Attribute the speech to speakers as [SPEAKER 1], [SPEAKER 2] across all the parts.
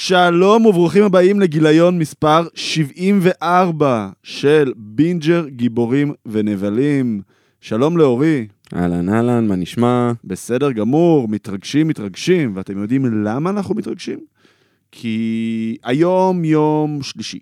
[SPEAKER 1] שלום וברוכים הבאים לגיליון מספר 74 של בינג'ר גיבורים ונבלים. שלום לאורי.
[SPEAKER 2] אהלן, אהלן, מה נשמע?
[SPEAKER 1] בסדר גמור, מתרגשים, ואתם יודעים למה אנחנו מתרגשים? כי היום יום שלישי,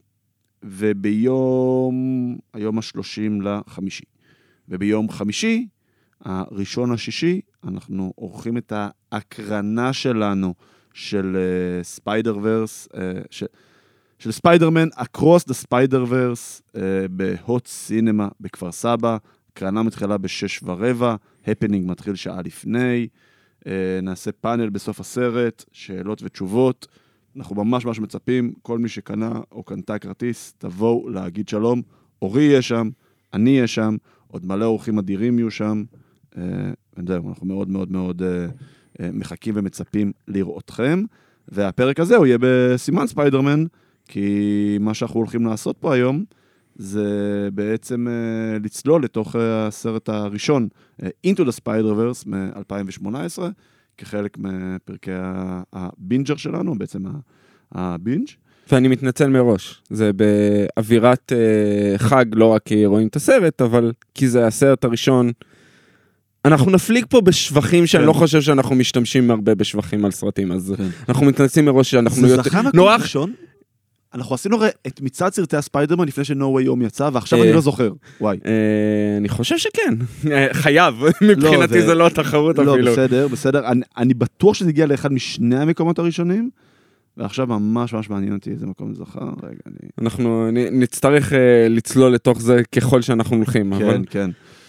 [SPEAKER 1] היום ה-30 לחמישי, וביום חמישי, הראשון השישי, אנחנו עורכים את ההקרנה שלנו, של ספיידר-ורס, של ספיידרמן, Across the Spider-Verse, בהוט סינמה בכפר סבא, הקרנה מתחילה ב6:15, הפנינג מתחיל שעה לפני, נעשה פאנל בסוף הסרט, שאלות ותשובות, אנחנו ממש מצפים, כל מי שקנה או קנתה כרטיס, תבואו להגיד שלום, אורי יהיה שם, אני אהיה שם, עוד מלא אורחים אדירים יהיו שם, וזהו, אנחנו מאוד מחכים ומצפים לראותכם, והפרק הזה הוא יהיה בסימן ספיידרמן, כי מה שאנחנו הולכים לעשות פה היום, זה בעצם לצלול לתוך הסרט הראשון, Into the Spider-Verse מ-2018, כחלק מפרקי הבינג'ר שלנו, בעצם הבינג'.
[SPEAKER 2] ואני מתנצל מראש, זה באווירת חג, לא רק כי רואים את הסרט, אבל כי זה הסרט הראשון. אנחנו נפליג פה בשבחים שאני לא חושב שאנחנו משתמשים הרבה בשבחים על סרטים, אז אנחנו מתנצלים מראש שאנחנו...
[SPEAKER 1] זה זכה מקום ראשון? אנחנו עשינו את מצעד סרטי הספיידרמן לפני ש-No Way Home יצא, ועכשיו אני לא זוכר. וואי.
[SPEAKER 2] אני חושב שכן. חייב. מבחינתי זה לא תחרות אפילו.
[SPEAKER 1] לא, בסדר. אני בטוח שזה הגיע לאחד משני המקומות הראשונים, ועכשיו ממש מעניין אותי איזה מקום זה זכה.
[SPEAKER 2] אנחנו נצטרך לצלול לתוך זה ככל שאנחנו הולכים.
[SPEAKER 1] כן.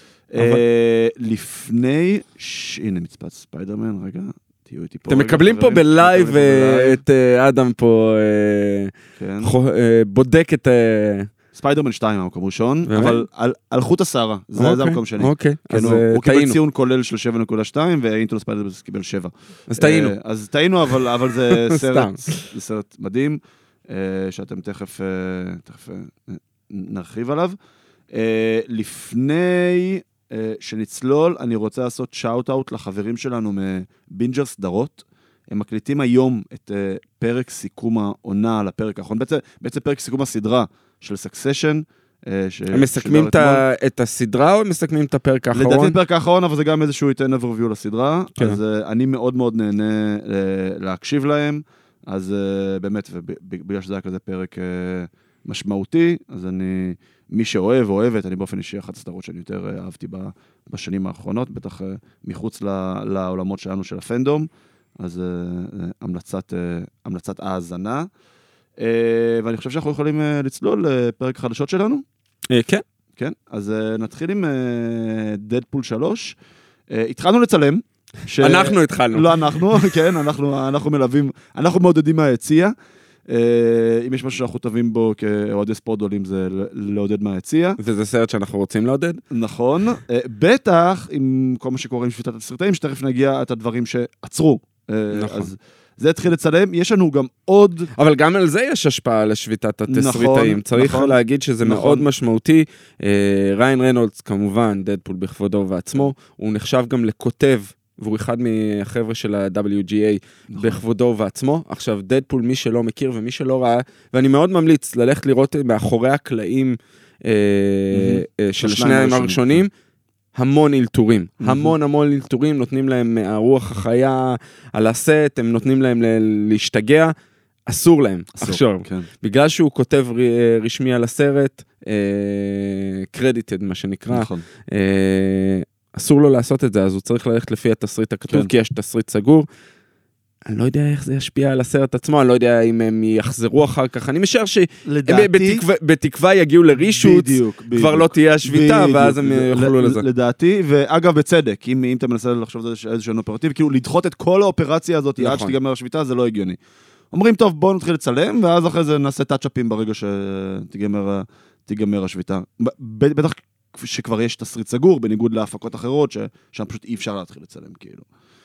[SPEAKER 1] לפני... הנה מצפת ספיידרמן, רגע.
[SPEAKER 2] אתם מקבלים פה בלייב את אדם פה בודק את...
[SPEAKER 1] ספיידרמן 2 המקום ראשון, אבל על חוט השערה, זה המקום שני. הוא קיבל ציון כולל של 7.2, ואינטו לספיידרמן קיבל 7.
[SPEAKER 2] אז
[SPEAKER 1] טעינו, אבל זה סרט מדהים, שאתם תכף נרחיב עליו. לפני... שנצלול, אני רוצה לעשות שאוט-אוט לחברים שלנו מבינג'ר סדרות. הם מקליטים היום את פרק סיכום העונה על הפרק האחרון. בעצם פרק סיכום הסדרה של סקסשן.
[SPEAKER 2] הם מסכמים את הסדרה או הם מסכמים את הפרק האחרון?
[SPEAKER 1] לדעתי את הפרק האחרון, אבל זה גם איזשהו ייתן overview לסדרה. אז אני מאוד נהנה להקשיב להם. אז באמת, ובגלל שזה היה כזה פרק משמעותי, אז מי שאוהב, אוהבת, אני באופן אישי אחת הסדרות שאני יותר אהבתי בשנים האחרונות, בטח מחוץ לעולמות שלנו של הפנדום, אז המלצת האזנה, ואני חושב שאנחנו יכולים לצלול לפרק החדשות שלנו.
[SPEAKER 2] כן.
[SPEAKER 1] כן, אז נתחיל עם דדפול 3. התחלנו לצלם.
[SPEAKER 2] אנחנו התחלנו.
[SPEAKER 1] לא אנחנו, כן, אנחנו מלווים, אנחנו מעודדים מהיציע, אם יש משהו שאנחנו טובים בו כאוהדי ספורט גדולים זה לעודד מהיציע.
[SPEAKER 2] וזה סרט שאנחנו רוצים לעודד.
[SPEAKER 1] נכון. בטח, עם כל מה שקורה עם שביתת הסרטאים, שתכף נגיע את הדברים שעצרו. נכון. אז זה התחיל לצלם. יש לנו גם עוד...
[SPEAKER 2] אבל גם על זה יש השפעה על שביתת התסריטאים. צריך להגיד שזה מאוד משמעותי. ריין רנולדס, כמובן, דדפול בכבודו ועצמו, הוא נחשב גם לכותב, והוא אחד מהחבר'ה של ה-WGA בכבודו ועצמו. עכשיו, דדפול, מי שלא מכיר ומי שלא ראה, ואני מאוד ממליץ ללכת לראות מאחורי הקלעים של השניים הראשונים, המון אילתורים. המון אילתורים, נותנים להם הרוח החיה על הסט, הם נותנים להם להשתגע, אסור להם. עכשיו, בגלל שהוא כותב רשמי על הסרט, credited, מה שנקרא, אסור לו לעשות את זה, אז הוא צריך ללכת לפי התסריט הכתוב, כי יש תסריט סגור. אני לא יודע איך זה ישפיע על הסרט עצמו, אני לא יודע אם הם יחזרו אחר כך, אני משער שבתקווה יגיעו לרישוט, כבר לא תהיה השביתה, ואז הם יוכלו לזה.
[SPEAKER 1] לדעתי, ואגב בצדק, אם אתה מנסה לחשוב על איזשהו אופרטיב, כאילו לדחות את כל האופרציה הזאת, עד שתיגמר השביתה, זה לא הגיוני. אומרים, טוב, בואו נתחיל לצלם, ואז אחרי זה נעשה טאצ'אפים ברגע שתיגמר השביתה. בטח שכבר יש תסריט סגור, בניגוד להפקות אחרות, שם פשוט אי אפשר להתחיל לצלם, כאילו.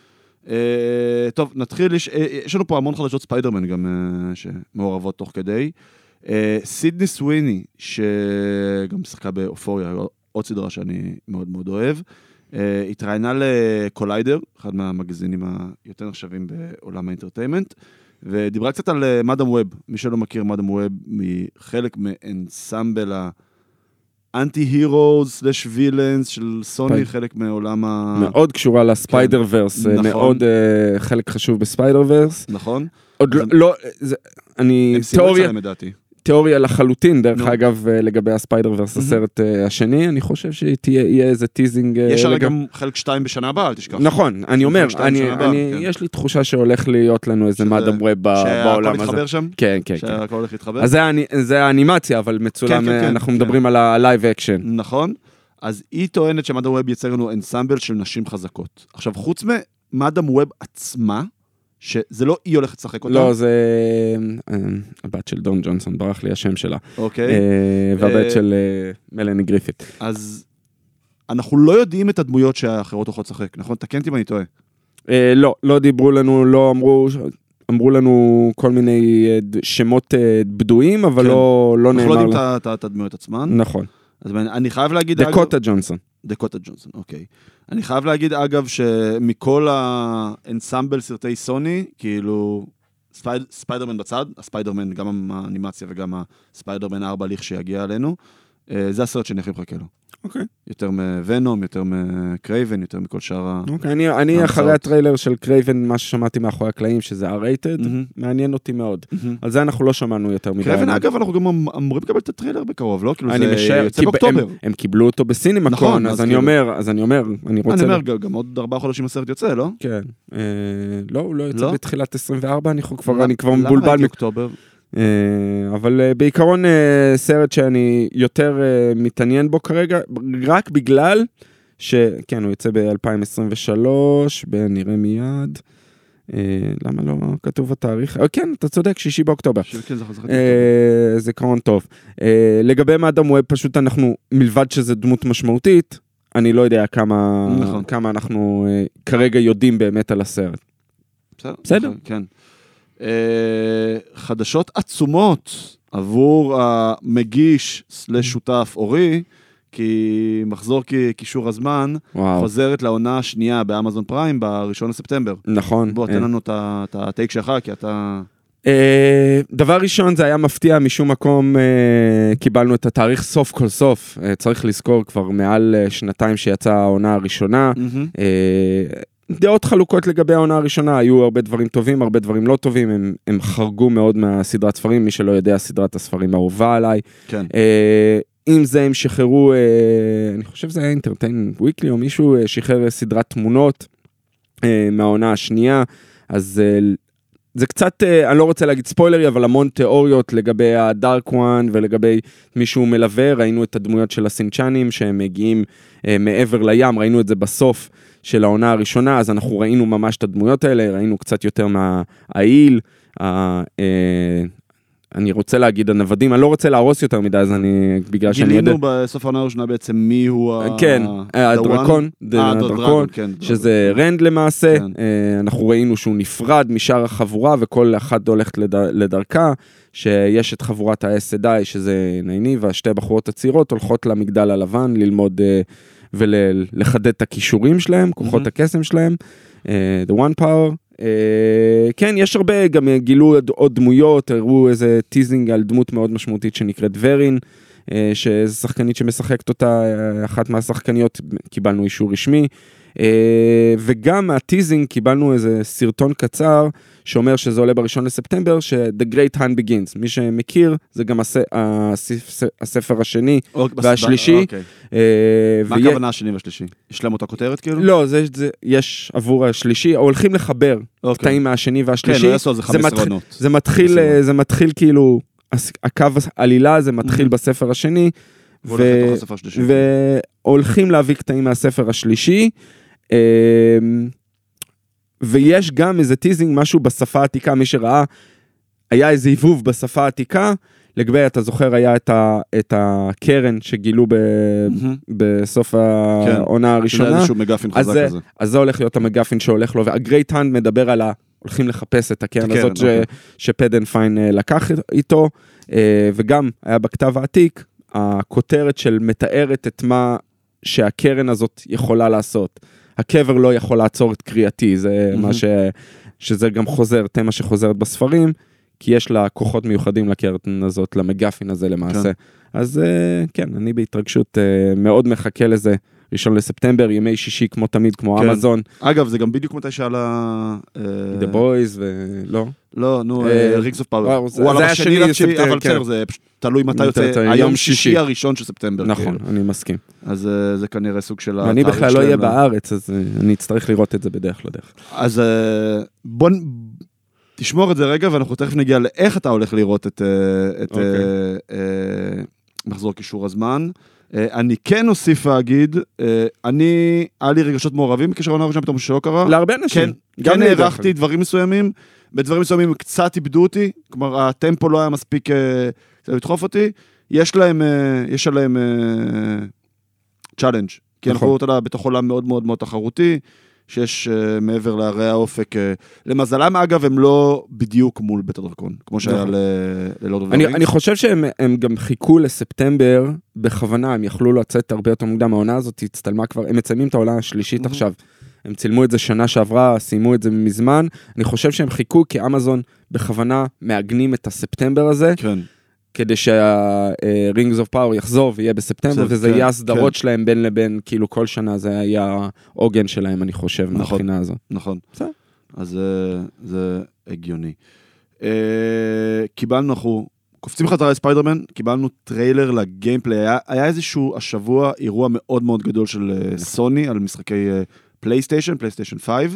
[SPEAKER 1] טוב, נתחיל, יש לנו פה המון חדשות ספיידרמן גם שמעורבות תוך כדי. סידני סוויני, שגם משחקה באופוריה, עוד סדרה שאני מאוד מאוד אוהב, התראיינה לקוליידר, אחד מהמגזינים היותר נחשבים בעולם האינטרטיימנט, ודיברה קצת על מאדם ווב, מי שלא מכיר מאדם ווב, מחלק מאנסמבל האנטי-הירוז/וילאנס של סוני, חלק מעולם
[SPEAKER 2] מאוד קשורה לספיידר ורס, מאוד חלק חשוב בספיידר ורס.
[SPEAKER 1] נכון.
[SPEAKER 2] עוד לא, אני, תיאוריה לחלוטין, דרך אגב, לגבי הספיידר ורס הסרט השני, אני חושב שיהיה איזה טיזינג.
[SPEAKER 1] יש הרי גם חלק 2 בשנה הבאה, אל תשכח.
[SPEAKER 2] נכון, אני אומר, יש לי תחושה שהולך להיות לנו איזה מאדם ווב בעולם הזה.
[SPEAKER 1] שהכל מתחבר שם?
[SPEAKER 2] כן, כן.
[SPEAKER 1] שהכל הולך להתחבר?
[SPEAKER 2] אז זה האנימציה, אבל מצולם, אנחנו מדברים על הלייב אקשן.
[SPEAKER 1] נכון, אז היא טוענת שמאדם ווב יצר לנו אנסמבל של נשים חזקות. עכשיו, חוץ ממאדם ווב עצמה, שזה לא היא הולכת לשחק אותה.
[SPEAKER 2] לא, זה הבת של דון ג'ונסון, ברח לי השם שלה.
[SPEAKER 1] אוקיי.
[SPEAKER 2] והבת של מלני גריפית.
[SPEAKER 1] אז אנחנו לא יודעים את הדמויות שהאחרות הולכות לשחק, נכון? תקן אותי אם אני טועה.
[SPEAKER 2] לא דיברו לנו, לא אמרו לנו כל מיני שמות בדויים, אבל לא נאמר.
[SPEAKER 1] אנחנו לא יודעים את הדמויות עצמן.
[SPEAKER 2] נכון.
[SPEAKER 1] אז אני חייב להגיד...
[SPEAKER 2] דקוטה ג'ונסון.
[SPEAKER 1] דקוטה ג'ונסון, אוקיי. אני חייב להגיד, אגב, שמכל האנסמבל סרטי סוני, כאילו, ספיידרמן בצד, הספיידרמן, גם האנימציה וגם הספיידרמן 4 הליך שיגיע עלינו, זה הסרט שאני הכי מחכה לו.
[SPEAKER 2] אוקיי.
[SPEAKER 1] יותר מוונום, יותר מקרייבן, יותר מכל שאר
[SPEAKER 2] אוקיי, אני אחרי הטריילר של קרייבן, מה ששמעתי מאחורי הקלעים, שזה R-rated, מעניין אותי מאוד. על זה אנחנו לא שמענו יותר מדי.
[SPEAKER 1] קרייבן, אגב, אנחנו גם אמורים לקבל את הטריילר בקרוב, לא? כאילו זה יוצא באוקטובר.
[SPEAKER 2] הם קיבלו אותו בסינמקון, אז אני אומר, אני רוצה...
[SPEAKER 1] אני אומר, גם עוד 4 חודשים הסרט יוצא, לא?
[SPEAKER 2] כן. לא, הוא לא יוצא בתחילת 24, אני כבר מבולבל.
[SPEAKER 1] למה אוקטובר?
[SPEAKER 2] אבל בעיקרון סרט שאני יותר מתעניין בו כרגע, רק בגלל שכן, הוא יוצא ב-2023, נראה מיד, למה לא כתוב התאריך? כן, אתה צודק, 6 באוקטובר. זיכרון טוב. לגבי מאדם ווב, פשוט אנחנו, מלבד שזה דמות משמעותית, אני לא יודע כמה אנחנו כרגע יודעים באמת על הסרט. בסדר?
[SPEAKER 1] כן. חדשות עצומות עבור המגיש /שותף אורי, כי מחזור קישור הזמן חוזרת לעונה השנייה באמזון פריים ב1 לספטמבר.
[SPEAKER 2] נכון.
[SPEAKER 1] בוא, תן לנו את הטייק שלך, כי אתה...
[SPEAKER 2] דבר ראשון, זה היה מפתיע, משום מקום קיבלנו את התאריך סוף כל סוף, צריך לזכור כבר מעל 2 שיצאה העונה הראשונה, דעות חלוקות לגבי העונה הראשונה, היו הרבה דברים טובים, הרבה דברים לא טובים, הם חרגו מאוד מהסדרת ספרים, מי שלא יודע, סדרת הספרים האהובה עליי.
[SPEAKER 1] כן.
[SPEAKER 2] עם זה הם שחררו, אני חושב זה היה Entertainment Weekly, או מישהו שחרר סדרת תמונות מהעונה השנייה, אז זה קצת, אני לא רוצה להגיד ספוילרי, אבל המון תיאוריות לגבי הדארק וואן, ולגבי מישהו מלווה, ראינו את הדמויות של הסינצ'נים, שהם מגיעים מעבר לים, ראינו את זה בסוף של העונה הראשונה, אז אנחנו ראינו ממש את הדמויות האלה, ראינו קצת יותר מהעיל, אני רוצה להגיד הנוודים, אני לא רוצה להרוס יותר מדי, אז אני, בגלל שאני יודע...
[SPEAKER 1] גילינו בסוף העונה הראשונה בעצם מי הוא
[SPEAKER 2] כן, הדרקון, שזה רנד למעשה, אנחנו ראינו שהוא נפרד משאר החבורה, וכל אחד הולכת לדרכה, שיש את חבורת ה-SDI, שזה נייניב, והשתי בחורות הצעירות הולכות למגדל הלבן, ללמוד ולחדד את הכישורים שלהם, כוחות הקסם שלהם, The One Power, כן, יש הרבה, גם גילו עוד דמויות, הראו איזה טיזינג על דמות מאוד משמעותית שנקראת ורין, שזו שחקנית שמשחקת אותה, אחת מהשחקניות, קיבלנו אישור רשמי, וגם מהטיזינג קיבלנו איזה סרטון קצר, שאומר שזה עולה ב1 לספטמבר, ש-The Great Hunt Begins, מי שמכיר, זה גם הספר השני והשלישי.
[SPEAKER 1] מה הכוונה השני והשלישי? יש להם אותה כותרת כאילו?
[SPEAKER 2] לא, יש עבור השלישי, הולכים לחבר קטעים מהשני והשלישי.
[SPEAKER 1] כן, לא יעשו על זה 15 עונות.
[SPEAKER 2] זה מתחיל כאילו, הקו העלילה זה מתחיל בספר השני, והולכים להביא קטעים מהספר השלישי, ויש גם איזה טיזינג, משהו בשפה העתיקה, מי שראה, היה איזה עיבוב בשפה העתיקה, לגבי, אתה זוכר, היה את הקרן שגילו בסוף העונה הראשונה, אז זה הולך להיות המגפין שהולך לו, והגרייט הנד מדבר על הולכים לחפש את הקרן הזאת שפדן פיין לקח איתו, וגם היה בכתב העתיק, הכותרת של מתארת את מה שהקרן הזאת יכולה לעשות. הקבר לא יכול לעצור את קריאתי, זה מה שזה גם חוזר, תמה שחוזרת בספרים, כי יש לה כוחות מיוחדים לקרן הזאת, למגפין הזה למעשה. כן. אז כן, אני בהתרגשות מאוד מחכה לזה. 1 לספטמבר, ימי שישי כמו תמיד, כמו
[SPEAKER 1] כן.
[SPEAKER 2] אמזון.
[SPEAKER 1] אגב, זה גם בדיוק מתי שעלה...
[SPEAKER 2] The Boys ולא.
[SPEAKER 1] לא, נו, Rings of Power.
[SPEAKER 2] זה היה שני לספטמבר.
[SPEAKER 1] אבל בסדר, זה תלוי מתי יוצא. היום שישי הראשון של ספטמבר.
[SPEAKER 2] נכון, אני מסכים.
[SPEAKER 1] אז זה כנראה סוג של...
[SPEAKER 2] ואני בכלל לא אהיה בארץ, אז אני אצטרך לראות את זה בדרך לדרך.
[SPEAKER 1] אז בוא... תשמור את זה רגע, ואנחנו תכף נגיע לאיך אתה הולך לראות את מחזור קישור הזמן. אני כן אוסיף להגיד, היה לי רגשות מעורבים בקשר לעונה הראשונה, פתאום שלא קרה.
[SPEAKER 2] להרבה אנשים.
[SPEAKER 1] כן הערכתי דברים מסוימים, בדברים מסוימים קצת איבדו אותי, כלומר הטמפו לא היה מספיק לדחוף אותי, יש עליהם צ'אלנג', כי אנחנו רואים אותה בתוך עולם מאוד מאוד מאוד תחרותי, שיש מעבר להרי האופק. למזלם, אגב, הם לא בדיוק מול בית הדרקון, כמו שהיה ללורד אוף דה רינגס.
[SPEAKER 2] אני חושב שהם גם חיכו לספטמבר בכוונה, הם יכלו לצאת הרבה יותר מוקדם, העונה הזאת הצטלמה כבר, הם מצלמים את העונה השלישית עכשיו, הם צילמו את זה שנה שעברה, סיימו את זה מזמן, אני חושב שהם חיכו כי אמזון בכוונה מעגנים את הספטמבר הזה,
[SPEAKER 1] כן.
[SPEAKER 2] כדי שה-Rings of Power יחזור ויהיה בספטמבר, וזה יהיה הסדרות שלהם בין לבין, כאילו כל שנה זה היה העוגן שלהם, אני חושב, מהבחינה הזאת.
[SPEAKER 1] נכון. אז זה הגיוני. קיבלנו, אנחנו קופצים חזרה לספיידרמן, קיבלנו טריילר לגיימפליי, היה איזשהו השבוע אירוע מאוד מאוד גדול של סוני, על משחקי פלייסטיישן 5,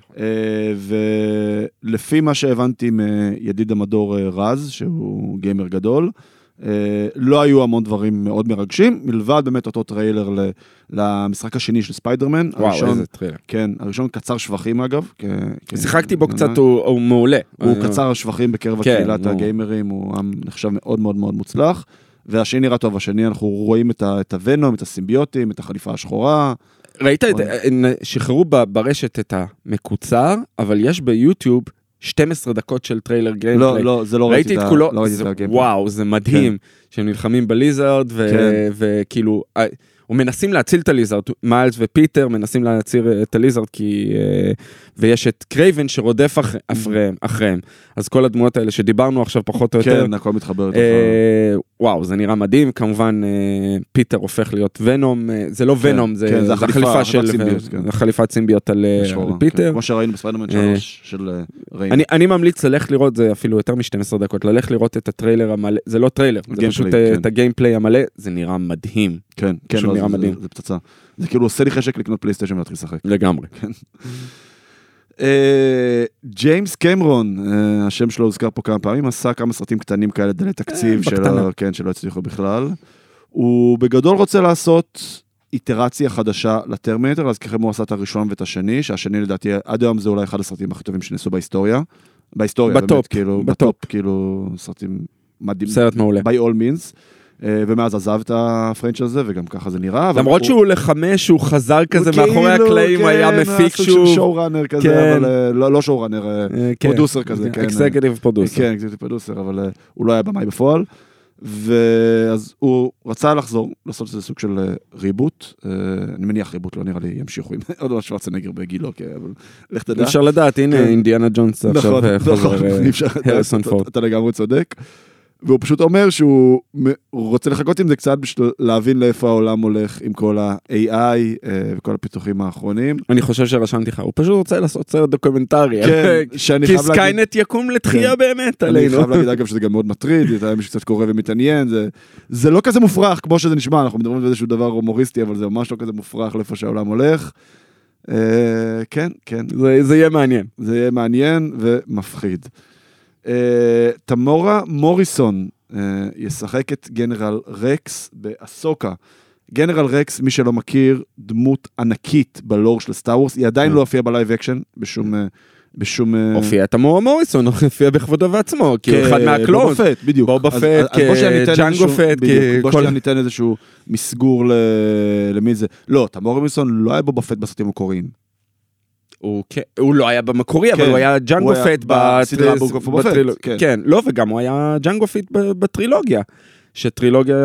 [SPEAKER 1] ולפי מה שהבנתי מידיד המדור רז, שהוא גיימר גדול, לא היו המון דברים מאוד מרגשים, מלבד באמת אותו טריילר למשחק השני של ספיידרמן.
[SPEAKER 2] וואו, איזה טריילר.
[SPEAKER 1] כן, הראשון קצר שבחים אגב.
[SPEAKER 2] שיחקתי בו קצת, הוא מעולה.
[SPEAKER 1] הוא קצר שבחים בקרב הקהילת הגיימרים, הוא נחשב מאוד מאוד מאוד מוצלח, והשני נראה טוב, השני אנחנו רואים את הוונום, את הסימביוטים, את החליפה השחורה.
[SPEAKER 2] ראית, שחררו ברשת את המקוצר, אבל יש ביוטיוב 12 דקות של טריילר גיימפליי.
[SPEAKER 1] לא, זה לא ראיתי את
[SPEAKER 2] הגיימפליי. וואו, זה מדהים, שהם נלחמים בליזארד, וכאילו, ומנסים להציל את הליזארד, מיילס ופיטר מנסים להציל את הליזארד, ויש את קרייבן שרודף אחריהם. אז כל הדמויות האלה שדיברנו עכשיו פחות או יותר.
[SPEAKER 1] כן, הכל מתחבר.
[SPEAKER 2] וואו, זה נראה מדהים, כמובן פיטר הופך להיות ונום, זה לא ונום, זה החליפת סימביות על פיטר.
[SPEAKER 1] כמו שראינו בספיידרמן 3 של ריין.
[SPEAKER 2] אני ממליץ ללכת לראות, זה אפילו יותר מ-12 דקות, ללכת לראות את הטריילר המלא, זה לא טריילר, זה פשוט את הגיימפליי המלא, זה נראה מדהים.
[SPEAKER 1] כן, זה פצצה. זה כאילו עושה לי חשק לקנות פלייסטיישן ולהתחיל לשחק.
[SPEAKER 2] לגמרי.
[SPEAKER 1] ג'יימס קמרון, השם שלו הוזכר פה כמה פעמים, עשה כמה סרטים קטנים כאלה דלי תקציב שלא הצליחו בכלל. הוא בגדול רוצה לעשות איטרציה חדשה לטרמינטר, אז ככה הוא עשה את הראשון ואת השני, שהשני לדעתי עד היום זה אולי אחד הסרטים הכי טובים שנעשו בהיסטוריה. בטופ, כאילו סרטים מדהים.
[SPEAKER 2] סרט מעולה.
[SPEAKER 1] by all means. ומאז עזב את הפרנץ' הזה, וגם ככה זה נראה.
[SPEAKER 2] למרות שהוא לחמש, הוא חזר כזה מאחורי הקלעים, היה מפיק שהוא...
[SPEAKER 1] סוג של שואו-ראנר כזה, אבל לא שואו-ראנר, פרודוסר כזה.
[SPEAKER 2] אקזקטיב פרודוסר.
[SPEAKER 1] כן, אקזקטיב פרודוסר, אבל הוא לא היה במאי בפועל. ואז הוא רצה לחזור, לעשות איזה סוג של ריבוט. אני מניח ריבוט, לא נראה לי, ימשיכו עם עוד לא שוורצנגר בגילו, אבל לך תדע.
[SPEAKER 2] אפשר לדעת, הנה אינדיאנה ג'ונס עכשיו חוזר הריסון פורד.
[SPEAKER 1] אתה לגמרי צודק. והוא פשוט אומר שהוא רוצה לחכות עם זה קצת בשביל להבין לאיפה העולם הולך עם כל ה-AI וכל הפיתוחים האחרונים.
[SPEAKER 2] אני חושב שרשמתי לך, הוא פשוט רוצה לעשות סרט דוקומנטרי.
[SPEAKER 1] כן,
[SPEAKER 2] כי סקיינט יקום לתחייה באמת עלינו.
[SPEAKER 1] אני חייב להגיד אגב שזה גם מאוד מטריד, מי שקצת קורא ומתעניין, זה לא כזה מופרך כמו שזה נשמע, אנחנו מדברים על איזשהו דבר הומוריסטי, אבל זה ממש לא כזה מופרך לאיפה שהעולם הולך. כן, כן.
[SPEAKER 2] זה יהיה מעניין.
[SPEAKER 1] זה יהיה מעניין ומפחיד. תמורה מוריסון ישחק את גנרל רקס באסוקה. גנרל רקס, מי שלא מכיר, דמות ענקית בלור של סטאר וורס, היא עדיין לא הופיעה בלייב אקשן בשום...
[SPEAKER 2] הופיע תמורה מוריסון, הופיע בכבודו ועצמו, כי הוא אחד מהקלון.
[SPEAKER 1] בובה פט, בדיוק.
[SPEAKER 2] בובה פט, ג'אנגו פט.
[SPEAKER 1] בוא שאני ניתן איזשהו מסגור למי זה. לא, תמורה מוריסון לא היה בובה פט בסרטים המקוריים.
[SPEAKER 2] הוא לא היה במקורי, אבל הוא היה ג'אנגו פט
[SPEAKER 1] בסדרה בובה פט.
[SPEAKER 2] כן, לא, וגם הוא היה ג'אנגו פט בטרילוגיה. שטרילוגיה...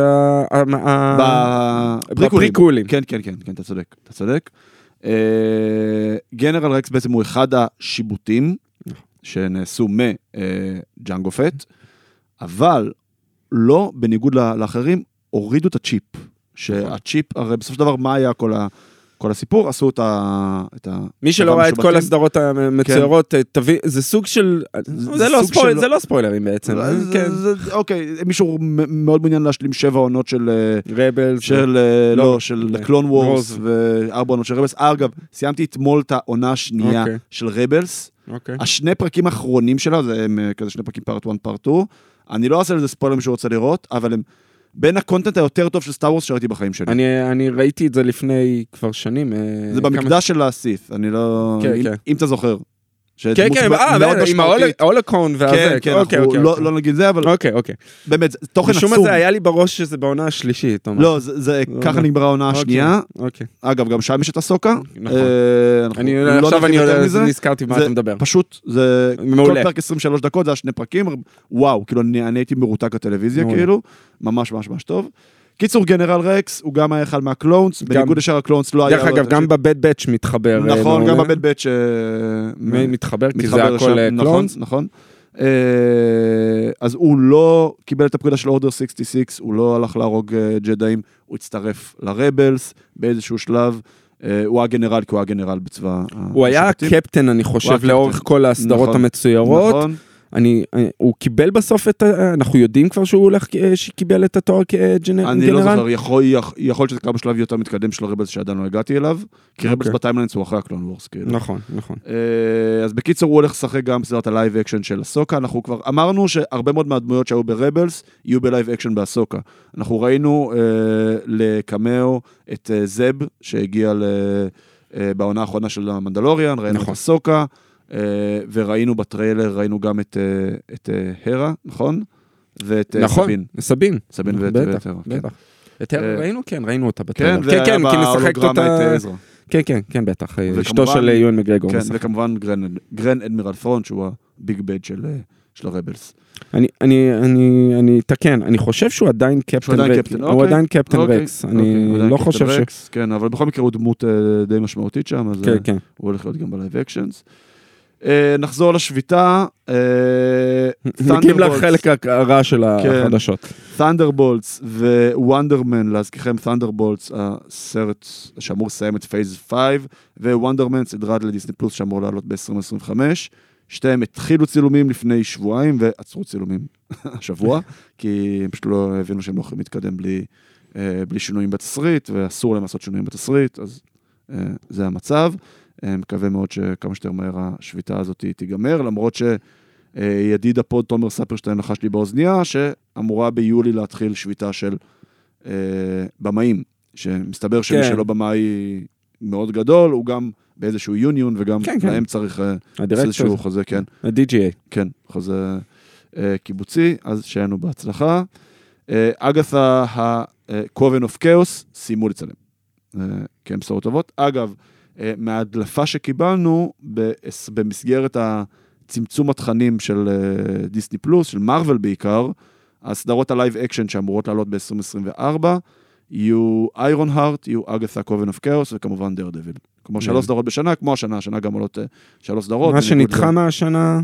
[SPEAKER 2] בפריקולים.
[SPEAKER 1] כן, כן, כן, אתה צודק. גנרל רקס בעצם הוא אחד השיבוטים שנעשו מג'אנגו פט, אבל לא, בניגוד לאחרים, הורידו את הצ'יפ. שהצ'יפ, הרי בסופו של דבר, מה היה כל הסיפור? עשו את ה...
[SPEAKER 2] מי שלא ראה את כל הסדרות המצוירות, זה סוג של... זה לא ספוילרים בעצם.
[SPEAKER 1] אוקיי, מישהו מאוד מעוניין להשלים 7 עונות של...
[SPEAKER 2] רבלס.
[SPEAKER 1] של קלון וורס, ו4 עונות של רבלס. אגב, סיימתי אתמול את העונה השנייה של רבלס. השני פרקים האחרונים שלה, זה כזה 2 פרקים פארט 1, פארט 2. אני לא אעשה לזה ספוילר מי שרוצה לראות, אבל הם בין הקונטנט היותר טוב של סטאר וורס שראיתי בחיים שלי. אני
[SPEAKER 2] ראיתי את זה לפני כבר שנים.
[SPEAKER 1] זה במקדש של הסית, אני לא... אם אתה זוכר.
[SPEAKER 2] כן, עם ההולוקון והזה.
[SPEAKER 1] לא נגיד זה, אבל... באמת, תוכן עצום.
[SPEAKER 2] משום הזה היה לי בראש שזה בעונה השלישית.
[SPEAKER 1] לא, ככה נגמרה העונה השנייה. אגב, גם שם יש את הסוקה.
[SPEAKER 2] עכשיו אני נזכרתי מה אתה מדבר.
[SPEAKER 1] פשוט, זה... כל פרק 23 דקות, זה היה 2 פרקים. וואו, כאילו, אני הייתי מרותק הטלוויזיה, כאילו. ממש ממש ממש טוב. קיצור, גנרל רקס, הוא גם היה אחד מהקלונס, בניגוד לשאר הקלונס לא היה...
[SPEAKER 2] דרך אגב, גם בבד בטש מתחבר.
[SPEAKER 1] נכון, גם בבד בטש...
[SPEAKER 2] מתחבר, כי זה הכל קלונס.
[SPEAKER 1] נכון. אז הוא לא קיבל את הפקודה של אורדר 66, הוא לא הלך להרוג ג'דאים, הוא הצטרף לרבלס באיזשהו שלב, הוא היה גנרל, כי הוא היה גנרל בצבא...
[SPEAKER 2] הוא היה קפטן, אני חושב, לאורך כל הסדרות המצוירות. נכון. הוא קיבל בסוף אנחנו יודעים כבר שהוא הולך, שקיבל את התואר כגנרל?
[SPEAKER 1] אני לא זוכר, יכול להיות שזה קרה בשלב יותר מתקדם של הרבלס שעדיין לא הגעתי אליו, כי רבלס בטיימליינס הוא אחרי הקלון וורס.
[SPEAKER 2] נכון.
[SPEAKER 1] אז בקיצור הוא הולך לשחק גם בסדרת הלייב אקשן של הסוקה, אנחנו כבר אמרנו שהרבה מאוד מהדמויות שהיו ברבלס, יהיו בלייב אקשן בהסוקה. אנחנו ראינו לקמאו את זב, שהגיע בעונה האחרונה של המנדלוריאן, ראינו את הסוקה, וראינו בטריילר, ראינו גם את הרה, נכון? ואת סבין.
[SPEAKER 2] סבין
[SPEAKER 1] ואת הרה.
[SPEAKER 2] את הרה ראינו? כן, ראינו אותה
[SPEAKER 1] בטריילר. כן,
[SPEAKER 2] כי נשחקת אותה... כן, בטח. אשתו של יואן מגרגור.
[SPEAKER 1] כן, וכמובן גרן אדמירל פרונט, שהוא הביג בד של הרבלס.
[SPEAKER 2] אני אתקן, אני חושב שהוא עדיין קפטן רקס. הוא עדיין קפטן רקס. אני לא חושב ש...
[SPEAKER 1] כן, אבל בכל מקרה הוא דמות די משמעותית שם, אז הוא הולך להיות גם בלייב אקשנס. נחזור לשביתה.
[SPEAKER 2] נקים לחלק הרע של החדשות.
[SPEAKER 1] Thunderbolts ווונדרמן, להזכירכם Thunderbolts, הסרט שאמור לסיים את פייז 5, ווונדרמן, סדרת לדיסני פלוס שאמור לעלות ב-2025. שתיהם התחילו צילומים לפני שבועיים, ועצרו צילומים השבוע, כי הם פשוט לא הבינו שהם לא יכולים להתקדם בלי שינויים בתסריט, ואסור להם לעשות שינויים בתסריט, אז זה המצב. מקווה מאוד שכמה שיותר מהר השביתה הזאת תיגמר, למרות שידיד הפוד תומר ספרשטיין לחש לי באוזניה, שאמורה ביולי להתחיל שביתה של במאים, שמסתבר שמי שלא במאי מאוד גדול, הוא גם באיזשהו יוניון, וגם להם צריך איזשהו חוזה, כן.
[SPEAKER 2] ה-DGA.
[SPEAKER 1] כן, חוזה קיבוצי, אז שהיינו בהצלחה. אגתה, ה-Coven of Chaos, סיימו לצלם. כן, בשורות טובות. אגב, מההדלפה שקיבלנו במסגרת הצמצום התכנים של דיסני פלוס, של מרוול בעיקר, הסדרות הלייב אקשן שאמורות לעלות ב-2024, יהיו איירון הארט, יהיו אגתה קובן אוף כאוס, וכמובן דרדביל. כלומר 3 סדרות בשנה, כמו השנה גם עולות 3 סדרות.
[SPEAKER 2] מה שנדחה מהשנה...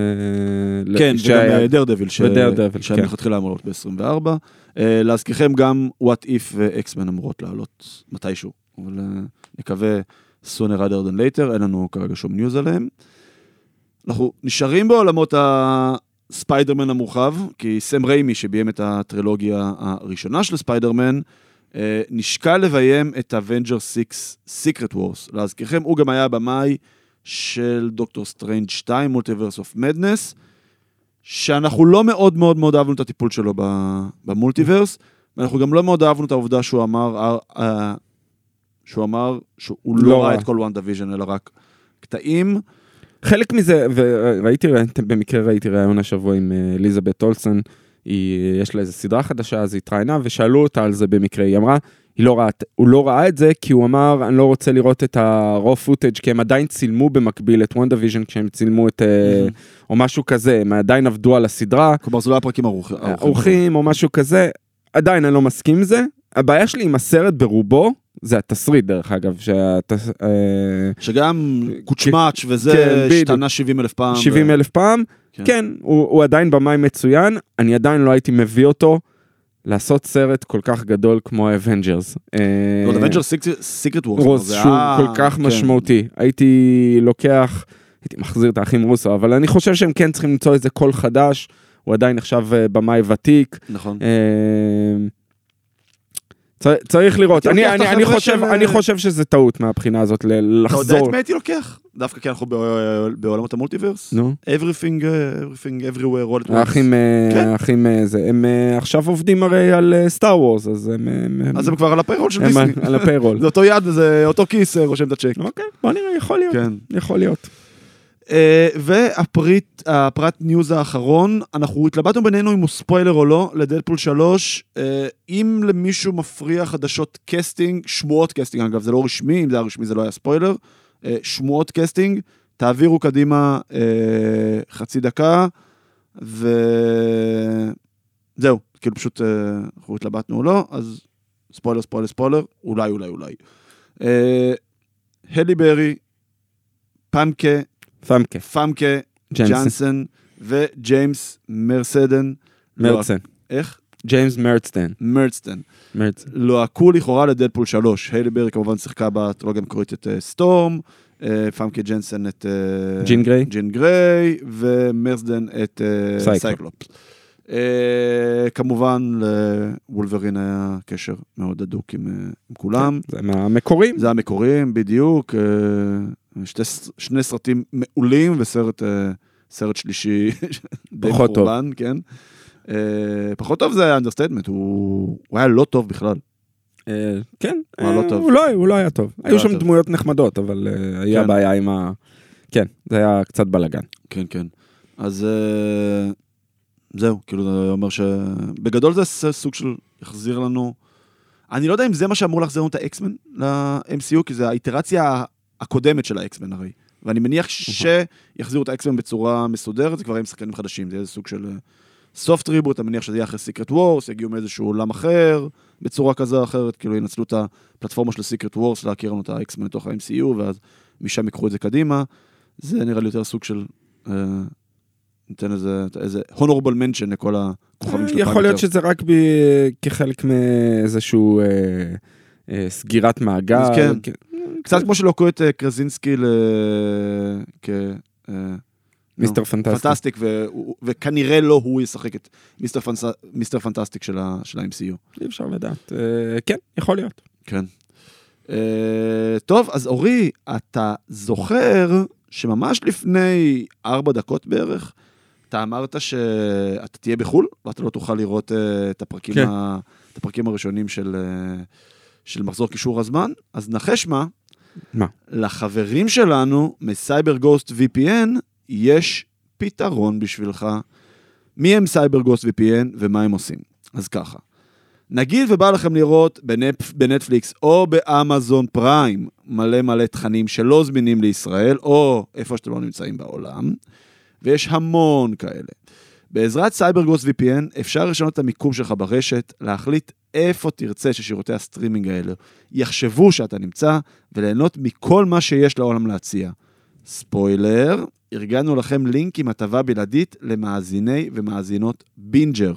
[SPEAKER 1] כן, וגם דרדביל, שמלכתחילה אמורות ב-24. להזכירכם גם What If ו-X-Men אמורות לעלות מתישהו, אבל נקווה sooner rather than later, אין לנו כרגע שום ניוז עליהם. אנחנו נשארים בעולמות הספיידרמן המורחב, כי סם ריימי שביים את הטרילוגיה הראשונה של ספיידרמן, נשקל לביים את Avengers 6 Secret Wars. להזכירכם, הוא גם היה במאי של דוקטור סטרנג' 2, Multiverse of Madness, שאנחנו לא מאוד מאוד מאוד אהבנו את הטיפול שלו במולטיברס, ואנחנו גם לא מאוד אהבנו את העובדה שהוא אמר שהוא לא ראה את כל וואן דיוויז'ן, אלא רק קטעים.
[SPEAKER 2] חלק מזה, במקרה ראיתי ראיון השבוע עם אליזבת אולסן, יש לה איזו סדרה חדשה, אז היא התראיינה, ושאלו אותה על זה במקרה, היא אמרה, הוא לא ראה את זה, כי הוא אמר, אני לא רוצה לראות את ה-raw footage, כי הם עדיין צילמו במקביל את וואן דיוויז'ן, כשהם צילמו את, או משהו כזה, הם עדיין עבדו על הסדרה.
[SPEAKER 1] כלומר, זה לא הפרקים
[SPEAKER 2] ערוכים, או משהו כזה, עדיין אני לא מסכים עם זה. הבעיה שלי עם הסרט ברובו, זה התסריט דרך אגב,
[SPEAKER 1] שגם קוצ'מאץ' וזה השתנה 70,000 פעם.
[SPEAKER 2] 70,000 פעם, כן, הוא עדיין במאי מצוין, אני עדיין לא הייתי מביא אותו לעשות סרט כל כך גדול כמו האבנג'רס.
[SPEAKER 1] לא, האבנג'רס סיקרט וורס.
[SPEAKER 2] שהוא כל כך משמעותי. הייתי מחזיר את האחים רוסו, אבל אני חושב שהם כן צריכים למצוא איזה קול חדש, הוא עדיין עכשיו במאי ותיק.
[SPEAKER 1] נכון.
[SPEAKER 2] צריך לראות, אני חושב שזה טעות מהבחינה הזאת לחזור.
[SPEAKER 1] אתה יודע את מי הייתי לוקח? דווקא כי אנחנו בעולמות המולטיברס. Everything, everywhere, all at once.
[SPEAKER 2] האחים, הם עכשיו עובדים הרי על סטאר וורס, אז
[SPEAKER 1] הם כבר על הפיירול של דיסני.
[SPEAKER 2] על הפיירול.
[SPEAKER 1] זה אותו יד וזה אותו כיס רושם את הצ'ק.
[SPEAKER 2] אוקיי, בוא נראה, יכול להיות.
[SPEAKER 1] והפרט ניוז האחרון, אנחנו התלבטנו בינינו אם הוא ספוילר או לא, לדדפול 3, אם למישהו מפריע חדשות קסטינג, שמועות קסטינג, אגב, זה לא רשמי, אם זה היה רשמי זה לא היה ספוילר, שמועות קסטינג, תעבירו קדימה חצי דקה, וזהו, כאילו פשוט אנחנו התלבטנו או לא, אז ספוילר, אולי. הלי ברי, פמקה, ג'אנסן וג'יימס מרצדן. איך?
[SPEAKER 2] ג'יימס מרצדן.
[SPEAKER 1] לוהקו לכאורה לדדפול 3. היילי ברי כמובן שיחקה בטרילוגיה המקורית את סטורם, פמקה ג'נסן את ג'ין גריי, ומרצדן את סייקלופס. כמובן לוולברין היה קשר מאוד הדוק עם כולם.
[SPEAKER 2] זה מהמקורים.
[SPEAKER 1] זה המקורים, בדיוק. שני סרטים מעולים, וסרט שלישי די חורבן, כן. פחות טוב זה אנדרסטייטמנט, הוא היה לא טוב בכלל.
[SPEAKER 2] כן, הוא לא היה טוב. היו שם דמויות נחמדות, אבל היה בעיה עם כן, זה היה קצת בלגן.
[SPEAKER 1] כן. אז זהו, כאילו זה אומר שבגדול זה סוג של יחזיר לנו, אני לא יודע אם זה מה שאמור להחזיר לנו את האקסמן ל-MCU, כי זה האיטרציה הקודמת של האקסמן הרי, ואני מניח שיחזירו את האקסמן בצורה מסודרת, זה כבר עם שחקנים חדשים, זה יהיה סוג של סופט ריבוט, אני מניח שזה יהיה אחרי סיקרט וורס, יגיעו מאיזשהו עולם אחר, בצורה כזו או אחרת, כאילו ינצלו את הפלטפורמה של סיקרט וורס, להכיר לנו את האקסמן לתוך ה-MCU, ואז משם יקחו את זה קדימה, זה נראה לי יותר סוג של ניתן איזה honorable mention לכל הכוכבים של
[SPEAKER 2] יכול להיות שזה רק כחלק מאיזשהו סגירת מעגל.
[SPEAKER 1] כן. קצת כמו שלוקחו את קרזינסקי
[SPEAKER 2] מיסטר פנטסטיק,
[SPEAKER 1] וכנראה לא הוא ישחק את מיסטר פנטסטיק של ה-MCU.
[SPEAKER 2] אי אפשר לדעת. כן, יכול להיות.
[SPEAKER 1] כן. טוב, אז אורי, אתה זוכר שממש לפני 4 דקות בערך, אתה אמרת שאתה תהיה בחול, ואתה לא תוכל לראות את הפרקים הראשונים של מחזור קישור הזמן, אז נחש מה? לחברים שלנו מסייבר גוסט VPN יש פתרון בשבילך. מי הם סייבר גוסט VPN ומה הם עושים? אז ככה, נגיד ובא לכם לראות בנטפליקס או באמזון פריים מלא תכנים שלא זמינים לישראל, או איפה שאתם לא נמצאים בעולם, ויש המון כאלה. בעזרת סייבר גוסט VPN אפשר לשנות את המיקום שלך ברשת, להחליט איפה תרצה ששירותי הסטרימינג האלה יחשבו שאתה נמצא, וליהנות מכל מה שיש לעולם להציע. ספוילר, ארגנו לכם לינק עם הטבה בלעדית למאזיני ומאזינות בינג'ר.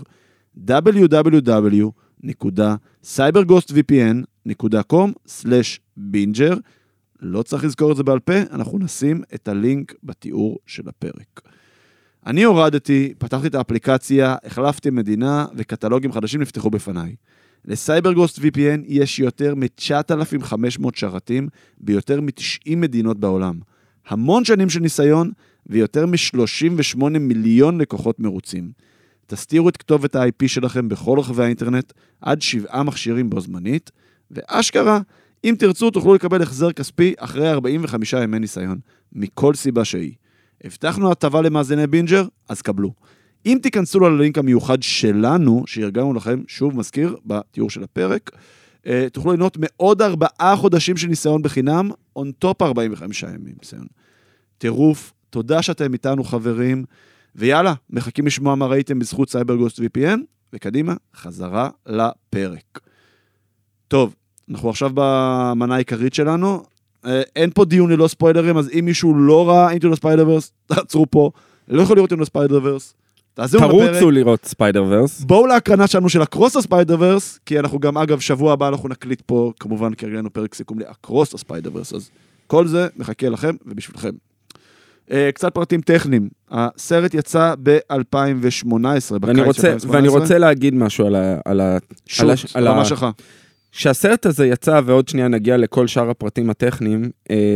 [SPEAKER 1] www.cyberghostvpn.com/binger. לא צריך לזכור את זה בעל פה, אנחנו נשים את הלינק בתיאור של הפרק. אני הורדתי, פתחתי את האפליקציה, החלפתי מדינה, וקטלוגים חדשים נפתחו בפניי. לסייבר גוסט VPN יש יותר מ-9,500 שרתים ביותר מ-90 מדינות בעולם. המון שנים של ניסיון, ויותר מ-38 מיליון לקוחות מרוצים. תסתירו את כתובת ה-IP שלכם בכל רחבי האינטרנט, עד 7 מכשירים בו זמנית, ואשכרה, אם תרצו, תוכלו לקבל החזר כספי אחרי 45 ימי ניסיון, מכל סיבה שהיא. הבטחנו הטבה למאזיני בינג'ר, אז קבלו. אם תיכנסו ללינק המיוחד שלנו, שארגנו לכם, שוב מזכיר, בתיאור של הפרק, תוכלו ליהנות מעוד 4 חודשים של ניסיון בחינם, on top 45 ימים ניסיון. טירוף, תודה שאתם איתנו חברים, ויאללה, מחכים לשמוע מה ראיתם בזכות סייבר גוסט VPN, וקדימה, חזרה לפרק. טוב, אנחנו עכשיו במנה העיקרית שלנו, אין פה דיון ללא ספוילרים, אז אם מישהו לא ראה Into the Spider-Verse, תעצרו פה, לא יכול לראות Into the Spider-Verse,
[SPEAKER 2] תרוצו לראות ספיידר-ורס.
[SPEAKER 1] בואו להקרנה שלנו של אקרוס הספיידר-ורס, כי אנחנו גם, אגב, שבוע הבא אנחנו נקליט פה, כמובן, כי הרגלנו פרק סיכום לאקרוס הספיידר-ורס, אז כל זה מחכה לכם ובשבילכם. קצת פרטים טכניים, הסרט יצא ב-2018,
[SPEAKER 2] ואני רוצה להגיד משהו על
[SPEAKER 1] מה שלך.
[SPEAKER 2] כשהסרט הזה יצא, ועוד שנייה נגיע לכל שאר הפרטים הטכניים,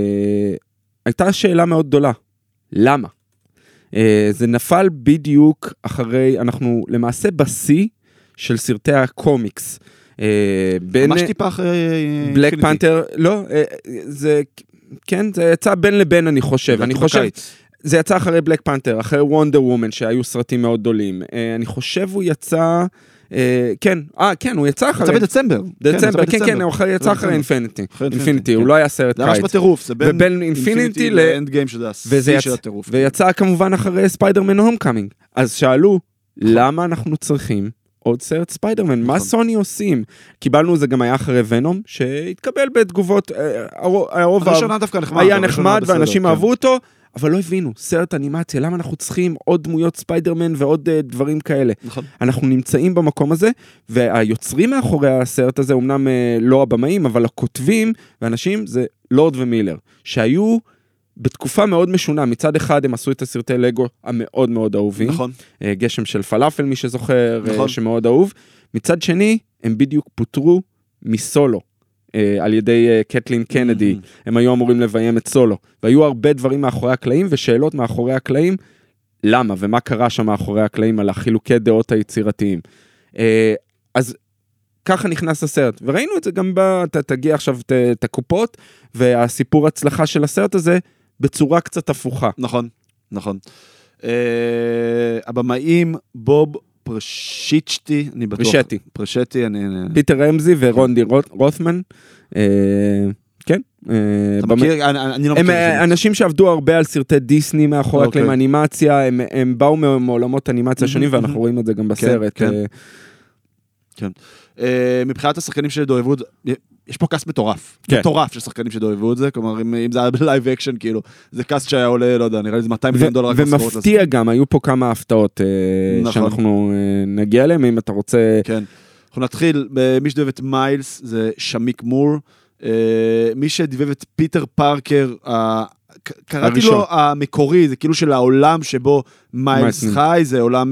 [SPEAKER 2] הייתה שאלה מאוד גדולה. למה? זה נפל בדיוק אחרי, אנחנו למעשה בשיא של סרטי הקומיקס.
[SPEAKER 1] ממש טיפה אחרי...
[SPEAKER 2] בלק פנתר, לא, זה, כן, זה יצא בין לבין אני חושב. זה יצא אחרי בלק פנתר, אחרי וונדר וומן, שהיו סרטים מאוד גדולים. אני חושב הוא יצא... כן, הוא יצא אחרי...
[SPEAKER 1] יצא בדצמבר.
[SPEAKER 2] כן, הוא יצא אחרי אינפיניטי, הוא לא היה סרט קיץ.
[SPEAKER 1] זה ממש בטירוף, זה
[SPEAKER 2] בין אינפיניטי
[SPEAKER 1] לאנד גיים, שזה השיא של הטירוף.
[SPEAKER 2] ויצא כמובן אחרי ספיידרמן הומקאמינג. אז שאלו, למה אנחנו צריכים עוד סרט ספיידרמן? מה סוני עושים? קיבלנו, זה גם היה אחרי ונום, שהתקבל בתגובות, הרוב היה נחמד, ואנשים אהבו אותו, אבל לא הבינו, סרט אנימציה, למה אנחנו צריכים עוד דמויות ספיידרמן ועוד דברים כאלה?
[SPEAKER 1] נכון.
[SPEAKER 2] אנחנו נמצאים במקום הזה, והיוצרים מאחורי הסרט הזה, אמנם לא הבמאים, אבל הכותבים ואנשים זה לורד ומילר, שהיו בתקופה מאוד משונה. מצד אחד הם עשו את הסרטי לגו המאוד מאוד אהובים.
[SPEAKER 1] נכון.
[SPEAKER 2] גשם של פלאפל, מי שזוכר,
[SPEAKER 1] נכון.
[SPEAKER 2] שמאוד אהוב. מצד שני, הם בדיוק פוטרו מסולו. על ידי קטלין קנדי, הם היו אמורים לביים את סולו, והיו הרבה דברים מאחורי הקלעים, ושאלות מאחורי הקלעים, למה, ומה קרה שם מאחורי הקלעים, על החילוקי דעות היצירתיים. אז ככה נכנס הסרט, וראינו את זה גם תגיע עכשיו את הקופות, והסיפור הצלחה של הסרט הזה, בצורה קצת הפוכה.
[SPEAKER 1] נכון. הבמאים בוב פרשטי, אני בטוח. פרשטי,
[SPEAKER 2] פיטר רמזי ורונדי רוטמן. כן.
[SPEAKER 1] אתה מכיר? אני לא מכיר.
[SPEAKER 2] הם אנשים שעבדו הרבה על סרטי דיסני מאחורי הקלעים אנימציה, הם באו מעולמות אנימציה שונים, ואנחנו רואים את זה גם בסרט.
[SPEAKER 1] כן. מבחינת השחקנים שדואבו את זה, יש פה קאסט מטורף של שחקנים שדואבו את זה, כלומר, אם זה היה בלייב אקשן, כאילו, זה קאסט שהיה עולה, לא יודע, נראה לי זה $200 מיליון רק משכורות.
[SPEAKER 2] ומפתיע גם, היו פה כמה הפתעות שאנחנו נגיע אליהם, אם אתה רוצה...
[SPEAKER 1] כן. אנחנו נתחיל, מי שדואב את מיילס, זה שמיק מור, מי שדואב את פיטר פארקר, קראתי לו המקורי, זה כאילו של העולם שבו מיילס חי, זה עולם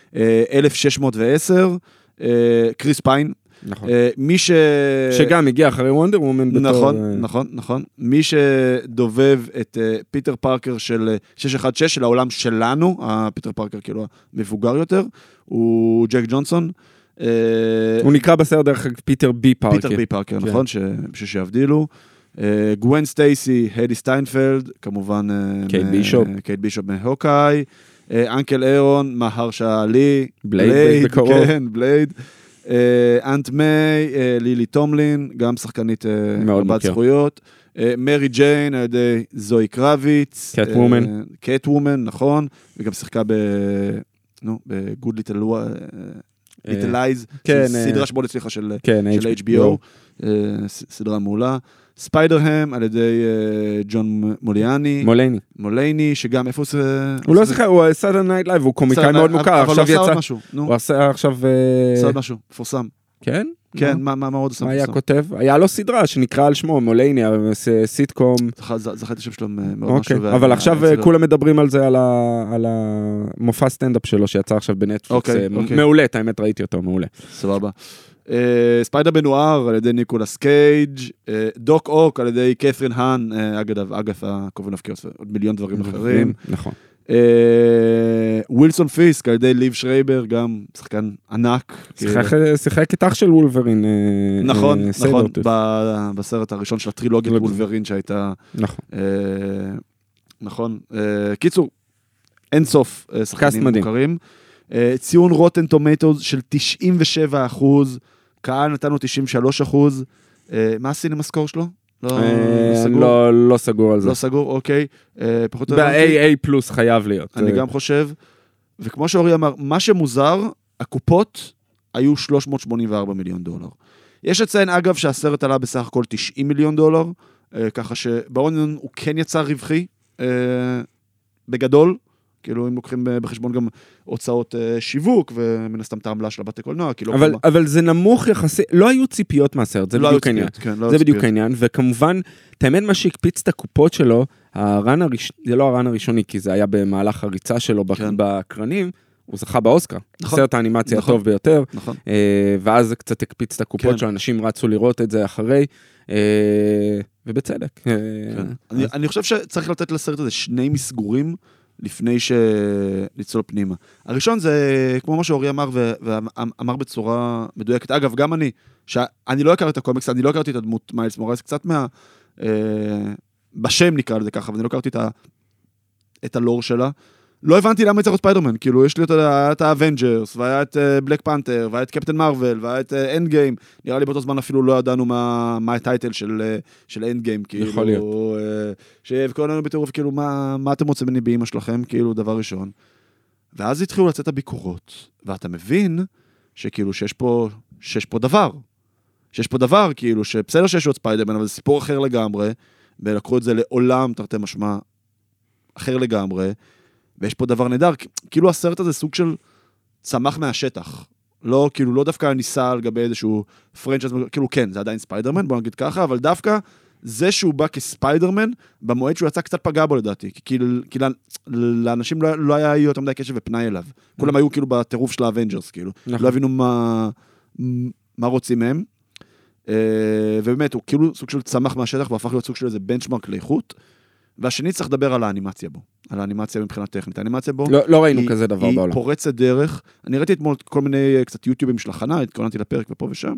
[SPEAKER 1] 1610, קריס פיין, מי
[SPEAKER 2] שגם הגיע אחרי וונדר וומן בתור...
[SPEAKER 1] נכון. מי שדובב את פיטר פארקר של 616, של העולם שלנו, פיטר פארקר כאילו המבוגר יותר, הוא ג'ק ג'ונסון.
[SPEAKER 2] הוא נקרא בסרט דרך פיטר בי פארקר.
[SPEAKER 1] פיטר בי פארקר, נכון, שיבדילו. גווין סטייסי, הדי סטיינפלד, כמובן... קייט בישופ מהוקאי. אנקל אירון, מהרשה עלי.
[SPEAKER 2] בלייד.
[SPEAKER 1] כן, בלייד. אנט מיי, לילי טומלין, גם שחקנית רבת זכויות, מרי ג'יין על ידי זוי קרביץ, קט וומן, נכון, וגם שיחקה בגוד ליטל לייז, סדרה שבו הצליחה של HBO, סדרה מעולה, ספיידר-הם על ידי ג'ון מולייני, שגם איפה זה...
[SPEAKER 2] הוא לא שיחק, הוא סאדר נייט לייב, הוא קומיקאי מאוד מוכר,
[SPEAKER 1] אבל הוא עשה עוד משהו.
[SPEAKER 2] הוא עשה עכשיו...
[SPEAKER 1] עשה עוד משהו, פורסם.
[SPEAKER 2] כן?
[SPEAKER 1] כן, מה עוד עשה?
[SPEAKER 2] מה היה כותב? היה לו סדרה שנקרא על שמו, מולייני, סיטקום.
[SPEAKER 1] זכרתי שם שלו מאוד משהו.
[SPEAKER 2] אבל עכשיו כולם מדברים על זה, על המופע סטנדאפ שלו, שיצא עכשיו בנטפליקס. מעולה, את האמת ראיתי אותו, מעולה.
[SPEAKER 1] סבבה. ספיידר בנואר על ידי ניקולס קייג', דוק אוק על ידי קת'רין האן, אגתה קובן אבקיוס, עוד מיליון דברים אחרים.
[SPEAKER 2] נכון.
[SPEAKER 1] ווילסון פיסק על ידי ליב שרייבר, גם שחקן ענק.
[SPEAKER 2] שיחק את אח של וולברין.
[SPEAKER 1] נכון, בסרט הראשון של הטרילוגיית וולברין שהייתה. נכון. קיצור, אין סוף שחקנים מוכרים. ציון רוטן טומטוז של 97%, קהל נתנו 93%, מה הסינמה סקור שלו?
[SPEAKER 2] לא סגור על זה.
[SPEAKER 1] לא סגור, אוקיי.
[SPEAKER 2] ב-AA פלוס חייב להיות.
[SPEAKER 1] אני גם חושב, וכמו שאורי אמר, מה שמוזר, הקופות היו $384 מיליון. יש לציין, אגב, שהסרט עלה בסך הכל $90 מיליון, ככה שבאוניון הוא כן יצא רווחי, בגדול, כאילו אם לוקחים בחשבון גם הוצאות שיווק, ומן הסתם תעמלה של הבתי קולנוע,
[SPEAKER 2] אבל זה נמוך יחסי, לא היו ציפיות מהסרט, זה בדיוק העניין. זה בדיוק העניין, וכמובן, תאמן מה שהקפיץ את הקופות שלו, זה לא הרן הראשוני, כי זה היה במהלך הריצה שלו בקרנים, הוא זכה באוסקר, סרט האנימציה הטוב ביותר, ואז זה קצת הקפיץ את הקופות שאנשים רצו לראות את זה אחרי, ובצדק.
[SPEAKER 1] אני חושב שצריך לתת לסרט הזה 2 מסגורים, לפני שניצול פנימה. הראשון זה, כמו מה שאורי אמר, ואמר בצורה מדויקת. אגב, גם שאני לא הכרתי את הקומיקס, אני לא הכרתי את הדמות מיילס מורייס, קצת בשם נקרא לזה ככה, ואני לא הכרתי את הלור שלה. לא הבנתי למה יצטרך להיות ספיידרמן, כאילו יש לי את האבנג'רס, והיה את בלק פנתר, והיה את קפטן מרוול, והיה את אנד גיים, נראה לי באותו זמן אפילו לא ידענו מה הטייטל של אנד גיים, כאילו,
[SPEAKER 2] יכול להיות.
[SPEAKER 1] וכל לנו בטירוף, כאילו, מה אתם רוצים ממני באמא שלכם, כאילו, דבר ראשון. ואז התחילו לצאת הביקורות, ואתה מבין שכאילו שיש פה דבר, כאילו, שבסדר שיש עוד ספיידרמן, אבל זה סיפור אחר לגמרי, ולקחו את זה לעולם, תרתי משמע, אחר לגמרי, ויש פה דבר נהדר, כאילו הסרט הזה סוג של צמח מהשטח. לא, כאילו, לא דווקא ניסה על גבי איזשהו פרנצ'ייז, כאילו כן, זה עדיין ספיידרמן, בוא נגיד ככה, אבל דווקא זה שהוא בא כספיידרמן, במועד שהוא יצא קצת פגע בו לדעתי, כי לאנשים לא היה יותר מדי קשב ופנאי אליו. כולם היו כאילו בטירוף של האבנג'רס, כאילו. לא הבינו מה רוצים מהם. ובאמת, הוא כאילו סוג של צמח מהשטח, והפך להיות סוג של איזה בנצ'מרק לאיכות. והשני צריך לדבר על האנימציה בו, על האנימציה מבחינה טכנית. האנימציה בו
[SPEAKER 2] לא ראינו כזה דבר בעולם.
[SPEAKER 1] היא פורצת דרך. אני ראיתי אתמול כל מיני קצת יוטיובים של הכנה, התכוננתי לפרק ופה ושם.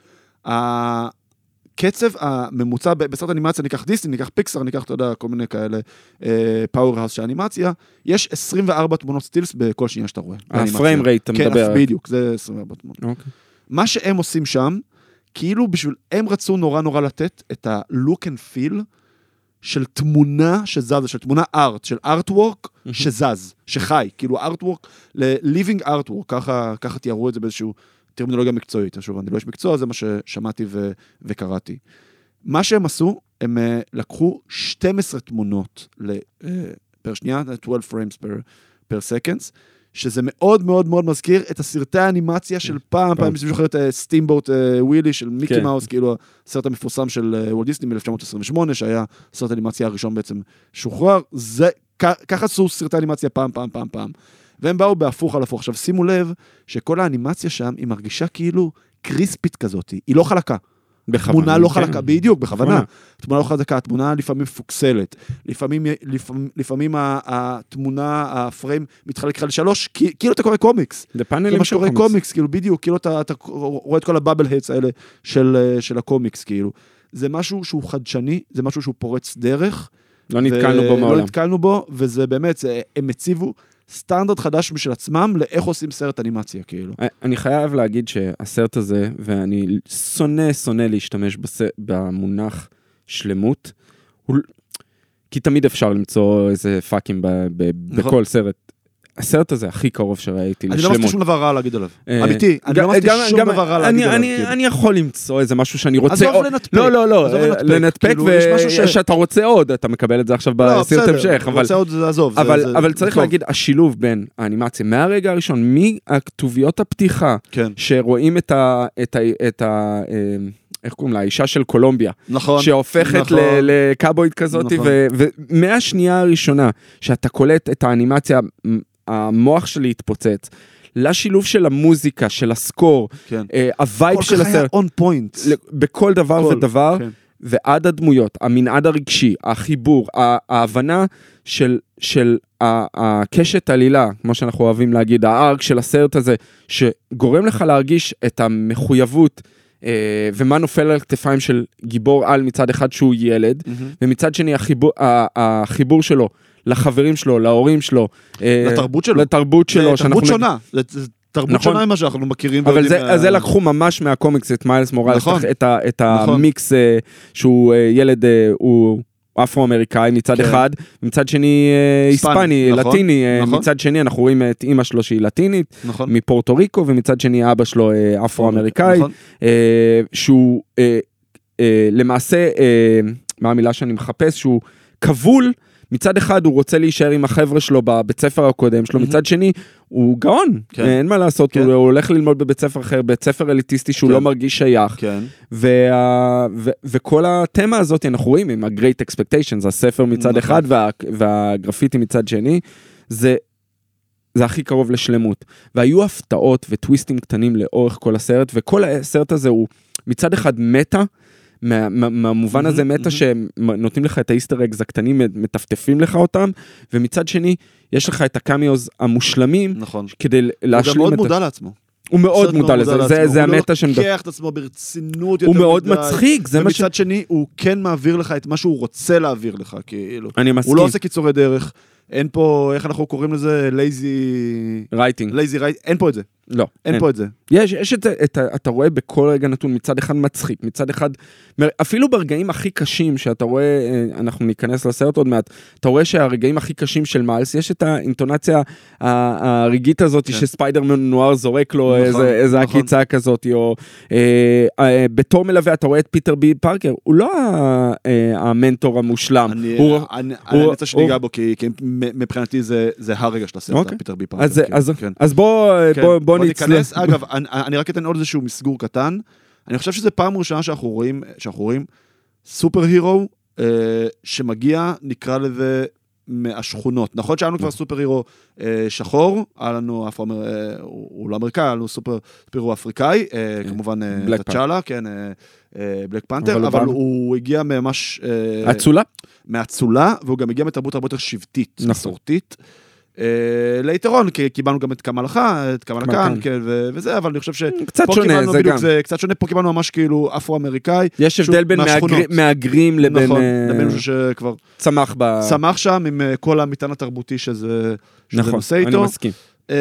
[SPEAKER 1] הקצב הממוצע בסרט אנימציה, ניקח דיסני, ניקח פיקסר, ניקח, אתה יודע, כל מיני כאלה פאוור-האוס של האנימציה, יש 24 תמונות סטילס בכל שנייה שאתה רואה.
[SPEAKER 2] הפריים רייט, אתה מדבר.
[SPEAKER 1] כן, בדיוק, זה 24 תמונות. מה שהם עושים שם, כאילו בשביל, הם רצו נורא לתת את ה-look and feel של תמונה שזזה, של תמונה ארט, של ארטוורק שזז, שחי, כאילו ארטוורק, ל-living artwork, ככה תיארו את זה באיזשהו טרמינולוגיה מקצועית. שוב, אני לא איש מקצוע, זה מה ששמעתי וקראתי. מה שהם עשו, הם לקחו 12 תמונות פר שנייה, 12 frames per seconds, שזה מאוד מאוד מאוד מזכיר את הסרטי האנימציה של פעם מישהו זוכר את סטימבוט ווילי של מיקי מאוס, כאילו הסרט המפורסם של וולט דיסני מ-1928, שהיה סרט האנימציה הראשון בעצם שוחרר, ככה עשו סרטי האנימציה פעם, והם באו בהפוך על הפוך. עכשיו שימו לב שכל האנימציה שם היא מרגישה כאילו קריספית כזאת, היא לא חלקה. תמונה לא חלקה, בדיוק, בכוונה. תמונה לא חלקה, התמונה לפעמים פוקסלת. לפעמים התמונה, הפריים, מתחלק ל3, כאילו אתה קורא קומיקס.
[SPEAKER 2] זה פאנלים של
[SPEAKER 1] קומיקס. כאילו בדיוק, כאילו אתה רואה את כל הבאבל הדס האלה של הקומיקס, כאילו. זה משהו שהוא חדשני, זה משהו שהוא פורץ דרך.
[SPEAKER 2] לא נתקלנו בו מעולם.
[SPEAKER 1] לא נתקלנו בו, וזה באמת, הם הציבו סטנדרט חדש בשביל עצמם, לאיך עושים סרט אנימציה, כאילו.
[SPEAKER 2] אני חייב להגיד שהסרט הזה, ואני שונא להשתמש במונח שלמות, כי תמיד אפשר למצוא איזה פאקים בכל סרט. הסרט הזה הכי קרוב שראיתי לשלמות.
[SPEAKER 1] אני לא מסתכל שום דבר רע להגיד עליו. אמיתי, אני לא מסתכל שום דבר רע להגיד עליו.
[SPEAKER 2] אני יכול למצוא איזה משהו שאני רוצה...
[SPEAKER 1] עזוב לנתפק.
[SPEAKER 2] לא, לנתפק, ושאתה רוצה עוד, אתה מקבל את זה עכשיו בסרט המשך. אבל צריך להגיד, השילוב בין האנימציה, מהרגע הראשון, מהכתוביות הפתיחה, שרואים את ה... איך קוראים לה? האישה של קולומביה.
[SPEAKER 1] נכון.
[SPEAKER 2] שהופכת לקאבויד כזאת, ומהשנייה הראשונה, שאתה קולט את האנימציה, המוח שלי התפוצץ, לשילוב של המוזיקה, של הסקור, הווייב של הסרט. כל כך היה
[SPEAKER 1] און פוינט.
[SPEAKER 2] בכל דבר ודבר, ועד הדמויות, המנעד הרגשי, החיבור, ההבנה של הקשת עלילה, כמו שאנחנו אוהבים להגיד, הארק של הסרט הזה, שגורם לך להרגיש את המחויבות, ומה נופל על כתפיים של גיבור על מצד אחד שהוא ילד, ומצד שני החיבור שלו לחברים שלו, להורים שלו,
[SPEAKER 1] לתרבות שלו.
[SPEAKER 2] לתרבות
[SPEAKER 1] תרבות שונה. תרבות שונה ממה שאנחנו מכירים.
[SPEAKER 2] אבל זה לקחו ממש מהקומיקס, את מיילס מוראלס, את המיקס שהוא ילד, הוא אפרו-אמריקאי מצד אחד, מצד שני היספני, לטיני, מצד שני אנחנו רואים את אמא שלו שהיא לטינית, מפורטו ריקו, ומצד שני אבא שלו אפרו-אמריקאי, שהוא למעשה, מה המילה שאני מחפש, שהוא כבול, מצד אחד הוא רוצה להישאר עם החבר'ה שלו בבית ספר הקודם שלו, מצד שני הוא גאון, אין מה לעשות, הוא הולך ללמוד בבית ספר אחר, בית ספר אליטיסטי שהוא לא מרגיש שייך, וכל התמה הזאת אנחנו רואים עם ה-Great Expectations, הספר מצד אחד והגרפיטי מצד שני, זה הכי קרוב לשלמות, והיו הפתעות וטוויסטים קטנים לאורך כל הסרט, וכל הסרט הזה הוא מצד אחד מטה, מהמובן הזה מטה שנותנים לך את האיסטר אגז הקטנים, מטפטפים לך אותם, ומצד שני, יש לך את הקאמיוז המושלמים, כדי להשלים
[SPEAKER 1] את... הוא גם מאוד מודע לעצמו.
[SPEAKER 2] הוא מאוד מודע לזה, זה המטה
[SPEAKER 1] הוא לא לוקח את עצמו ברצינות יותר
[SPEAKER 2] הוא מאוד מצחיק,
[SPEAKER 1] ומצד שני, הוא כן מעביר לך את מה שהוא רוצה להעביר לך, כאילו.
[SPEAKER 2] אני מסכים.
[SPEAKER 1] הוא לא עושה קיצורי דרך, אין פה, איך אנחנו קוראים לזה, lazy
[SPEAKER 2] writing,
[SPEAKER 1] אין פה את זה.
[SPEAKER 2] לא.
[SPEAKER 1] אין פה את זה.
[SPEAKER 2] יש אתה רואה בכל רגע נתון, מצד אחד מצחיק, מצד אחד, אפילו ברגעים הכי קשים שאתה רואה, אנחנו ניכנס לסרט עוד מעט, אתה רואה שהרגעים הכי קשים של מיילס, יש את האינטונציה הרגעית הזאת, שספיידרמן נואר זורק לו איזה עקיצה כזאת, או בתור מלווה, אתה רואה את פיטר בי פארקר, הוא לא המנטור המושלם.
[SPEAKER 1] אני רוצה שניגע בו, כי מבחינתי זה הרגע של הסרט, פיטר בי פארקר.
[SPEAKER 2] אז בוא
[SPEAKER 1] ניכנס. אגב, אני רק אתן עוד איזשהו מסגור קטן. אני חושב שזה פעם ראשונה שאנחנו רואים סופר הירו שמגיע, נקרא לזה, מהשכונות. נכון שהיה לנו כבר סופר הירו שחור, היה לנו, הוא לא אמריקאי, היה לנו סופר הירו אפריקאי, כמובן תצ'אלה, כן, בלק פנתר, אבל הוא הגיע ממש... מהצולה, והוא גם הגיע מתרבות הרבה יותר שבטית, מסורתית. ליתרון, כי קיבלנו גם את קמאלה כאן, וזה, אבל אני חושב
[SPEAKER 2] קצת שונה, זה גם.
[SPEAKER 1] קצת שונה, פה קיבלנו ממש כאילו אפרו-אמריקאי.
[SPEAKER 2] יש הבדל בין מהגרים לבין...
[SPEAKER 1] נכון, לבין משהו שכבר...
[SPEAKER 2] צמח
[SPEAKER 1] שם עם כל המטען התרבותי שזה נושא איתו.
[SPEAKER 2] נכון, אני מסכים.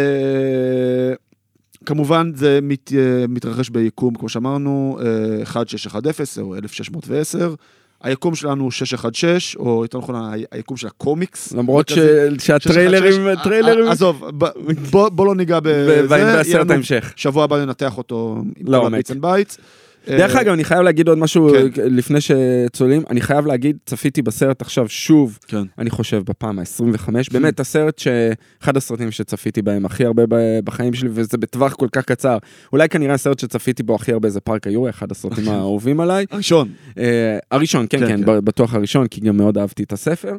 [SPEAKER 1] כמובן זה מתרחש ביקום, כמו שאמרנו, 1610 או 1610, היקום שלנו 616, או יותר נכון, היקום של הקומיקס.
[SPEAKER 2] למרות שהטריילרים...
[SPEAKER 1] עזוב, בוא לא ניגע בזה.
[SPEAKER 2] בעשרת ההמשך.
[SPEAKER 1] שבוע הבא ננתח אותו עם כל הביטס אנד בייטס.
[SPEAKER 2] דרך אגב, אני חייב להגיד עוד משהו לפני שצוללים, אני חייב להגיד, צפיתי בסרט עכשיו שוב, אני חושב בפעם ה-25, באמת הסרט אחד הסרטים שצפיתי בהם הכי הרבה בחיים שלי, וזה בטווח כל כך קצר, אולי כנראה הסרט שצפיתי בו הכי הרבה זה פארק היורי, אחד הסרטים האהובים עליי. הראשון, כן, בטוח הראשון, כי גם מאוד אהבתי את הספר,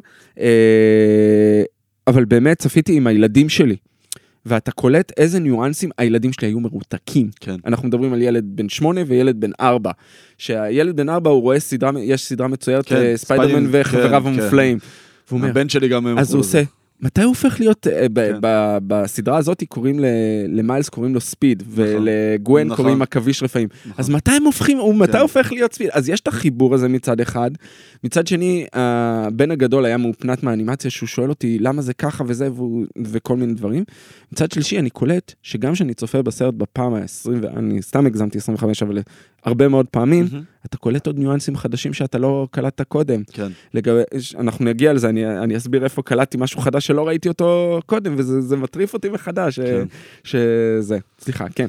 [SPEAKER 2] אבל באמת צפיתי עם הילדים שלי, ואתה קולט איזה ניואנסים, הילדים שלי היו מרותקים.
[SPEAKER 1] כן.
[SPEAKER 2] אנחנו מדברים על ילד בן 8 וילד בן 4. שהילד בן 4 הוא רואה יש סדרה מצוירת, כן, ספיידרמן וחבריו המופלאים.
[SPEAKER 1] הבן שלי גם...
[SPEAKER 2] אז הוא עושה, מתי הוא הופך להיות, בסדרה הזאת קוראים למיילס קוראים לו ספיד, ולגואן קוראים עכביש רפאים. אז מתי הם הופכים, מתי הופך להיות ספיד? אז יש את החיבור הזה מצד אחד, מצד שני, הבן הגדול היה מאופנת מהאנימציה, שהוא שואל אותי למה זה ככה וזה, וכל מיני דברים. מצד שלישי, אני קולט שגם שאני צופה בסרט בפעם ה-20, ואני סתם הגזמתי 25, אבל הרבה מאוד פעמים, אתה קולט עוד ניואנסים חדשים שאתה לא קלטת קודם. אנחנו נגיע לזה, אני אסביר איפה קלטתי משהו חדש שלא ראיתי אותו קודם, וזה מטריף אותי מחדש, שזה, סליחה, כן.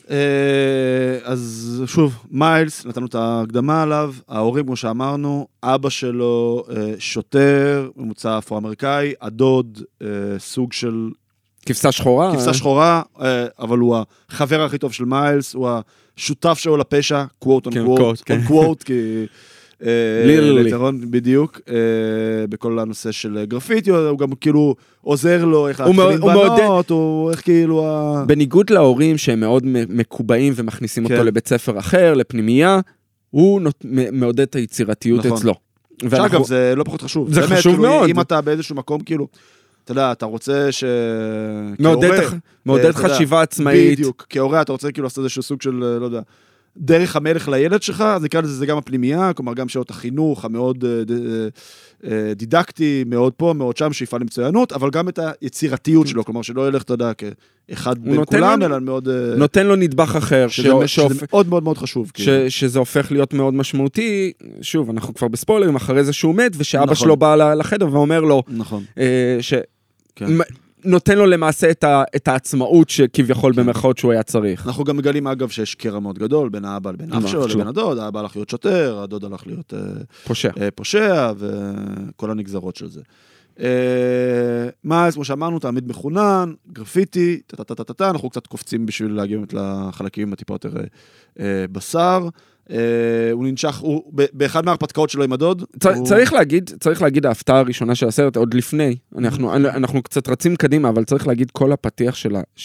[SPEAKER 1] אז שוב, מיילס, נתנו את ההקדמה עליו, ההורים, כמו שאמרנו, אבא שלו שוטר, ממוצא אפרו-אמריקאי, הדוד, סוג של...
[SPEAKER 2] כבשה שחורה,
[SPEAKER 1] אבל הוא החבר הכי טוב של מיילס, הוא השותף שלו לפשע, quote on quote, כי... ליטרון, בדיוק, בכל הנושא של גרפיטי, הוא גם כאילו עוזר לו איך להתחיל בנות, או איך כאילו...
[SPEAKER 2] בניגוד להורים שהם מאוד מקובעים ומכניסים אותו לבית ספר אחר, לפנימייה, הוא מעודד את היצירתיות אצלו.
[SPEAKER 1] שאגב, זה לא פחות חשוב.
[SPEAKER 2] זה חשוב מאוד.
[SPEAKER 1] אם אתה באיזשהו מקום, כאילו, אתה יודע, אתה רוצה ש...
[SPEAKER 2] מעודד חשיבה עצמאית.
[SPEAKER 1] בדיוק, כהורה אתה רוצה כאילו לעשות איזשהו סוג של, לא יודע, דרך המלך לילד שלך, אז נקרא לזה, זה גם הפנימייה, כלומר גם שעות החינוך המאוד דידקטי, מאוד פה, מאוד שם, שאיפה למצוינות, אבל גם את היצירתיות שלו, כלומר שלא ילך, אתה יודע, כאחד בין כולם, אלא מאוד...
[SPEAKER 2] נותן לו נדבך אחר,
[SPEAKER 1] שזה מאוד מאוד מאוד חשוב.
[SPEAKER 2] שזה הופך להיות מאוד משמעותי, שוב, אנחנו כבר בספוילרים, אחרי זה שהוא מת, ושאבא שלו בא לחדר ואומר לו, נותן לו למעשה את העצמאות שכביכול במרכאות שהוא היה צריך.
[SPEAKER 1] אנחנו גם מגלים אגב שיש קרע מאוד גדול בין האבא לבין אח שלו לבין הדוד, האבא הלך להיות שוטר, הדוד הלך להיות פושע וכל הנגזרות של זה. מיילס, כמו שאמרנו, תעמיד מחונן, גרפיטי, אנחנו קצת קופצים בשביל להגיע לחלקים הטיפה יותר בשר. הוא ננשך, הוא באחד מההרפתקאות שלו עם הדוד.
[SPEAKER 2] צריך להגיד ההפתעה הראשונה של הסרט, עוד לפני, אנחנו קצת רצים קדימה, אבל צריך להגיד כל הפתיח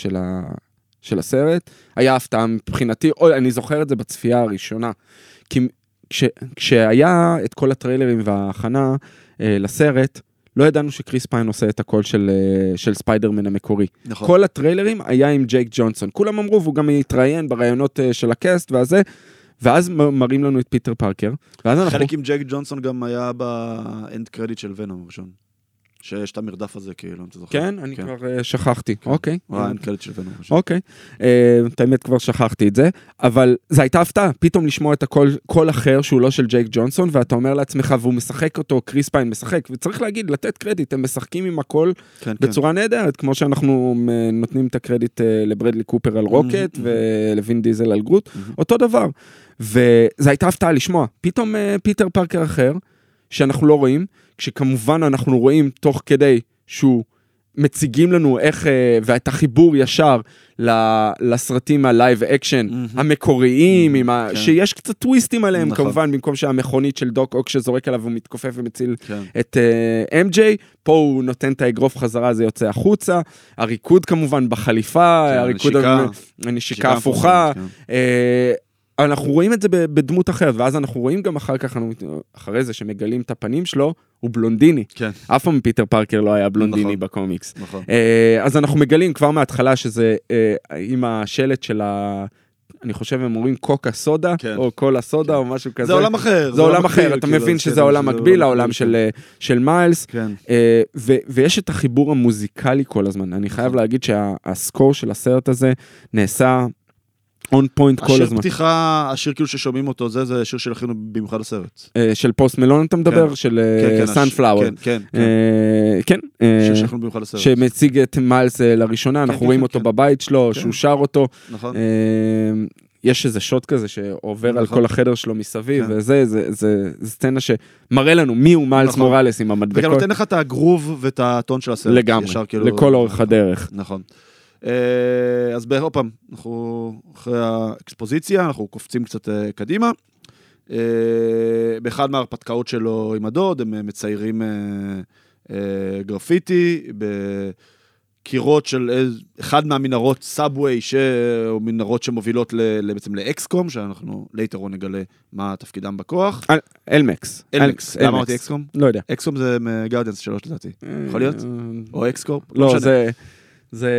[SPEAKER 2] של הסרט, היה הפתעה מבחינתי, אני זוכר את זה בצפייה הראשונה, כי כשהיה את כל הטריילרים וההכנה לסרט, לא ידענו שקריס פיין עושה את הקול של ספיידרמן המקורי. נכון. כל הטריילרים היה עם ג'ייק ג'ונסון. כולם אמרו, והוא גם התראיין ברעיונות של הקאסט והזה, ואז מראים לנו את פיטר פארקר.
[SPEAKER 1] חלק עם ג'ייק ג'ונסון גם היה באנד קרדיט של ונום הראשון. שיש את המרדף הזה, כאילו, אתה זוכר.
[SPEAKER 2] כן, אני כבר שכחתי. אוקיי.
[SPEAKER 1] האנד קרדיט של ונום הראשון.
[SPEAKER 2] אוקיי. את האמת כבר שכחתי את זה, אבל זו הייתה הפתעה, פתאום לשמוע את הקול אחר שהוא לא של ג'ייק ג'ונסון, ואתה אומר לעצמך, והוא משחק אותו, קריס פיין משחק, וצריך להגיד, לתת קרדיט, הם משחקים עם הקול בצורה נהדרת, כמו שאנחנו נותנים את הקרדיט לברדלי קופר על רוקט, ולווין דיזל על גרוט, אותו דבר. וזו הייתה הפתעה לשמוע. פתאום פיטר פארקר אחר, שאנחנו לא רואים, כשכמובן אנחנו רואים תוך כדי שהוא מציגים לנו איך, ואת החיבור ישר לסרטים הלייב אקשן המקוריים, שיש קצת טוויסטים עליהם, כמובן, במקום שהמכונית של דוק אוק שזורק עליו הוא מתכופף ומציל את MJ, פה הוא נותן את האגרוף חזרה, זה יוצא החוצה, הריקוד כמובן בחליפה, הריקוד הנשיקה הפוכה, אנחנו רואים את זה בדמות אחרת, ואז אנחנו רואים גם אחר כך, אחרי זה שמגלים את הפנים שלו, הוא בלונדיני. כן. אף פעם פיטר פארקר לא היה בלונדיני נכון, בקומיקס. נכון. אז אנחנו מגלים כבר מההתחלה שזה עם השלט של אני חושב הם אומרים קוקה סודה, כן. או קולה סודה, כן. או משהו כזה.
[SPEAKER 1] זה עולם אחר.
[SPEAKER 2] זה עולם אחר, אתה מבין שזה עולם מקביל, העולם של מיילס. כן. ויש את החיבור המוזיקלי כל הזמן. אני חייב להגיד שהסקור של הסרט הזה נעשה on point כל הזמן.
[SPEAKER 1] השיר פתיחה, השיר כאילו ששומעים אותו, זה שיר שלכינו במיוחד הסרט.
[SPEAKER 2] של פוסט מלון אתה מדבר? של סאנפלאואר.
[SPEAKER 1] כן.
[SPEAKER 2] כן.
[SPEAKER 1] שיר שלכינו במיוחד הסרט.
[SPEAKER 2] שמציג את מיילס לראשונה, אנחנו רואים אותו בבית שלו, שהוא שר אותו. נכון. יש איזה שוט כזה שעובר על כל החדר שלו מסביב, וזה סצנה שמראה לנו מי הוא מיילס מוראלס עם המדבקות.
[SPEAKER 1] וגם נותן לך את הגרוב ואת הטון של הסרט.
[SPEAKER 2] לגמרי, לכל אורך הדרך.
[SPEAKER 1] נכון. אז עוד פעם, אנחנו אחרי האקספוזיציה, אנחנו קופצים קצת קדימה. באחד מההרפתקאות שלו עם הדוד, הם מציירים גרפיטי, בקירות של אחד מהמנהרות סאבווי, או מנהרות שמובילות בעצם לאקסקום, שאנחנו ליתר נגלה מה תפקידם בכוח.
[SPEAKER 2] אלמקס.
[SPEAKER 1] אלמקס. למה אמרתי אקסקום?
[SPEAKER 2] לא יודע.
[SPEAKER 1] אקסקום זה מגרדיאנס 3 לדעתי. יכול להיות? או אקסקורפ?
[SPEAKER 2] לא, זה,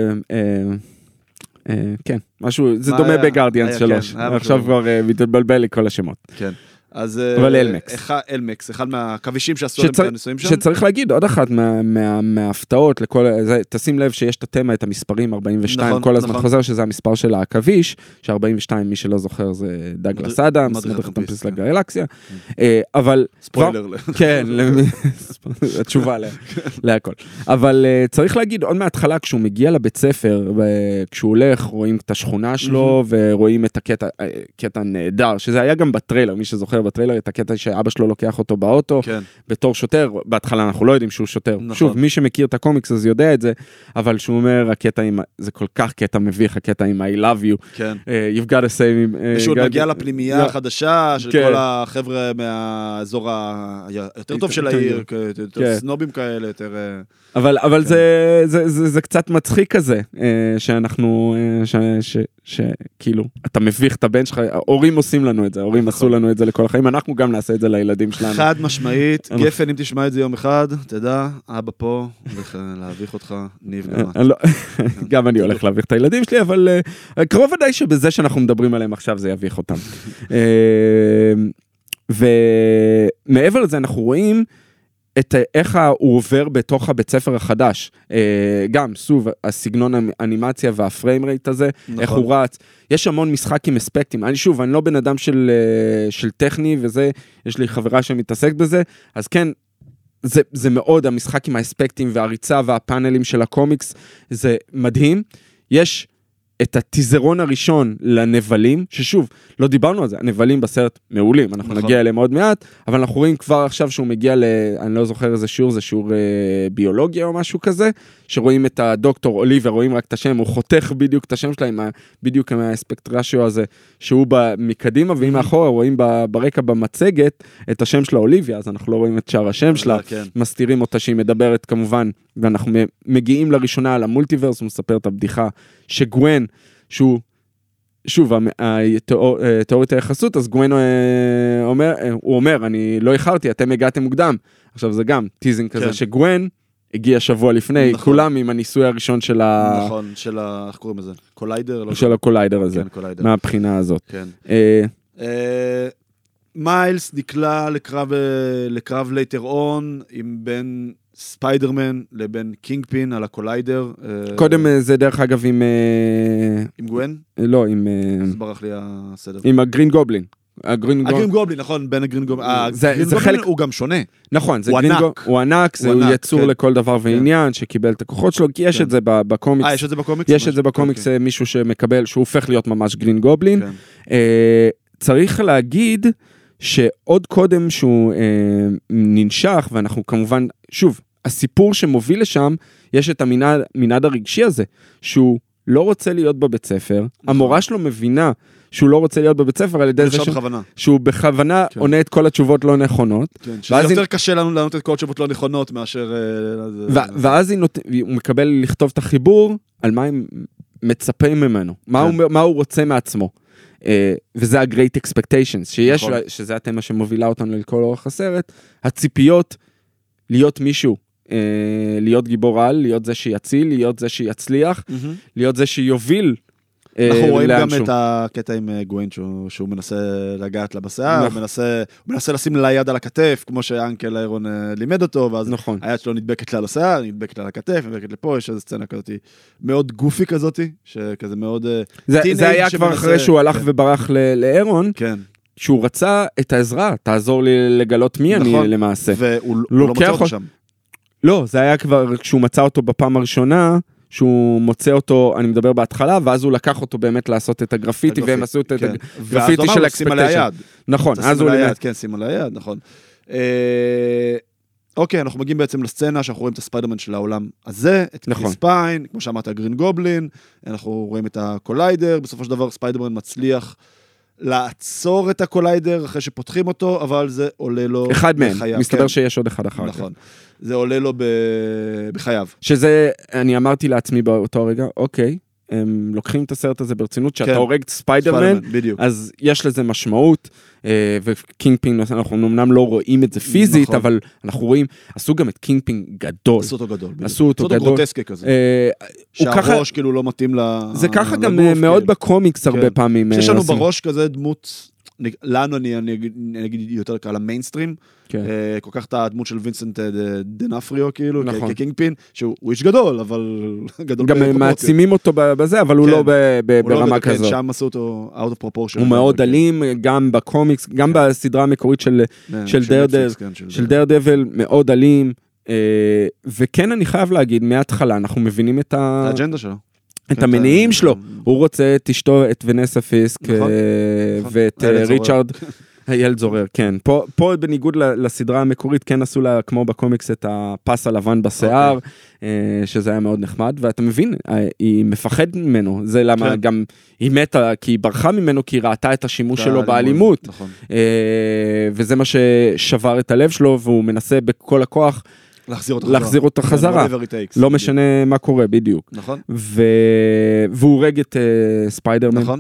[SPEAKER 2] כן, משהו, זה דומה בגרדיאנס 3, עכשיו כבר מתבלבל לי כל השמות. כן. אבל
[SPEAKER 1] אלמקס, אחד מהכבישים שעשו עליהם את הניסויים שם.
[SPEAKER 2] שצריך להגיד, עוד אחת מההפתעות, תשים לב שיש את התמה, את המספרים 42, כל הזמן חוזר שזה המספר של הכביש, ש42 מי שלא זוכר זה דאגלס אדמס, מדריך הטמפליסט לגלקסיה, אבל...
[SPEAKER 1] ספוילר.
[SPEAKER 2] כן, התשובה להכל. אבל צריך להגיד, עוד מההתחלה, כשהוא מגיע לבית ספר, כשהוא הולך, רואים את השכונה שלו, ורואים את הקטע נהדר, שזה היה גם בטריילר, מי שזוכר בטריילר, את הקטע שאבא שלו לוקח אותו באוטו, בתור שוטר, בהתחלה אנחנו לא יודעים שהוא שוטר. שוב, מי שמכיר את הקומיקס אז יודע את זה, אבל שהוא אומר, הקטע עם, זה כל כך קטע מביך, הקטע עם I love you, you've got to say...
[SPEAKER 1] ושהוא מגיע לפנימייה החדשה, של כל החבר'ה מהאזור היותר טוב של העיר, יותר סנובים כאלה, יותר...
[SPEAKER 2] אבל זה קצת מצחיק כזה, שאנחנו, שכאילו, אתה מביך את הבן שלך, ההורים עושים לנו את זה, ההורים עשו לנו את זה לכל החיים, אנחנו גם נעשה את זה לילדים שלנו.
[SPEAKER 1] חד משמעית, גפן, אם תשמע את זה יום אחד, תדע, אבא פה, הולך להביך אותך, ניב גם.
[SPEAKER 2] גם אני הולך להביך את הילדים שלי, אבל קרוב ודאי שבזה שאנחנו מדברים עליהם עכשיו, זה יביך אותם. ומעבר לזה אנחנו רואים את איך הוא עובר בתוך הבית ספר החדש. גם, סוב, הסגנון האנימציה והפריים רייט הזה, איך הוא רץ. יש המון משחק עם אספקטים. אני לא בן אדם של טכני וזה, יש לי חברה שמתעסקת בזה, אז כן, זה מאוד, המשחק עם האספקטים והריצה והפאנלים של הקומיקס, זה מדהים. יש את הטיזרון הראשון לנבלים, ששוב, לא דיברנו על זה, הנבלים בסרט מעולים, אנחנו נגיע אליהם עוד מעט, אבל אנחנו רואים כבר עכשיו שהוא מגיע אני לא זוכר איזה שיעור, זה שיעור ביולוגיה או משהו כזה, שרואים את הדוקטור אוליבר, רואים רק את השם, הוא חותך בדיוק את השם שלה, בדיוק עם האספקטרשיו הזה, שהוא מקדימה, ואם מאחורה רואים ברקע במצגת את השם שלה אוליביה, אז אנחנו לא רואים את שאר השם שלה, מסתירים אותה שהיא מדברת כמובן, ואנחנו מגיעים לראשונה על המולטיברס, הוא מספר את הבדיחה שגוון, שהוא, שוב, תיאורית היחסות, אז גוון הוא אומר, אני לא איחרתי, אתם הגעתם מוקדם. עכשיו זה גם טיזינג כזה, שגוון הגיע שבוע לפני, כולם עם הניסוי הראשון של
[SPEAKER 1] נכון, של איך קוראים לזה? קוליידר?
[SPEAKER 2] של הקוליידר הזה, מהבחינה הזאת.
[SPEAKER 1] כן. מיילס נקלע לקרב ליטר און, עם בין ספיידרמן לבין קינג פין על הקוליידר.
[SPEAKER 2] קודם זה דרך אגב עם
[SPEAKER 1] גוון?
[SPEAKER 2] לא, עם
[SPEAKER 1] זה ברח לי הסדר.
[SPEAKER 2] עם הגרין גובלין.
[SPEAKER 1] הגרין גובלין, נכון, בין הגרין גובלין. הגרין גובלין הוא גם שונה.
[SPEAKER 2] נכון, הוא ענק, זה יצור לכל דבר ועניין, שקיבל את הכוחות שלו, כי יש את זה בקומיקס.
[SPEAKER 1] יש את זה בקומיקס?
[SPEAKER 2] יש את זה בקומיקס, מישהו שמקבל, שהוא הופך להיות ממש גרין גובלין. צריך להגיד שעוד קודם שהוא ננשך, ואנחנו כמובן, שוב, הסיפור שמוביל לשם, יש את המנעד הרגשי הזה, שהוא לא רוצה להיות בבית ספר, המורה שלו מבינה שהוא לא רוצה להיות בבית ספר, על ידי זה שהוא בכוונה עונה את כל התשובות לא נכונות.
[SPEAKER 1] שזה יותר קשה לנו לענות את כל התשובות לא נכונות, מאשר...
[SPEAKER 2] ואז הוא מקבל לכתוב את החיבור, על מה הם מצפים ממנו, מה הוא רוצה מעצמו. וזה ה-Great Expectations, שזה התמה שמובילה אותנו לכל אורך הסרט, הציפיות להיות מישהו, להיות גיבור על, להיות זה שיציל, להיות זה שיצליח, להיות זה שיוביל
[SPEAKER 1] אנחנו רואים גם את הקטע עם גווין, שהוא מנסה לגעת לה בשיער, הוא מנסה לשים לה יד על הכתף, כמו שאנקל איירון לימד אותו, ואז היד שלו נדבקת לה לשיער, נדבקת לה על הכתף, נדבקת לפה, יש איזו סצנה כזאת מאוד גופי כזאת, שכזה מאוד...
[SPEAKER 2] זה היה כבר אחרי שהוא הלך וברח לאיירון, שהוא רצה את העזרה, תעזור לי לגלות מי אני למעשה.
[SPEAKER 1] והוא לא מצא אותו שם.
[SPEAKER 2] לא, זה היה כבר כשהוא מצא אותו בפעם הראשונה, שהוא מוצא אותו, אני מדבר בהתחלה, ואז הוא לקח אותו באמת לעשות את הגרפיטי, והם עשו את הגרפיטי של אקספקטיישן. נכון, אז הוא לימד.
[SPEAKER 1] כן, שים על היד, נכון. אוקיי, אנחנו מגיעים בעצם לסצנה, שאנחנו רואים את הספיידרמן של העולם הזה, את קריס פיין, כמו שאמרת, הגרין גובלין, אנחנו רואים את הקוליידר, בסופו של דבר ספיידרמן מצליח לעצור את הקוליידר אחרי שפותחים אותו, אבל זה עולה לו...
[SPEAKER 2] אחד מהם, מסתבר שיש עוד אחד אחר.
[SPEAKER 1] נכון. זה עולה לו בחייו.
[SPEAKER 2] שזה, אני אמרתי לעצמי באותו רגע, אוקיי, הם לוקחים את הסרט הזה ברצינות, שאתה הורג את ספיידרמן, אז יש לזה משמעות, וקינג פינג, אנחנו אמנם לא רואים את זה פיזית, אבל אנחנו רואים, עשו גם את קינג פינג גדול.
[SPEAKER 1] עשו אותו גדול.
[SPEAKER 2] עשו אותו
[SPEAKER 1] גרוטסקי כזה. שהראש כאילו לא מתאים לגוף.
[SPEAKER 2] זה ככה גם מאוד בקומיקס הרבה פעמים.
[SPEAKER 1] שיש לנו בראש כזה דמות... לנו אני אגיד יותר קל המיינסטרים, כל כך את הדמות של וינסנט דנפריו, כאילו, כקינג פין, שהוא איש גדול, אבל גדול בפרופורציות. גם מעצימים
[SPEAKER 2] אותו בזה, אבל הוא לא ברמה כזאת.
[SPEAKER 1] שם עשו אותו out of proportion.
[SPEAKER 2] הוא מאוד אלים, גם בקומיקס, גם בסדרה המקורית של דרדבל, מאוד אלים, וכן אני חייב להגיד, מההתחלה אנחנו מבינים את
[SPEAKER 1] האג'נדה שלו.
[SPEAKER 2] את המניעים שלו, הוא רוצה את אשתו, את ונסה פיסק, ואת ריצ'ארד, הילד זורר, כן. פה בניגוד לסדרה המקורית, כן עשו לה, כמו בקומיקס, את הפס הלבן בשיער, שזה היה מאוד נחמד, ואתה מבין, היא מפחד ממנו, זה למה גם היא מתה, כי היא ברחה ממנו, כי היא ראתה את השימוש שלו באלימות, וזה מה ששבר את הלב שלו, והוא מנסה בכל הכוח,
[SPEAKER 1] להחזיר אותה חזרה.
[SPEAKER 2] לא משנה מה קורה, בדיוק.
[SPEAKER 1] נכון.
[SPEAKER 2] והוא הורג את ספיידרמן.
[SPEAKER 1] נכון.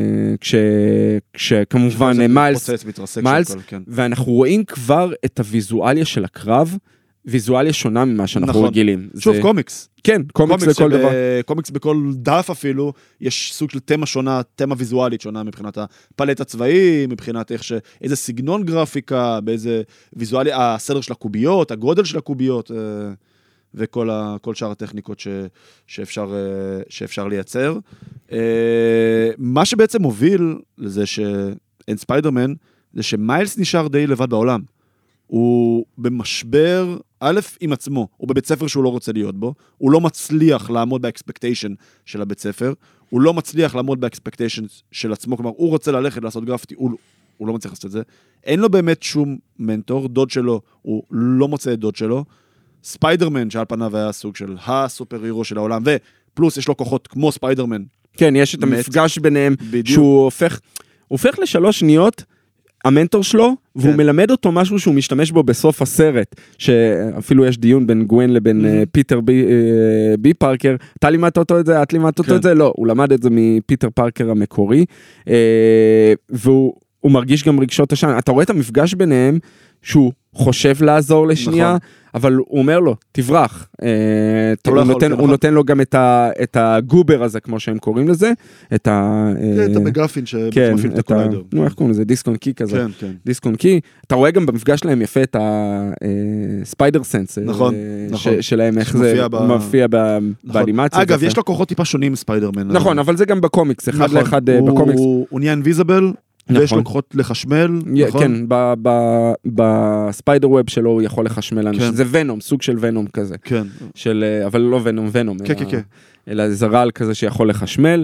[SPEAKER 2] כשכמובן מיילס,
[SPEAKER 1] כן.
[SPEAKER 2] ואנחנו רואים כבר את הוויזואליה של הקרב, ויזואליה שונה ממה שאנחנו רגילים.
[SPEAKER 1] שוב, קומיקס.
[SPEAKER 2] כן, קומיקס לכל דבר.
[SPEAKER 1] קומיקס בכל דף אפילו, יש סוג של תמה שונה, תמה ויזואלית שונה מבחינת הפלט הצבאי, מבחינת איזה סגנון גרפיקה, באיזה ויזואליה, הסדר של הקוביות, הגודל של הקוביות, וכל שאר הטכניקות שאפשר לייצר. מה שבעצם מוביל לזה שאין ספיידרמן, זה שמיילס נשאר די לבד בעולם. הוא במשבר, א', עם עצמו, הוא בבית ספר שהוא לא רוצה להיות בו, הוא לא מצליח לעמוד באקספקטיישן של הבית ספר, הוא לא מצליח לעמוד באקספקטיישן של עצמו, כלומר, הוא רוצה ללכת לעשות גרפיטי, הוא לא מצליח לעשות את זה, אין לו באמת שום מנטור, דוד שלו, הוא לא מוצא את דוד שלו, ספיידרמן, שעל פניו היה סוג של הסופר הירו של העולם, ופלוס יש לו כוחות כמו ספיידרמן.
[SPEAKER 2] כן, יש את המפגש ביניהם, שהוא הופך לשלוש שניות, המנטור שלו, והוא מלמד אותו משהו שהוא משתמש בו בסוף הסרט, שאפילו יש דיון בין גווין לבין פיטר בי פארקר, אתה לימדת אותו את זה, את לימדת אותו את זה? לא, הוא למד את זה מפיטר פארקר המקורי, והוא מרגיש גם רגשות השן, אתה רואה את המפגש ביניהם, שהוא חושב לעזור לשנייה, אבל הוא אומר לו, תברח. הוא נותן לו גם את הגובר הזה, כמו שהם קוראים לזה, את
[SPEAKER 1] המגפין שמפעיל את הקוליידר.
[SPEAKER 2] איך קוראים לזה? דיסק-און קי כזה. דיסק-און קי. אתה רואה גם במפגש שלהם יפה את הספיידר סנס שלהם, איך זה מופיע באנימציה.
[SPEAKER 1] אגב, יש לו כוחות טיפה שונים ספיידרמן.
[SPEAKER 2] נכון, אבל זה גם בקומיקס, אחד לאחד בקומיקס.
[SPEAKER 1] הוא נהיה אינביזיבל, ויש לו כוחות לחשמל, נכון?
[SPEAKER 2] כן, בספיידר ווב שלו הוא יכול לחשמל אנשים. זה ונום, סוג של ונום כזה.
[SPEAKER 1] כן.
[SPEAKER 2] אבל לא ונום, אלא זה רעל כזה שיכול לחשמל.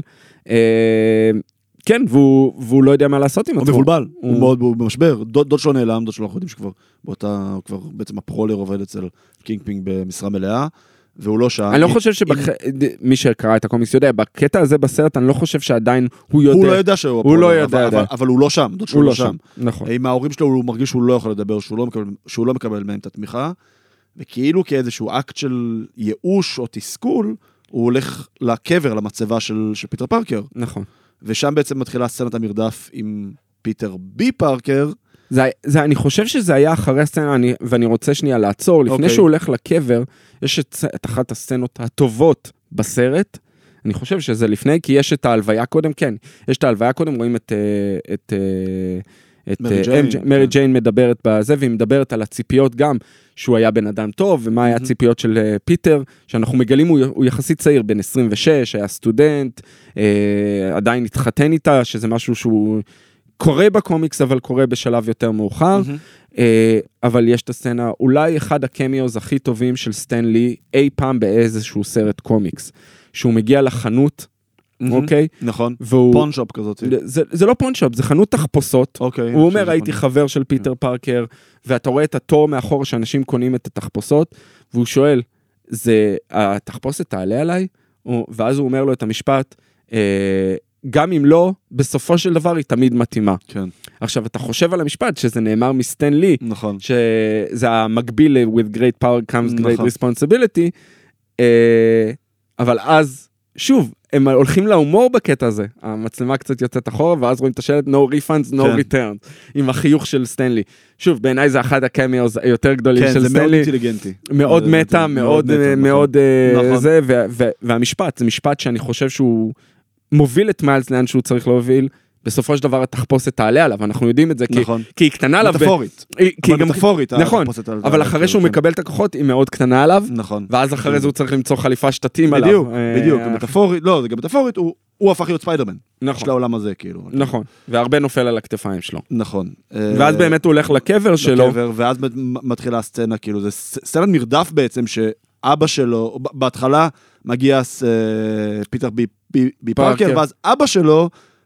[SPEAKER 2] כן, והוא לא יודע מה לעשות עם עצמו.
[SPEAKER 1] הוא מבולבל, הוא מאוד במשבר. דוד שלו נעלם, דוד שלו אנחנו יודעים שכבר כבר בעצם הפרולר עובד אצל קינג פינג במשרה מלאה. והוא לא שם.
[SPEAKER 2] אני לא חושב שמי שקרא את הקומיקס יודע, בקטע הזה בסרט אני לא חושב שעדיין הוא יודע.
[SPEAKER 1] הוא לא יודע שהוא
[SPEAKER 2] הפרולר,
[SPEAKER 1] אבל הוא לא שם, דוד שלו לא שם.
[SPEAKER 2] נכון.
[SPEAKER 1] עם ההורים שלו הוא מרגיש שהוא לא יכול לדבר, שהוא לא מקבל מהם את התמיכה, וכאילו כאיזשהו אקט של ייאוש או תסכול, הוא הולך לקבר, למצבה של פיטר פארקר.
[SPEAKER 2] נכון.
[SPEAKER 1] ושם בעצם מתחילה סצנת המרדף עם פיטר בי פארקר,
[SPEAKER 2] אני חושב שזה היה אחרי הסצנה, ואני רוצה שנייה לעצור, לפני שהוא הולך לקבר, יש את אחת הסצנות הטובות בסרט, אני חושב שזה לפני, כי יש את ההלוויה קודם, כן, יש את ההלוויה קודם, רואים את מרי ג'יין מדברת בזה, והיא מדברת על הציפיות גם, שהוא היה בן אדם טוב, ומה היה הציפיות של פיטר, שאנחנו מגלים, הוא יחסית צעיר, בן 26, היה סטודנט, עדיין התחתן איתה, שזה משהו שהוא קורה בקומיקס, אבל קורה בשלב יותר מאוחר, אבל יש את הסצנה, אולי אחד הקמיוז הכי טובים של סטן לי, אי פעם באיזשהו סרט קומיקס, שהוא מגיע לחנות, אוקיי?
[SPEAKER 1] נכון, פונשופ כזאת.
[SPEAKER 2] זה לא פונשופ, זה חנות תחפושות, הוא אומר, הייתי חבר של פיטר פארקר, ואתה רואה את התור מאחור שאנשים קונים את התחפושות, והוא שואל, התחפושת תעלה עליי? ואז הוא אומר לו את המשפט, גם אם לא, בסופו של דבר היא תמיד מתאימה.
[SPEAKER 1] כן.
[SPEAKER 2] עכשיו, אתה חושב על המשפט שזה נאמר מסטן לי,
[SPEAKER 1] נכון.
[SPEAKER 2] שזה המקביל with great power comes great responsibility, אבל אז, שוב, הם הולכים להומור בקטע הזה, המצלמה קצת יוצאת אחורה, ואז רואים את השלט no refunds, no returns, עם החיוך של סטנלי. שוב, בעיניי זה אחד הקמיוז היותר גדולים של סטנלי. כן, זה מאוד אינטליגנטי. מאוד מטה, מאוד זה, והמשפט, זה משפט שאני חושב שהוא מוביל את מיילס לאן שהוא צריך להוביל, בסופו של דבר התחפושת תעלה עליו, אנחנו יודעים את זה, כי היא קטנה עליו.
[SPEAKER 1] מטאפורית.
[SPEAKER 2] מטאפורית. נכון, אבל אחרי שהוא מקבל את הכוחות, היא מאוד קטנה עליו, ואז אחרי זה הוא צריך למצוא חליפה שתתאים עליו.
[SPEAKER 1] בדיוק, מטאפורית, לא, זה גם מטאפורית, הוא הפך להיות ספיידרמן. של העולם הזה, כאילו.
[SPEAKER 2] נכון, והרבה נופל על הכתפיים שלו.
[SPEAKER 1] נכון.
[SPEAKER 2] ואז באמת הוא הולך לקבר שלו.
[SPEAKER 1] ואז מתחילה הסצנה, כאילו, זה סצנת מרדף בעצם, שאבא שלו, בהתחלה מגיע פיטר בי פארקר, ואז אבא שלו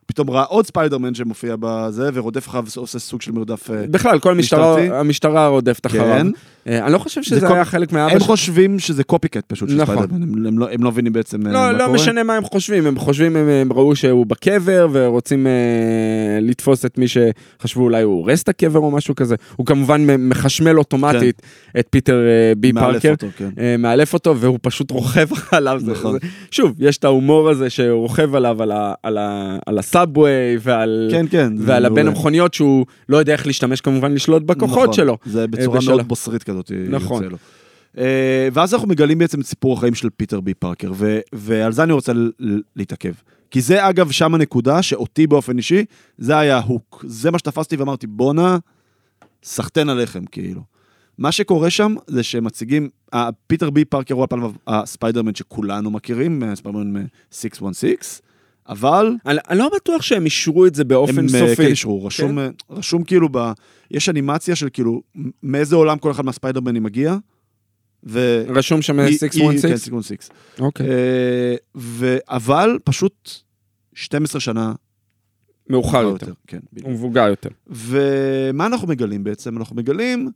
[SPEAKER 1] פתאום ראה עוד ספיידרמן שמופיע בזה, ורודף אחריו ועושה סוג של מרדף
[SPEAKER 2] בכלל, כל המשטרה רודפת אחריו. אני לא חושב שזה היה חלק מהאבא.
[SPEAKER 1] הם חושבים שזה קופיקט פשוט של ספיידרמן, הם לא מבינים בעצם מה קורה.
[SPEAKER 2] לא משנה מה הם חושבים, הם ראו שהוא בקבר, ורוצים לתפוס את מי שחשבו אולי הוא הורס את הקבר או משהו כזה. הוא כמובן מחשמל אוטומטית את פיטר בי פארקר, מאלף אותו, והוא פשוט רוכב עליו. שוב, יש את ההומור הזה שרוכב עליו על הסאבווי ועל הבן המכוניות שהוא לא יודע איך להשתמש כמובן לשלוט בכוחות שלו.
[SPEAKER 1] זה בצורה מאוד בוסרית כזאת.
[SPEAKER 2] נכון.
[SPEAKER 1] ואז אנחנו מגלים בעצם את סיפור החיים של פיטר בי פארקר, ועל זה אני רוצה להתעכב. כי זה אגב שם הנקודה שאותי באופן אישי, זה היה הוק. זה מה שתפסתי ואמרתי, בונה, סחטן עליכם כאילו. מה שקורה שם זה שמציגים, פיטר בי פארקר הוא הפעם הספיידרמן שכולנו מכירים, ספיידרמן 616, אבל...
[SPEAKER 2] אני לא בטוח שהם אישרו את זה באופן סופי.
[SPEAKER 1] הם כן אישרו, רשום כאילו, יש אנימציה של כאילו, מאיזה עולם כל אחד מהספיידרמנים מגיע,
[SPEAKER 2] רשום שם 616?
[SPEAKER 1] כן, 616.
[SPEAKER 2] אוקיי.
[SPEAKER 1] אבל פשוט 12 שנה...
[SPEAKER 2] מאוחר יותר.
[SPEAKER 1] כן.
[SPEAKER 2] הוא מבוגר יותר.
[SPEAKER 1] ומה אנחנו מגלים בעצם? אנחנו מגלים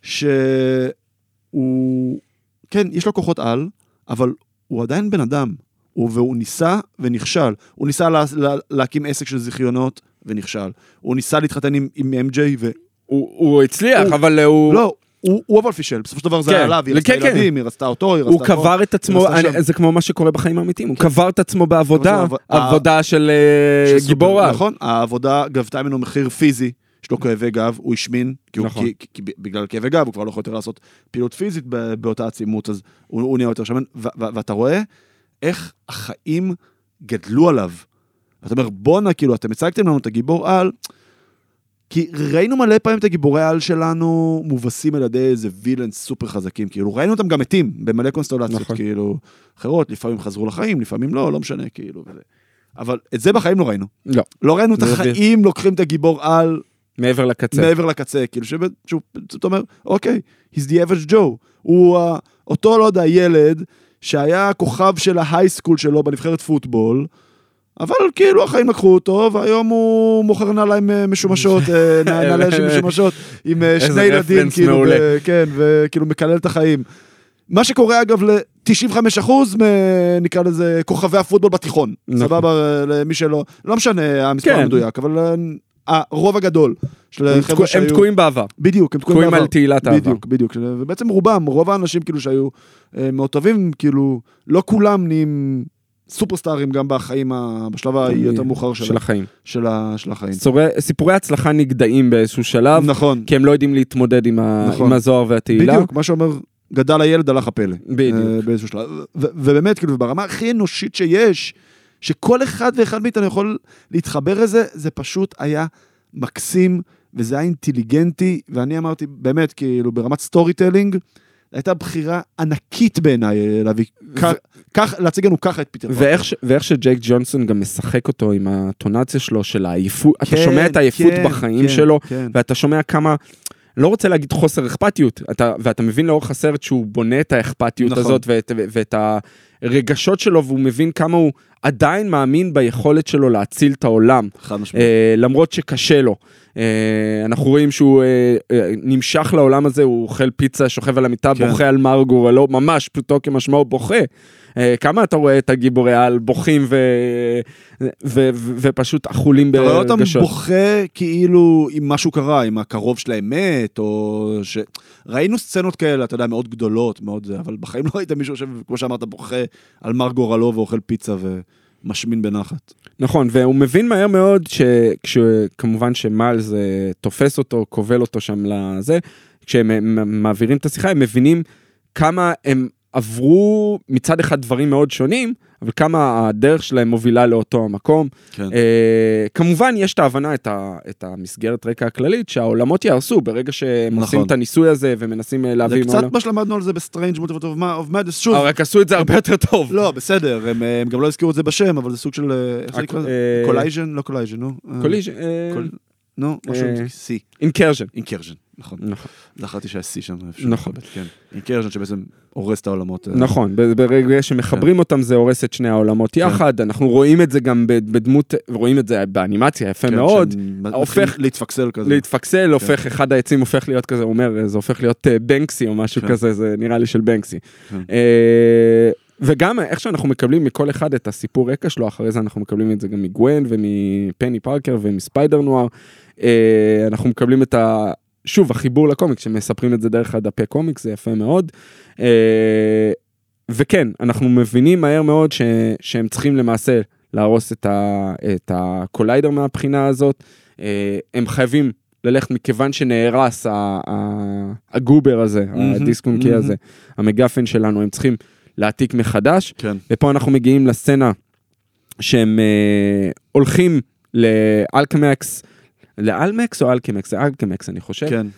[SPEAKER 1] שהוא... כן, יש לו כוחות על, אבל הוא עדיין בן אדם. והוא ניסה ונכשל. הוא ניסה להקים עסק של זיכיונות ונכשל. הוא ניסה להתחתן עם MJ
[SPEAKER 2] הוא הצליח, אבל הוא...
[SPEAKER 1] לא, הוא אבל פישל. בסופו של דבר זה עליו, היא רצתה ילדים, היא רצתה אותו, היא רצתה
[SPEAKER 2] הוא קבר את עצמו, זה כמו מה שקורה בחיים האמיתיים, הוא קבר את עצמו בעבודה, עבודה של גיבור על.
[SPEAKER 1] נכון, העבודה גבתה ממנו מחיר פיזי, יש לו כאבי גב, הוא השמין, כי בגלל כאבי גב הוא כבר לא יכול יותר לעשות פעילות פיזית באותה עצימות, אז הוא נהיה יותר שמן, ואתה רואה איך החיים גדלו עליו. אתה אומר, בונה, כאילו, אתם הצגתם לנו את הגיבור על, כי ראינו מלא פעמים את הגיבורי על שלנו מובסים על ידי איזה וילן סופר חזקים, כאילו, ראינו אותם גם מתים, במלא קונסטולציות, נכון. כאילו, אחרות, לפעמים חזרו לחיים, לפעמים לא משנה, כאילו, וזה. אבל את זה בחיים לא ראינו. לא ראינו את החיים, לוקחים את הגיבור על,
[SPEAKER 2] מעבר לקצה.
[SPEAKER 1] מעבר לקצה, כאילו, זאת אומר, אוקיי, he's the average Joe, הוא אותו, לא יודע, ילד, שהיה כוכב של ההייסקול שלו בנבחרת פוטבול, אבל כאילו החיים לקחו אותו, והיום הוא מוכר נעליים משומשות, נעליים משומשות, עם שני ילדים, כאילו, כן, וכאילו מקלל את החיים. מה שקורה אגב ל-95% נקרא לזה כוכבי הפוטבול בתיכון. סבבה למי שלא, לא משנה המספר המדויק, אבל הרוב הגדול של חבר'ה שהיו...
[SPEAKER 2] הם תקועים בעבר.
[SPEAKER 1] בדיוק, הם תקועים בעבר.
[SPEAKER 2] על תהילת העבר.
[SPEAKER 1] בדיוק. ובעצם רוב האנשים כאילו שהיו מאוד טובים, כאילו, לא כולם נהיים סופרסטארים גם בחיים, בשלב היותר מאוחר
[SPEAKER 2] של החיים.
[SPEAKER 1] של החיים.
[SPEAKER 2] סיפורי הצלחה נגדעים באיזשהו שלב,
[SPEAKER 1] נכון.
[SPEAKER 2] כי הם לא יודעים להתמודד עם הזוהר והתהילה.
[SPEAKER 1] בדיוק, מה שאומר, גדל הילד, הלך הפלא.
[SPEAKER 2] בדיוק.
[SPEAKER 1] באיזשהו שלב. ובאמת, כאילו, ברמה הכי אנושית שיש, שכל אחד ואחד מאיתנו יכול להתחבר לזה, זה פשוט היה מקסים, וזה היה אינטליגנטי, ואני אמרתי, באמת, כאילו, ברמת סטורי טלינג, הייתה בחירה ענקית בעיניי להביא, להציג לנו ככה את פיטר.
[SPEAKER 2] ואיך שג'ייק ג'ונסון גם משחק אותו עם הטונציה שלו, של העייפות, אתה שומע את העייפות בחיים שלו, ואתה שומע כמה, לא רוצה להגיד חוסר אכפתיות, ואתה מבין לאורך הסרט שהוא בונה את האכפתיות הזאת, ואת הרגשות שלו, והוא מבין כמה הוא עדיין מאמין ביכולת שלו להציל את העולם, למרות שקשה לו. אנחנו רואים שהוא נמשך לעולם הזה, הוא אוכל פיצה, שוכב על המיטה, בוכה על מר גורלו, ממש פשוטו כמשמעו בוכה. כמה אתה רואה את הגיבורי על בוכים ופשוט אכולים ברגשות? אתה רואה אותם
[SPEAKER 1] בוכה כאילו אם משהו קרה, אם הקרוב שלהם מת, או ראינו סצנות כאלה, אתה יודע, מאוד גדולות, אבל בחיים לא היית מישהו כמו שאמרת, בוכה על מר גורלו ואוכל פיצה ומשמין בנחת.
[SPEAKER 2] נכון, והוא מבין מהר מאוד שכמובן שמלס תופס אותו, כובל אותו שם לזה, כשהם מעבירים את השיחה, הם מבינים כמה הם עברו מצד אחד דברים מאוד שונים, אבל כמה הדרך שלהם מובילה לאותו המקום.
[SPEAKER 1] כן.
[SPEAKER 2] כמובן יש את ההבנה, את המסגרת רקע הכללית, שהעולמות יערסו ברגע שהם עושים את הניסוי הזה, ומנסים להביא...
[SPEAKER 1] זה קצת מה שלמדנו על זה בסטרנג' מוטיבט אוף מדנס, שוב.
[SPEAKER 2] רק עשו את זה הרבה יותר טוב.
[SPEAKER 1] לא, בסדר, הם גם לא הזכירו את זה בשם, אבל זה סוג של... קולייז'ן? לא קולייז'ן, נו.
[SPEAKER 2] קולייז'ן.
[SPEAKER 1] נו, משהו C.
[SPEAKER 2] אינקרז'ן.
[SPEAKER 1] אינקרז'ן. נכון. זכרתי שהשיא שם. נכון. כן. אינקרז'ן שבעצם הורס את העולמות.
[SPEAKER 2] נכון, ברגע שמחברים אותם זה הורס את שני העולמות יחד, אנחנו רואים את זה גם בדמות, רואים את זה באנימציה יפה מאוד,
[SPEAKER 1] הופך להתפקסל כזה.
[SPEAKER 2] להתפקסל, הופך, אחד העצים הופך להיות כזה, הוא אומר, זה הופך להיות בנקסי או משהו כזה, זה נראה לי של בנקסי. וגם איך שאנחנו מקבלים מכל אחד את הסיפור רקע שלו, אחרי זה אנחנו מקבלים את זה גם מגוון ומפני פארקר ומספיידר נואר, אנחנו מקבלים את שוב, החיבור לקומיקס, שמספרים את זה דרך הדפי קומיקס, זה יפה מאוד. וכן, אנחנו מבינים מהר מאוד שהם צריכים למעשה להרוס את הקוליידר מהבחינה הזאת. הם חייבים ללכת מכיוון שנהרס הגובר הזה, הדיסק-און-קי הזה, המגפן שלנו, הם צריכים להעתיק מחדש. ופה אנחנו מגיעים לסצנה שהם הולכים לאלקמקס, לאלמקס או אלקמקס? זה אלקמקס, אני חושב.
[SPEAKER 1] כן.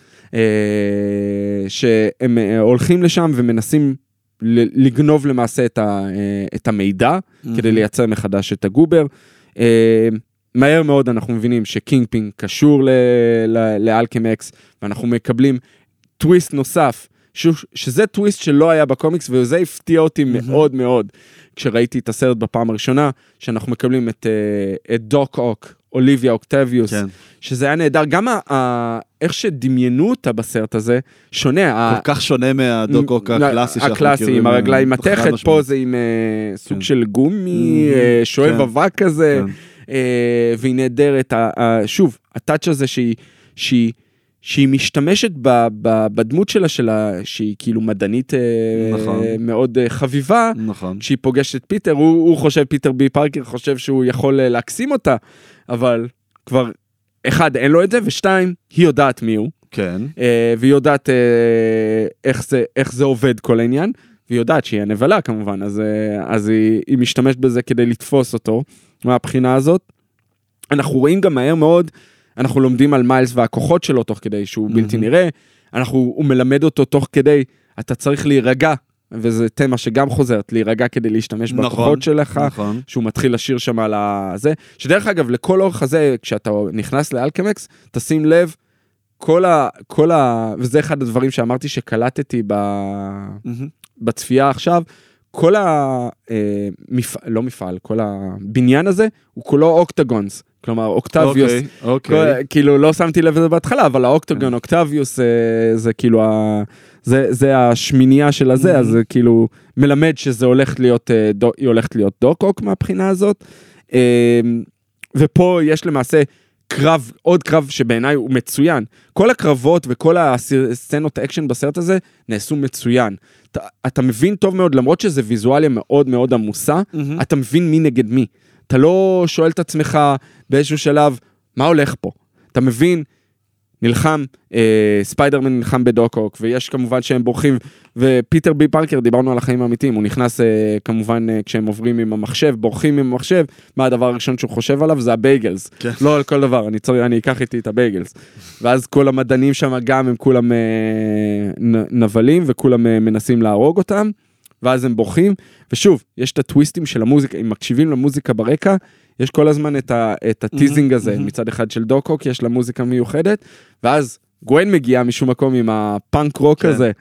[SPEAKER 2] שהם הולכים לשם ומנסים לגנוב למעשה את המידע, כדי לייצר מחדש את הגובר. מהר מאוד אנחנו מבינים שקינג פינג קשור לאלקמקס, ואנחנו מקבלים טוויסט נוסף, שזה טוויסט שלא היה בקומיקס, וזה הפתיע אותי מאוד מאוד, כשראיתי את הסרט בפעם הראשונה, שאנחנו מקבלים את דוק אוק, אוליביה אוקטביוס, שזה היה נהדר, גם איך שדמיינו אותה בסרט הזה, שונה.
[SPEAKER 1] כל כך שונה מהדוק אוק הקלאסי.
[SPEAKER 2] הקלאסי, עם הרגליים מתכת, פה זה עם סוג של גומי, שואב אבק כזה, והיא נהדרת, שוב, הטאץ' הזה שהיא משתמשת בדמות שלה, שהיא כאילו מדענית מאוד חביבה, כשהיא פוגשת את פיטר, הוא חושב, פיטר בי פארקר חושב שהוא יכול להקסים אותה, אבל כבר, אחד, אין לו את זה, ושתיים, היא יודעת מי הוא, והיא יודעת איך זה עובד כל העניין, והיא יודעת שהיא הנבלה כמובן, אז היא משתמשת בזה כדי לתפוס אותו, מהבחינה הזאת. אנחנו רואים גם מהר מאוד, אנחנו לומדים על מיילס והכוחות שלו תוך כדי שהוא בלתי נראה, הוא מלמד אותו תוך כדי, אתה צריך להירגע, וזה תמה שגם חוזרת, להירגע כדי להשתמש בכוחות שלך, שהוא מתחיל לשיר שם על זה, שדרך אגב, לכל אורך הזה, כשאתה נכנס לאלקמקס, תשים לב, וזה אחד הדברים שאמרתי שקלטתי בצפייה עכשיו, כל לא מפעל, כל הבניין הזה, הוא כולו אוקטגונס, כלומר, אוקטביוס, כאילו לא שמתי לב לזה בהתחלה, אבל האוקטגון, אוקטביוס, זה כאילו, זה השמינייה של הזה, אז זה כאילו מלמד שזה היא הולכת להיות דוק-אוק מהבחינה הזאת, ופה יש למעשה קרב, עוד קרב שבעיניי הוא מצוין. כל הקרבות וכל הסצנות האקשן בסרט הזה נעשו מצוין. אתה מבין טוב מאוד, למרות שזה ויזואליה מאוד מאוד עמוסה, אתה מבין מי נגד מי. אתה לא שואל את עצמך באיזשהו שלב, מה הולך פה? אתה מבין, נלחם, ספיידרמן נלחם בדוק-אוק, ויש כמובן שהם בורחים, ופיטר בי פארקר, דיברנו על החיים האמיתיים, הוא נכנס כמובן כשהם עוברים עם המחשב, בורחים עם המחשב, מה הדבר הראשון שהוא חושב עליו? זה הבייגלס. לא על כל דבר, אני אקח איתי את הבייגלס. ואז כל המדענים שם גם הם כולם נבלים, וכולם מנסים להרוג אותם, ואז הם בורחים, ושוב, יש את הטוויסטים של המוזיקה, אם מקשיבים למוזיקה ברקע, יש כל הזמן את הטיזינג הזה, מצד אחד של דוק-אוק, יש לה מוזיקה מיוחדת, ואז גוון מגיע משום מקום עם הפאנק רוק הזה,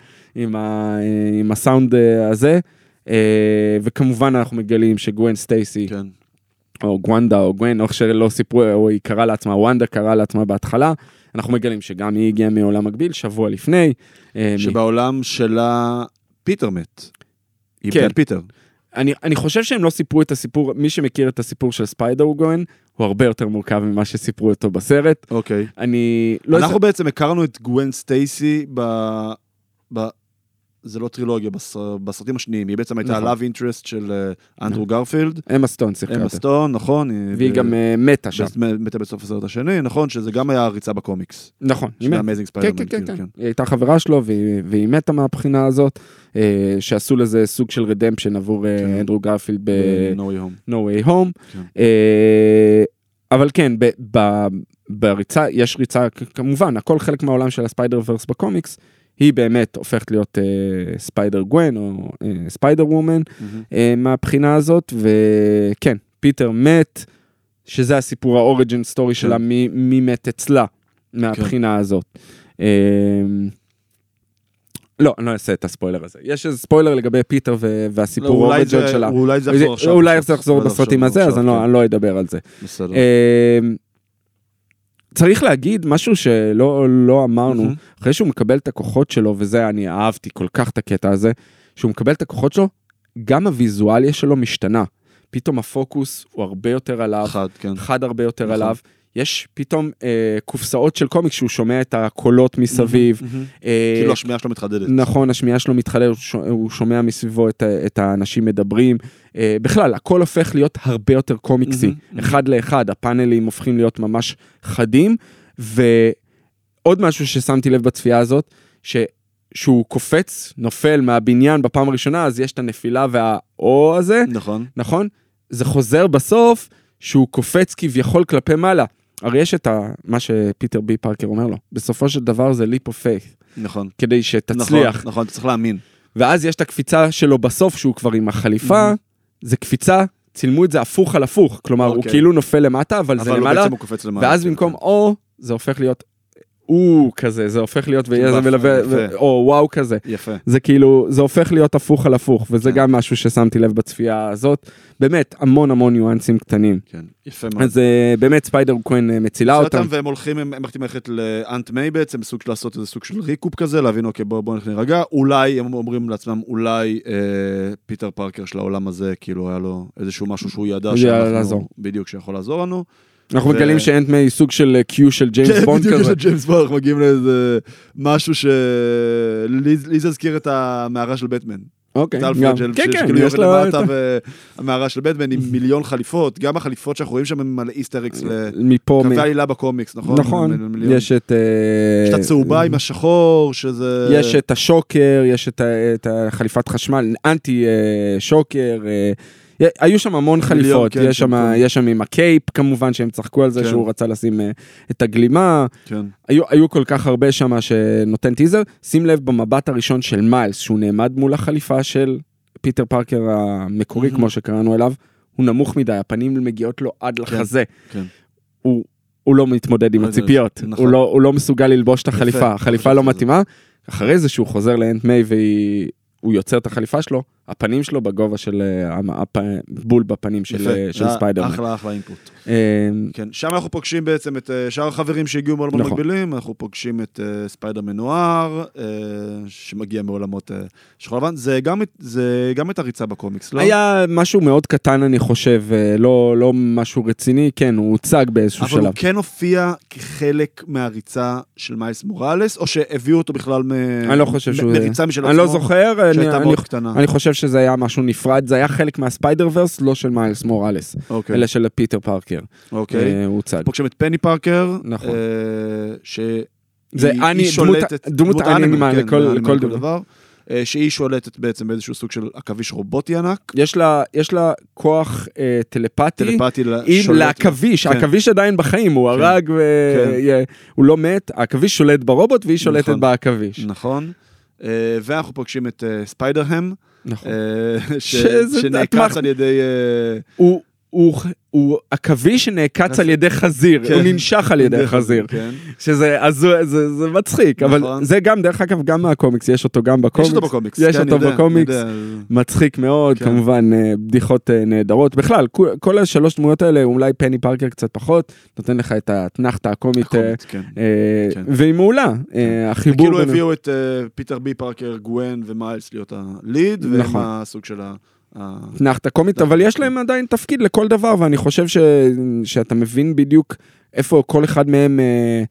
[SPEAKER 2] עם הסאונד הזה, וכמובן אנחנו מגלים שגוון סטייסי, או גוונדה, או גוון, או שלא סיפרו, או היא קראה לעצמה, וונדה קראה לעצמה בהתחלה, אנחנו מגלים שגם היא הגיעה מעולם מקביל, שבוע לפני.
[SPEAKER 1] שבעולם שלה פיטר מת. היא בן פיטר.
[SPEAKER 2] אני חושב שהם לא סיפרו את הסיפור, מי שמכיר את הסיפור של ספיידר גוון, הוא הרבה יותר מורכב ממה שסיפרו אותו בסרט.
[SPEAKER 1] אוקיי. אנחנו בעצם הכרנו את גוון סטייסי זה לא טרילוגיה, בסרטים השניים, היא בעצם הייתה ה-love interest של אנדרו גרפילד.
[SPEAKER 2] אמה סטון שיחקה.
[SPEAKER 1] אמה סטון, נכון.
[SPEAKER 2] והיא גם מתה שם.
[SPEAKER 1] מתה בסוף הסרט השני, נכון, שזה גם היה הריצה בקומיקס.
[SPEAKER 2] נכון.
[SPEAKER 1] של Amazing Spider-Man.
[SPEAKER 2] כן. היא הייתה חברה שלו, והיא מתה מהבחינה הזאת, שעשו לזה סוג של רדמפשן עבור אנדרו גרפילד ב-No Way Home. אבל כן, בריצה, יש ריצה, כמובן, הכל חלק מהעולם של הספיידר ורס בקומיקס, היא באמת הופכת להיות ספיידר גוון או ספיידר וומן מהבחינה הזאת, וכן, פיטר מת, שזה הסיפור האוריג'ן סטורי שלה, מי מת אצלה מהבחינה הזאת. לא, אני לא אעשה את הספוילר הזה. יש איזה ספוילר לגבי פיטר והסיפור אוריג'ן שלה.
[SPEAKER 1] אולי זה יחזור עכשיו.
[SPEAKER 2] אולי זה יחזור בסרטים הזה, אז אני לא אדבר על זה.
[SPEAKER 1] בסדר.
[SPEAKER 2] צריך להגיד משהו שלא אמרנו, אחרי שהוא מקבל את הכוחות שלו, וזה אני אהבתי כל כך את הקטע הזה, שהוא מקבל את הכוחות שלו, גם הוויזואליה שלו משתנה. פתאום הפוקוס הוא הרבה יותר עליו, חד הרבה יותר עליו, יש פתאום קופסאות של קומיקס שהוא שומע את הקולות מסביב.
[SPEAKER 1] כאילו השמיעה שלו מתחדדת.
[SPEAKER 2] נכון, השמיעה שלו מתחדדת, הוא שומע מסביבו את האנשים מדברים. בכלל, הכל הופך להיות הרבה יותר קומיקסי, אחד לאחד, הפאנלים הופכים להיות ממש חדים, ועוד משהו ששמתי לב בצפייה הזאת, שהוא קופץ, נופל מהבניין בפעם הראשונה, אז יש את הנפילה והאו הזה.
[SPEAKER 1] נכון.
[SPEAKER 2] נכון? זה חוזר בסוף, שהוא קופץ כביכול כלפי מעלה. הרי יש את מה שפיטר בי פארקר אומר לו. בסופו של דבר זה leap of faith.
[SPEAKER 1] נכון.
[SPEAKER 2] כדי שתצליח.
[SPEAKER 1] נכון, אתה צריך להאמין.
[SPEAKER 2] ואז יש את הקפיצה שלו בסוף, שהוא כבר עם החליפה, זה קפיצה, צילמו את זה הפוך על הפוך. כלומר, הוא כאילו נופל למטה, אבל זה למעלה. ואז במקום או, זה הופך להיות כזה, זה הופך להיות או וואו כזה.
[SPEAKER 1] יפה.
[SPEAKER 2] זה כאילו, זה הופך להיות הפוך על הפוך, וזה גם משהו ששמתי לב בצפייה הזאת. באמת, המון ניואנסים קטנים.
[SPEAKER 1] כן, יפה מאוד.
[SPEAKER 2] אז באמת ספיידר קווין מצילה אותם.
[SPEAKER 1] והם הולכים, הם הולכים ללכת לאנט מיי בעצם, סוג של לעשות איזה סוג של ריקופ כזה, להבין, אוקיי, בואו נלך נרגע. אולי, הם אומרים לעצמם, אולי פיטר פארקר של העולם הזה, כאילו היה לו איזשהו משהו שהוא ידע שאנחנו בדיוק שיכול לעזור לנו.
[SPEAKER 2] אנחנו מגלים שאנט מיי סוג של קיו של ג'יימס בונד כזה.
[SPEAKER 1] כן, בדיוק של ג'יימס בונד, אנחנו מגיעים לאיזה משהו לי זזכיר את המערה של בטמן.
[SPEAKER 2] אוקיי,
[SPEAKER 1] כן, יש למטה והמערה של בטמן עם מיליון חליפות, גם החליפות שאנחנו רואים שם הם על איסטר אקס לקווי עלילה בקומיקס, נכון?
[SPEAKER 2] נכון, יש את
[SPEAKER 1] הצהובה עם השחור, שזה...
[SPEAKER 2] יש את השוקר, יש את החליפת חשמל, אנטי שוקר, היו שם המון חליפות, יש שם עם הקייפ כמובן שהם צחקו על זה שהוא רצה לשים את הגלימה, היו כל כך הרבה שם שנותן טיזר, שים לב במבט הראשון של מיילס, שהוא נעמד מול החליפה של פיטר פארקר המקורי כמו שקראנו אליו, הוא נמוך מדי, הפנים מגיעות לו עד לחזה, הוא לא מתמודד עם הציפיות, הוא לא מסוגל ללבוש את החליפה, החליפה לא מתאימה, אחרי זה שהוא חוזר לאנט מיי והוא יוצר את החליפה שלו, הפנים שלו בגובה של בול בפנים של ספיידרמן.
[SPEAKER 1] אחלה אינפוט. כן, שם אנחנו פוגשים בעצם את שאר החברים שהגיעו מעולמות מקבילים, אנחנו פוגשים את ספיידרמן נוער, שמגיע מעולמות שחור לבן, זה גם את הריצה בקומיקס, לא?
[SPEAKER 2] היה משהו מאוד קטן אני חושב, לא משהו רציני, כן, הוא הוצג באיזשהו שלב.
[SPEAKER 1] אבל הוא כן הופיע כחלק מהריצה של מיילס מוראלס, או שהביאו אותו בכלל מריצה משל עצמו?
[SPEAKER 2] אני לא זוכר,
[SPEAKER 1] שהייתה מאוד קטנה.
[SPEAKER 2] אני חושב שזה היה משהו נפרד, זה היה חלק מהספיידר ורס, לא של מיילס מוראלס, אלא של פיטר פארקר.
[SPEAKER 1] אוקיי.
[SPEAKER 2] הוא הוצג.
[SPEAKER 1] פוגשים את פני פארקר,
[SPEAKER 2] נכון.
[SPEAKER 1] זה
[SPEAKER 2] דמות אנימה לכל דבר.
[SPEAKER 1] שהיא שולטת בעצם באיזשהו סוג של עכביש רובוטי ענק.
[SPEAKER 2] יש לה כוח טלפתי לעכביש, העכביש עדיין בחיים, הוא הרג והוא לא מת, העכביש שולט ברובוט והיא שולטת בעכביש.
[SPEAKER 1] נכון. ואנחנו פוגשים את ספיידר-הם,
[SPEAKER 2] שנעקץ
[SPEAKER 1] על ידי...
[SPEAKER 2] הוא עכביש שנעקץ על ידי חזיר, הוא ננשך על ידי חזיר, שזה מצחיק, אבל זה גם, דרך אגב, גם מהקומיקס, יש אותו גם בקומיקס, יש אותו בקומיקס, מצחיק מאוד, כמובן, בדיחות נהדרות, בכלל, כל השלוש דמויות האלה, אולי פני פארקר קצת פחות, נותן לך את התנחתה הקומית, והיא מעולה, החיבור...
[SPEAKER 1] וכאילו הביאו את פיטר בי פארקר, גווין ומיילס להיות הליד, והם הסוג של ה...
[SPEAKER 2] תנחת הקומית, אבל יש להם עדיין תפקיד לכל דבר, ואני חושב שאתה מבין בדיוק איפה כל אחד מהם,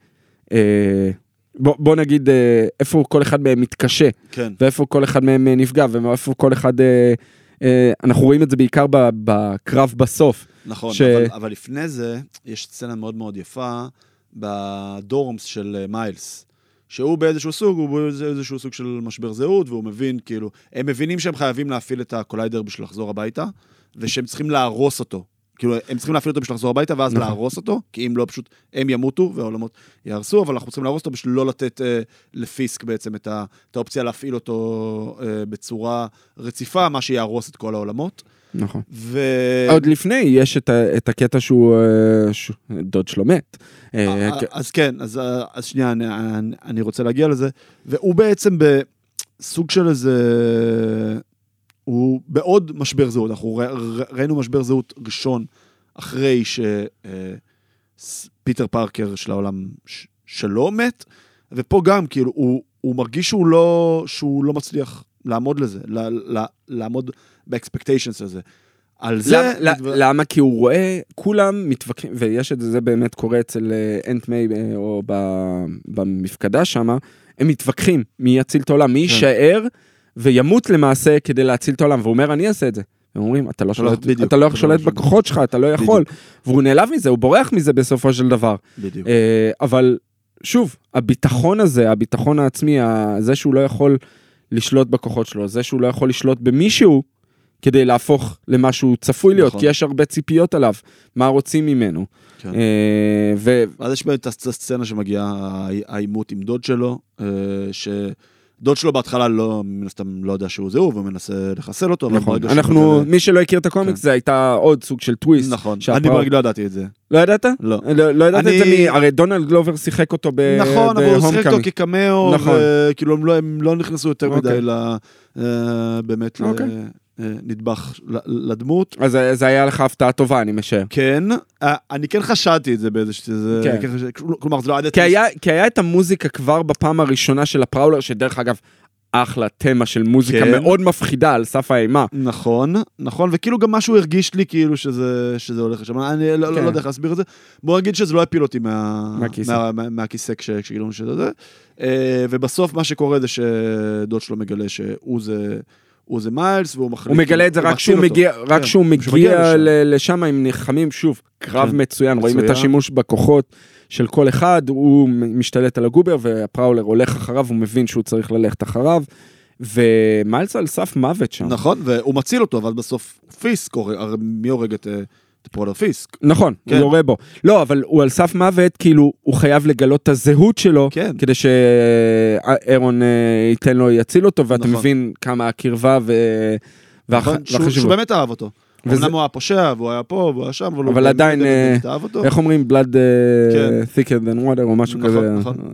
[SPEAKER 2] בוא נגיד, איפה כל אחד מהם מתקשה, ואיפה כל אחד מהם נפגע, ואיפה כל אחד, אנחנו רואים את זה בעיקר בקרב בסוף.
[SPEAKER 1] נכון, אבל לפני זה, יש סצנה מאוד מאוד יפה, בדורמס של מיילס. שהוא באיזשהו סוג, הוא באיזשהו סוג של משבר זהות, והוא מבין, כאילו, הם מבינים שהם חייבים להפעיל את הקוליידר בשביל לחזור הביתה, ושהם צריכים להרוס אותו, כאילו, הם צריכים להפעיל אותו בשביל לחזור הביתה, ואז להרוס אותו, כי אם לא, פשוט הם ימותו, והעולמות יהרסו, אבל אנחנו צריכים להרוס אותו בשביל לא לתת לפיסק בעצם את האופציה להפעיל אותו בצורה רציפה, מה שיהרוס את כל העולמות.
[SPEAKER 2] נכון. עוד לפני, יש את הקטע שהוא דוד שלו מת.
[SPEAKER 1] אז כן, אז שנייה, אני רוצה להגיע לזה, והוא בעצם בסוג של איזה... הוא בעוד משבר זהות, אנחנו ראינו משבר זהות ראשון אחרי שפיטר פארקר של העולם שלו מת, ופה גם כאילו הוא מרגיש שהוא לא מצליח לעמוד לזה, לעמוד באקספקטיישנס לזה. על זה...
[SPEAKER 2] למה? כי הוא רואה, כולם מתווכחים, ויש את זה באמת קורה אצל אנט מיי, או במפקדה שם, הם מתווכחים מי יציל את העולם, מי יישאר, וימות למעשה כדי להציל את העולם, והוא אומר, אני אעשה את זה. הם אומרים, אתה לא שולט בכוחות שלך, אתה לא יכול. והוא נעלב מזה, הוא בורח מזה בסופו של דבר. אבל שוב, הביטחון הזה, הביטחון העצמי, זה שהוא לא יכול לשלוט בכוחות שלו, זה שהוא לא יכול לשלוט במישהו, כדי להפוך למשהו צפוי להיות, כי יש הרבה ציפיות עליו, מה רוצים ממנו.
[SPEAKER 1] אז יש באמת הסצנה שמגיעה, העימות עם דוד שלו, דוד שלו בהתחלה לא יודע שהוא זהו, ומנסה לחסל אותו.
[SPEAKER 2] נכון, מי שלא הכיר את הקומיקס, זה הייתה עוד סוג של טוויסט.
[SPEAKER 1] נכון, אני ברגע לא ידעתי את זה.
[SPEAKER 2] לא ידעת?
[SPEAKER 1] לא.
[SPEAKER 2] לא ידעת את זה הרי דונלד גלובר שיחק אותו בהום קאמי.
[SPEAKER 1] נכון, אבל הוא שיחק אותו כקמאו, וכאילו הם לא נכנסו יותר מדי באמת נדבך לדמות.
[SPEAKER 2] אז זה היה לך הפתעה טובה, אני משער.
[SPEAKER 1] כן, אני כן חשדתי את זה באיזשהו, כלומר זה לא עדיין...
[SPEAKER 2] כי היה את המוזיקה כבר בפעם הראשונה של הפראולר, שדרך אגב, אחלה תמה של מוזיקה מאוד מפחידה על סף האימה.
[SPEAKER 1] נכון, וכאילו גם משהו הרגיש לי כאילו שזה הולך לשם, אני לא יודע איך להסביר את זה, בוא נגיד שזה לא הפיל אותי מהכיסא כשגילום שזה זה, ובסוף מה שקורה זה שדוד שלו מגלה שהוא זה מיילס, והוא מחליט...
[SPEAKER 2] הוא מגלה את זה רק כשהוא מגיע לשם, הם נחמים שוב, קרב מצוין, רואים את השימוש בכוחות של כל אחד, הוא משתלט על הגובר, והפראולר הולך אחריו, הוא מבין שהוא צריך ללכת אחריו, ומיילס על סף מוות שם.
[SPEAKER 1] נכון, והוא מציל אותו, אבל בסוף פיסק, מי הורג את פרולר פיסק?
[SPEAKER 2] נכון, הוא יורה בו. לא, אבל הוא על סף מוות, כאילו הוא חייב לגלות את הזהות שלו, כדי שאירון ייתן לו, יציל אותו, ואתה מבין כמה הקרבה
[SPEAKER 1] שהוא באמת אהב אותו. אמנם הוא היה פושע, והוא היה פה, והוא היה שם,
[SPEAKER 2] אבל עדיין, איך אומרים, blood thicker than water, או משהו כזה.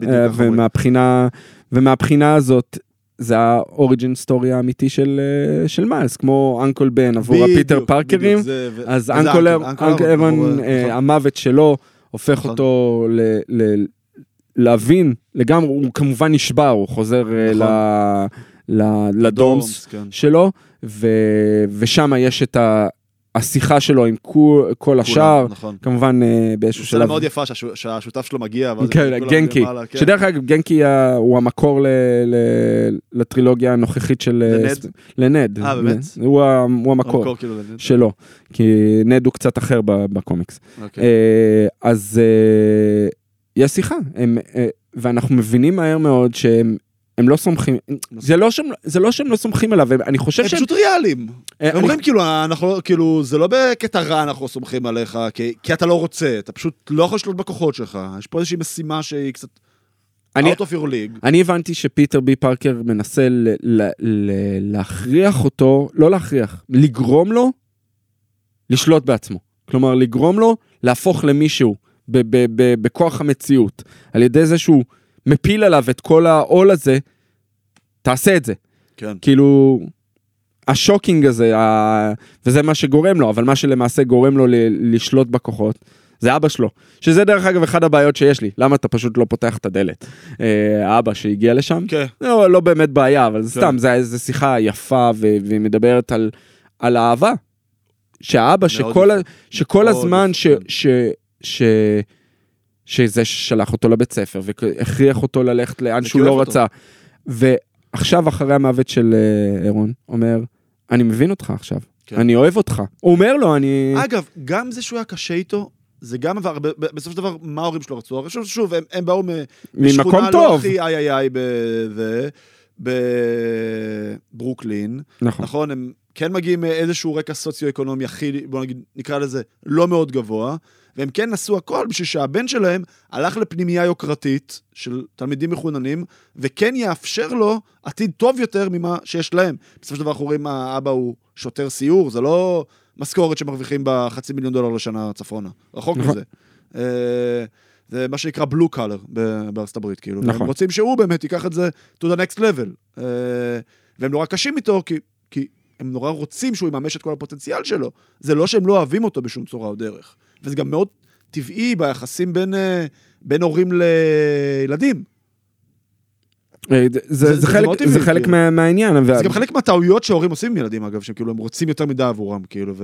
[SPEAKER 2] ומהבחינה הזאת, זה האוריג'ין סטורי האמיתי של מיילס, כמו אנקל בן עבור הפיטר פארקרים, אז אנקל אירון, המוות שלו, הופך אותו להבין לגמרי, הוא כמובן נשבר, הוא חוזר לדומס שלו, ושם יש את השיחה שלו עם כל השאר, כמובן באיזשהו שלב.
[SPEAKER 1] זה מאוד יפה שהשותף שלו מגיע.
[SPEAKER 2] גנקי, שדרך אגב גנקי הוא המקור לטרילוגיה הנוכחית של... לנד.
[SPEAKER 1] באמת?
[SPEAKER 2] הוא המקור שלו, כי נד הוא קצת אחר בקומיקס. אז יש שיחה, ואנחנו מבינים מהר מאוד שהם הם לא סומכים, זה לא שהם לא סומכים עליו, אני חושב
[SPEAKER 1] שהם... הם פשוט ריאליים. הם אומרים כאילו, זה לא בקטע רע אנחנו סומכים עליך, כי אתה לא רוצה, אתה פשוט לא יכול לשלוט בכוחות שלך. יש פה איזושהי משימה שהיא קצת... out of your league.
[SPEAKER 2] אני הבנתי שפיטר בי פארקר מנסה להכריח אותו, לא להכריח, לגרום לו לשלוט בעצמו. כלומר, לגרום לו להפוך למישהו בכוח המציאות, על ידי זה שהוא מפיל עליו את כל העול הזה, תעשה את זה.
[SPEAKER 1] כן.
[SPEAKER 2] כאילו, השוקינג הזה, וזה מה שגורם לו, אבל מה שלמעשה גורם לו לשלוט בכוחות, זה אבא שלו. שזה דרך אגב אחד הבעיות שיש לי. למה אתה פשוט לא פותח את הדלת? האבא שהגיע לשם,
[SPEAKER 1] כן.
[SPEAKER 2] לא באמת בעיה, אבל סתם, זה שיחה יפה, והיא מדברת על האהבה. שהאבא שכל הזמן שזה שלח אותו לבית ספר, והכריח אותו ללכת לאן שהוא לא רצה. ועכשיו, אחרי המוות של אירון, אומר, אני מבין אותך עכשיו, אני אוהב אותך. הוא אומר לו, אני...
[SPEAKER 1] אגב, גם זה שהוא היה קשה איתו, זה גם עבר, בסוף של דבר, מה ההורים שלו רצו? שוב, הם באו
[SPEAKER 2] ממקום טוב.
[SPEAKER 1] איי, בברוקלין, נכון, הם כן מגיעים מאיזשהו רקע סוציו-אקונומי הכי, בוא נגיד, נקרא לזה, לא מאוד גבוה, והם כן עשו הכל בשביל שהבן שלהם הלך לפנימייה יוקרתית של תלמידים מחוננים, וכן יאפשר לו עתיד טוב יותר ממה שיש להם. בסופו של דבר אנחנו רואים, האבא הוא שוטר סיור, זה לא משכורת שמרוויחים $500,000 לשנה צפונה, רחוק מזה. זה מה שנקרא בלו קולר בארצות הברית, כאילו. נכון. הם רוצים שהוא באמת ייקח את זה to the next level. והם נורא קשים איתו, כי הם נורא רוצים שהוא יממש את כל הפוטנציאל שלו. זה לא שהם לא אוהבים אותו בשום צורה או דרך. וזה גם מאוד טבעי ביחסים בין הורים לילדים.
[SPEAKER 2] זה חלק מהעניין.
[SPEAKER 1] זה גם חלק מהטעויות שההורים עושים עם ילדים, אגב, שהם כאילו הם רוצים יותר מדי עבורם, כאילו,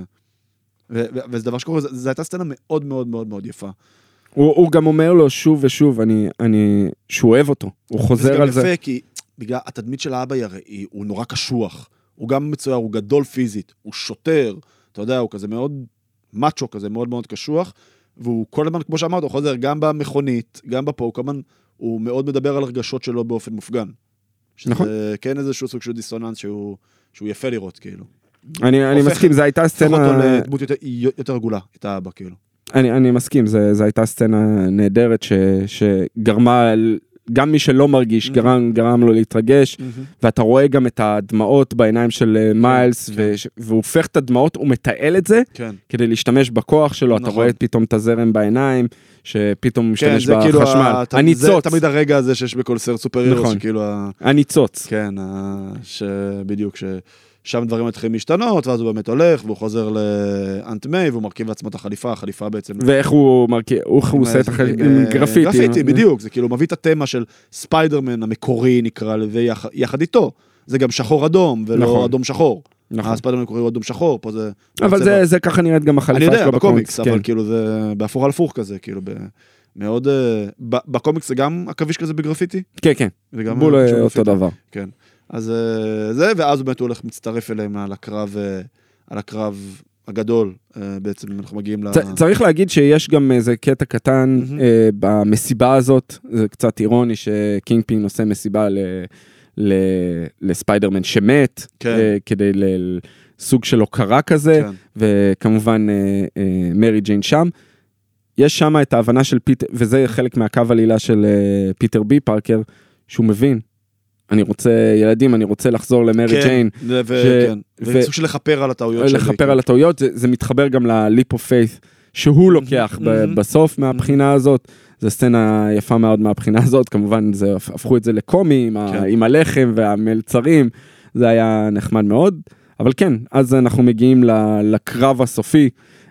[SPEAKER 1] וזה דבר שקורה, זו הייתה סצנה מאוד מאוד מאוד מאוד יפה.
[SPEAKER 2] הוא גם אומר לו שוב ושוב, שהוא אוהב אותו, הוא חוזר על זה.
[SPEAKER 1] וזה גם יפה, כי בגלל התדמית של האבא הוא נורא קשוח, הוא גם מצויר, הוא גדול פיזית, הוא שוטר, אתה יודע, הוא כזה מאוד מאצ'ו כזה, מאוד מאוד קשוח, והוא כל הזמן, כמו שאמרת, הוא חוזר גם במכונית, גם בפה, הוא מאוד מדבר על הרגשות שלו באופן מופגן.
[SPEAKER 2] נכון.
[SPEAKER 1] שזה כן איזשהו סוג של דיסוננס שהוא יפה לראות, כאילו.
[SPEAKER 2] אני מסכים, זו הייתה סצנה...
[SPEAKER 1] הופך אותו לדמות יותר רגולה, את האבא, כאילו.
[SPEAKER 2] אני מסכים, זו הייתה סצנה נהדרת שגרמה, גם מי שלא מרגיש, גרם לו להתרגש, ואתה רואה גם את הדמעות בעיניים של מיילס, והוא הופך את הדמעות, הוא מתעל את זה, כדי להשתמש בכוח שלו, אתה רואה פתאום את הזרם בעיניים, שפתאום משתמש בחשמל. הניצוץ.
[SPEAKER 1] זה תמיד הרגע הזה שיש בכל סרט סופר הירו, שכאילו...
[SPEAKER 2] הניצוץ.
[SPEAKER 1] כן, בדיוק, שם דברים מתחילים להשתנות, ואז הוא באמת הולך, והוא חוזר לאנט מיי, והוא מרכיב לעצמו את החליפה בעצם.
[SPEAKER 2] ואיך הוא מרכיב, הוא עושה את החליפה? עם גרפיטי.
[SPEAKER 1] גרפיטי, בדיוק, זה כאילו מביא את התמה של ספיידרמן המקורי, נקרא לזה, יחד איתו. זה גם שחור אדום, ולא אדום שחור. הספיידרמן המקורי הוא אדום שחור, פה זה...
[SPEAKER 2] אבל זה ככה נראית גם החליפה שלו
[SPEAKER 1] בקומיקס. אבל כאילו זה בהפוך על הפוך כזה, כאילו מאוד... בקומיקס זה גם עכביש כזה בגרפיטי?
[SPEAKER 2] כן, כן. בול אותו דבר.
[SPEAKER 1] כן. אז זה, ואז באמת הוא הולך מצטרף אליהם על הקרב הגדול, בעצם אנחנו מגיעים
[SPEAKER 2] צריך להגיד שיש גם איזה קטע קטן במסיבה הזאת, זה קצת אירוני שקינג פין עושה מסיבה לספיידרמן שמת, כדי לסוג של הוקרה כזה, וכמובן מרי ג'יין שם. יש שם את ההבנה של פיטר, וזה חלק מהקו עלילה של פיטר בי פארקר, שהוא מבין, אני רוצה ילדים, אני רוצה לחזור למרי ג'יין.
[SPEAKER 1] כן, וסוג של לחפר על הטעויות שלי.
[SPEAKER 2] לחפר על הטעויות, זה מתחבר גם ל-leap of faith, שהוא לוקח בסוף מהבחינה הזאת. זו סצנה יפה מאוד מהבחינה הזאת, כמובן הפכו את זה לקומי, עם הלחם והמלצרים, זה היה נחמד מאוד. אבל כן, אז אנחנו מגיעים לקרב הסופי,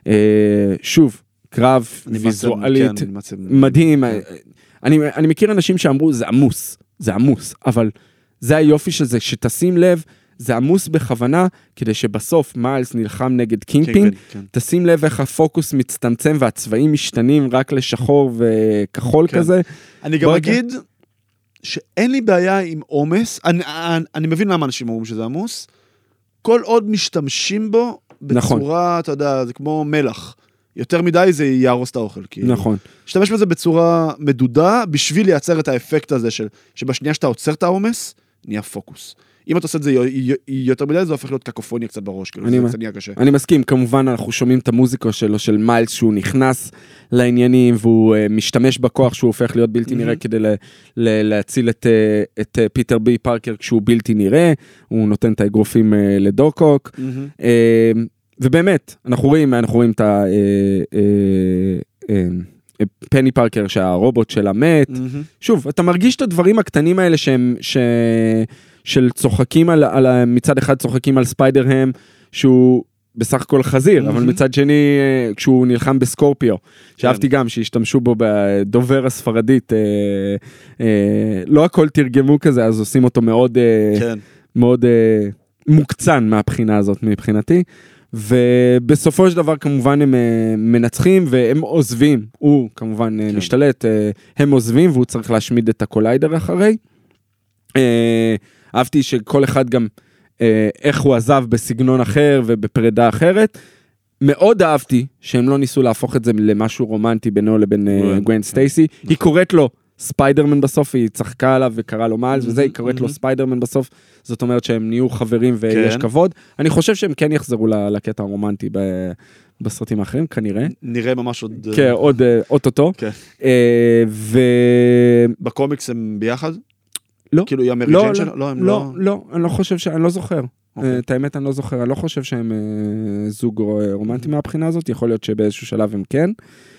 [SPEAKER 2] שוב, קרב ויזואלית, מדהים. אני מכיר אנשים שאמרו, זה עמוס, אבל זה היופי של זה, שתשים לב, זה עמוס בכוונה, כדי שבסוף מיילס נלחם נגד קינג פין, תשים לב איך הפוקוס מצטמצם, והצבעים משתנים רק לשחור וכחול כזה.
[SPEAKER 1] אני גם אגיד, שאין לי בעיה עם עומס, אני מבין למה אנשים אומרים שזה עמוס, כל עוד משתמשים בו, בצורה, אתה יודע, זה כמו מלח. יותר מדי זה יהרוס את האוכל.
[SPEAKER 2] נכון.
[SPEAKER 1] שתמש בזה בצורה מדודה, בשביל לייצר את האפקט הזה שבשנייה שאתה עוצר את העומס, נהיה פוקוס. אם אתה עושה את זה יותר מדי, זה הופך להיות קקופוניה קצת בראש, זה נהיה קשה.
[SPEAKER 2] אני מסכים, כמובן אנחנו שומעים את המוזיקה שלו, של מיילס, שהוא נכנס לעניינים, והוא משתמש בכוח שהוא הופך להיות בלתי נראה, כדי להציל את פיטר בי פארקר כשהוא בלתי נראה, הוא נותן את האגרופים לדוקוק, ובאמת, אנחנו רואים את פני פארקר שהרובוט שלה מת, שוב, אתה מרגיש את הדברים הקטנים האלה של צוחקים מצד אחד צוחקים על ספיידר-הם, שהוא בסך הכל חזיר, אבל מצד שני, כשהוא נלחם בסקורפיו, שאהבתי גם שהשתמשו בו בדובר הספרדית, לא הכל תרגמו כזה, אז עושים אותו מאוד מוקצן מהבחינה הזאת מבחינתי, ובסופו של דבר כמובן הם מנצחים והם עוזבים, הוא כמובן משתלט, הם עוזבים והוא צריך להשמיד את הקוליידר אחרי. אהבתי שכל אחד גם איך הוא עזב בסגנון אחר ובפרידה אחרת. מאוד אהבתי שהם לא ניסו להפוך את זה למשהו רומנטי בינו לבין גווין סטייסי. היא קוראת לו ספיידרמן בסוף, היא צחקה עליו וקרא לו מיילס, וזה, היא קוראת לו ספיידרמן בסוף, זאת אומרת שהם נהיו חברים ויש כבוד. אני חושב שהם כן יחזרו לקטע הרומנטי בסרטים האחרים, כנראה.
[SPEAKER 1] נראה ממש עוד...
[SPEAKER 2] כן, עוד אוטוטו.
[SPEAKER 1] בקומיקס הם ביחד?
[SPEAKER 2] לא.
[SPEAKER 1] כאילו, היא המרי ג'יין שלו?
[SPEAKER 2] לא, אני לא חושב אני לא זוכר. את האמת אני לא זוכר, אני לא חושב שהם זוג רומנטי מהבחינה הזאת, יכול להיות שבאיזשהו שלב הם כן.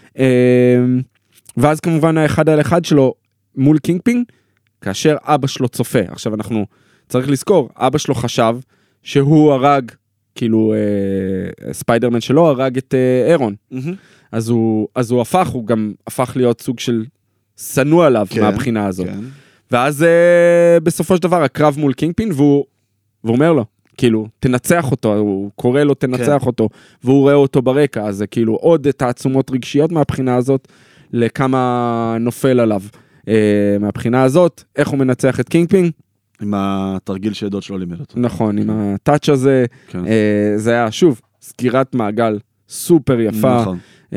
[SPEAKER 2] ואז כמובן האחד על אחד שלו מול קינגפין, כאשר אבא שלו צופה. עכשיו אנחנו צריך לזכור, אבא שלו חשב שהוא הרג, כאילו ספיידרמן שלו הרג את אירון. אז הוא גם הפך להיות סוג של סנוע עליו מהבחינה הזאת. ואז בסופו של דבר הקרב מול קינגפין, והוא אומר לו, כאילו, תנצח אותו, הוא קורא לו תנצח אותו, והוא רואה אותו ברקע, אז זה כאילו עוד תעצומות רגשיות מהבחינה הזאת, לכמה נופל עליו. מהבחינה הזאת, איך הוא מנצח את קינגפין?
[SPEAKER 1] עם התרגיל שדוד שלו לימד אותו.
[SPEAKER 2] נכון, עם הטאץ' הזה, זה היה, שוב, סגירת מעגל סופר יפה,
[SPEAKER 1] נכון.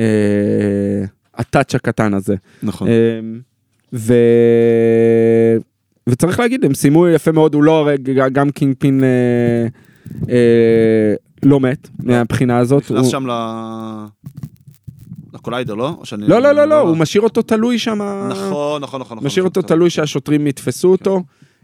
[SPEAKER 2] הטאץ' הקטן הזה.
[SPEAKER 1] נכון.
[SPEAKER 2] וצריך להגיד, הם סיימו יפה מאוד, הוא לא הרגע, גם קינגפין לא מת, מהבחינה הזאת.
[SPEAKER 1] נכנס שם לקוליידר, לא?
[SPEAKER 2] לא, הוא משאיר אותו תלוי שם.
[SPEAKER 1] נכון.
[SPEAKER 2] משאיר אותו תלוי שהשוטרים יתפסו אותו.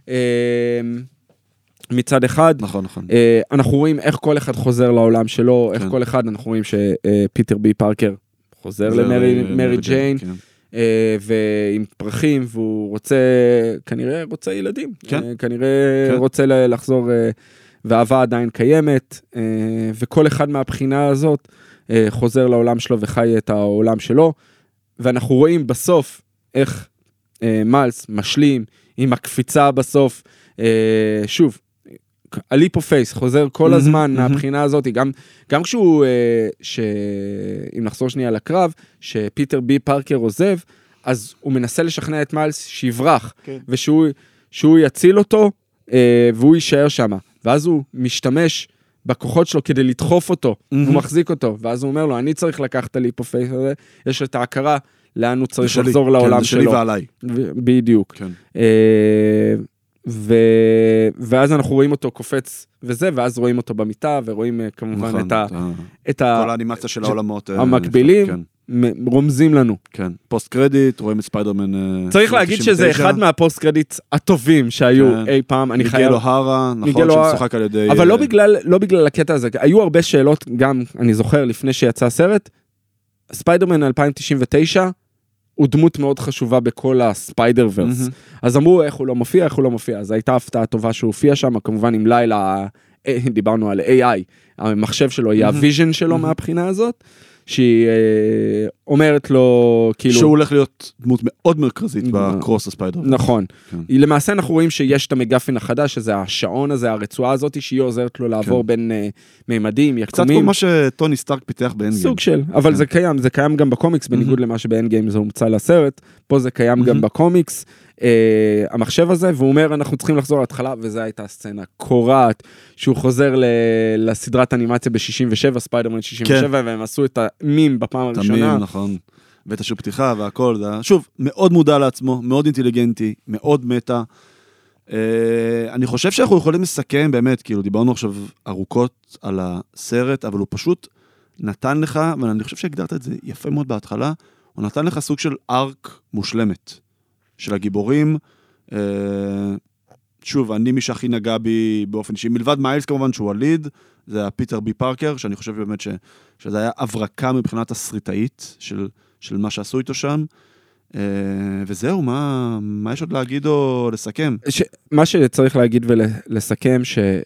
[SPEAKER 2] מצד אחד.
[SPEAKER 1] נכון.
[SPEAKER 2] אנחנו רואים איך כל אחד חוזר לעולם שלו, איך כל אחד, אנחנו רואים שפיטר בי פארקר חוזר למרי ג'יין. ועם פרחים, והוא כנראה רוצה ילדים, כנראה רוצה לחזור, והאהבה עדיין קיימת, וכל אחד מהבחינה הזאת חוזר לעולם שלו וחי את העולם שלו, ואנחנו רואים בסוף איך מיילס משלים עם הקפיצה בסוף, שוב, הליפ אוף פייס חוזר כל הזמן מהבחינה הזאת, גם כשהוא, אם נחזור שנייה לקרב, שפיטר בי פארקר עוזב, אז הוא מנסה לשכנע את מיילס שיברח, ושהוא יציל אותו, והוא יישאר שם, ואז הוא משתמש בכוחות שלו כדי לדחוף אותו, הוא מחזיק אותו, ואז הוא אומר לו, אני צריך לקחת את הליפ אוף פייס הזה, יש את ההכרה, לאן הוא צריך לחזור לעולם שלו.
[SPEAKER 1] שלי ועליי.
[SPEAKER 2] בדיוק. ואז אנחנו רואים אותו קופץ וזה, ואז רואים אותו במיטה, ורואים כמובן את
[SPEAKER 1] כל האנימציה של העולמות
[SPEAKER 2] המקבילים, רומזים לנו.
[SPEAKER 1] כן, פוסט קרדיט, רואים את ספיידרמן.
[SPEAKER 2] צריך להגיד שזה אחד מהפוסט קרדיט הטובים שהיו אי פעם.
[SPEAKER 1] מיגל אוהרה, נכון, שמשוחק על ידי...
[SPEAKER 2] אבל לא בגלל הקטע הזה, היו הרבה שאלות, גם אני זוכר לפני שיצא הסרט, ספיידרמן 2099, הוא דמות מאוד חשובה בכל הספיידר ורס. אז אמרו איך הוא לא מופיע, אז הייתה הפתעה טובה שהוא הופיע שם, כמובן עם לילה, דיברנו על AI, המחשב שלו, היא הוויז'ן שלו מהבחינה הזאת, שהיא אומרת לו, כאילו...
[SPEAKER 1] שהוא הולך להיות דמות מאוד מרכזית בקרוס הספיידר.
[SPEAKER 2] נכון. למעשה אנחנו רואים שיש את המגפין החדש, שזה השעון הזה, הרצועה הזאת, שהיא עוזרת לו לעבור בין מימדים, יקומים.
[SPEAKER 1] קצת כמו מה שטוני סטארק פיתח באנד גיים.
[SPEAKER 2] סוג של, אבל זה קיים גם בקומיקס, בניגוד למה שבאנד גיים זה הומצא לסרט, פה זה קיים גם בקומיקס, המחשב הזה, והוא אומר, אנחנו צריכים לחזור להתחלה, וזו הייתה סצנה קורעת, שהוא חוזר לסדרת אנימציה ב-67, ספיידרמן 67, והם עשו את המים בפעם הראשונה.
[SPEAKER 1] המים, נכון. ואת השוק פתיחה והכל, שוב, מאוד מודע לעצמו, מאוד אינטליגנטי, מאוד מטה. אני חושב שאנחנו יכולים לסכם באמת, כאילו דיברנו עכשיו ארוכות על הסרט, אבל הוא פשוט נתן לך, ואני חושב שהגדרת את זה יפה מאוד בהתחלה, הוא נתן לך סוג של ארק מושלמת. של הגיבורים, שוב, אני מי שהכי נגע בי באופן אישי, מלבד מיילס כמובן שהוא הליד, זה היה פיטר בי פארקר, שאני חושב באמת שזה היה הברקה מבחינת הסריטאית של מה שעשו איתו שם, וזהו, מה יש עוד להגיד או לסכם?
[SPEAKER 2] מה שצריך להגיד ולסכם,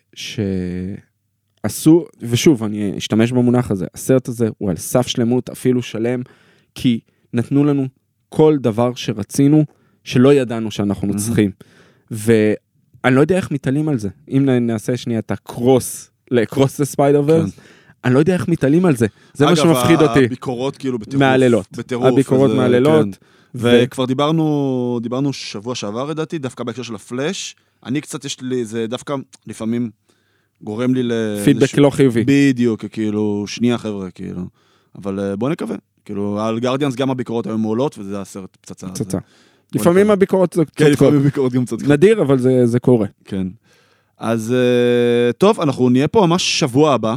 [SPEAKER 2] שעשו, ושוב, אני אשתמש במונח הזה, הסרט הזה הוא על סף שלמות, אפילו שלם, כי נתנו לנו כל דבר שרצינו, שלא ידענו שאנחנו צריכים. ואני לא יודע איך מתעלים על זה. אם נעשה שנייה את הקרוס לספיידר ורס, אני לא יודע איך מתעלים על זה. זה מה שמפחיד אותי.
[SPEAKER 1] אגב, הביקורות כאילו בטירוף.
[SPEAKER 2] מהלילות. הביקורות מהלילות.
[SPEAKER 1] וכבר דיברנו שבוע שעבר, לדעתי, דווקא בהקשר של הפלאש. אני קצת יש לי, זה דווקא לפעמים גורם לי
[SPEAKER 2] פידבק לא חיובי.
[SPEAKER 1] בדיוק, כאילו, שנייה חבר'ה, כאילו. אבל בוא נקווה. כאילו, על גרדיאנס גם הביקורות היו מעולות, וזה הסרט פצצה.
[SPEAKER 2] לפעמים הביקורות צודקות.
[SPEAKER 1] כן, לפעמים הביקורות גם צודקות.
[SPEAKER 2] נדיר, אבל זה קורה.
[SPEAKER 1] כן. אז טוב, אנחנו נהיה פה ממש שבוע הבא,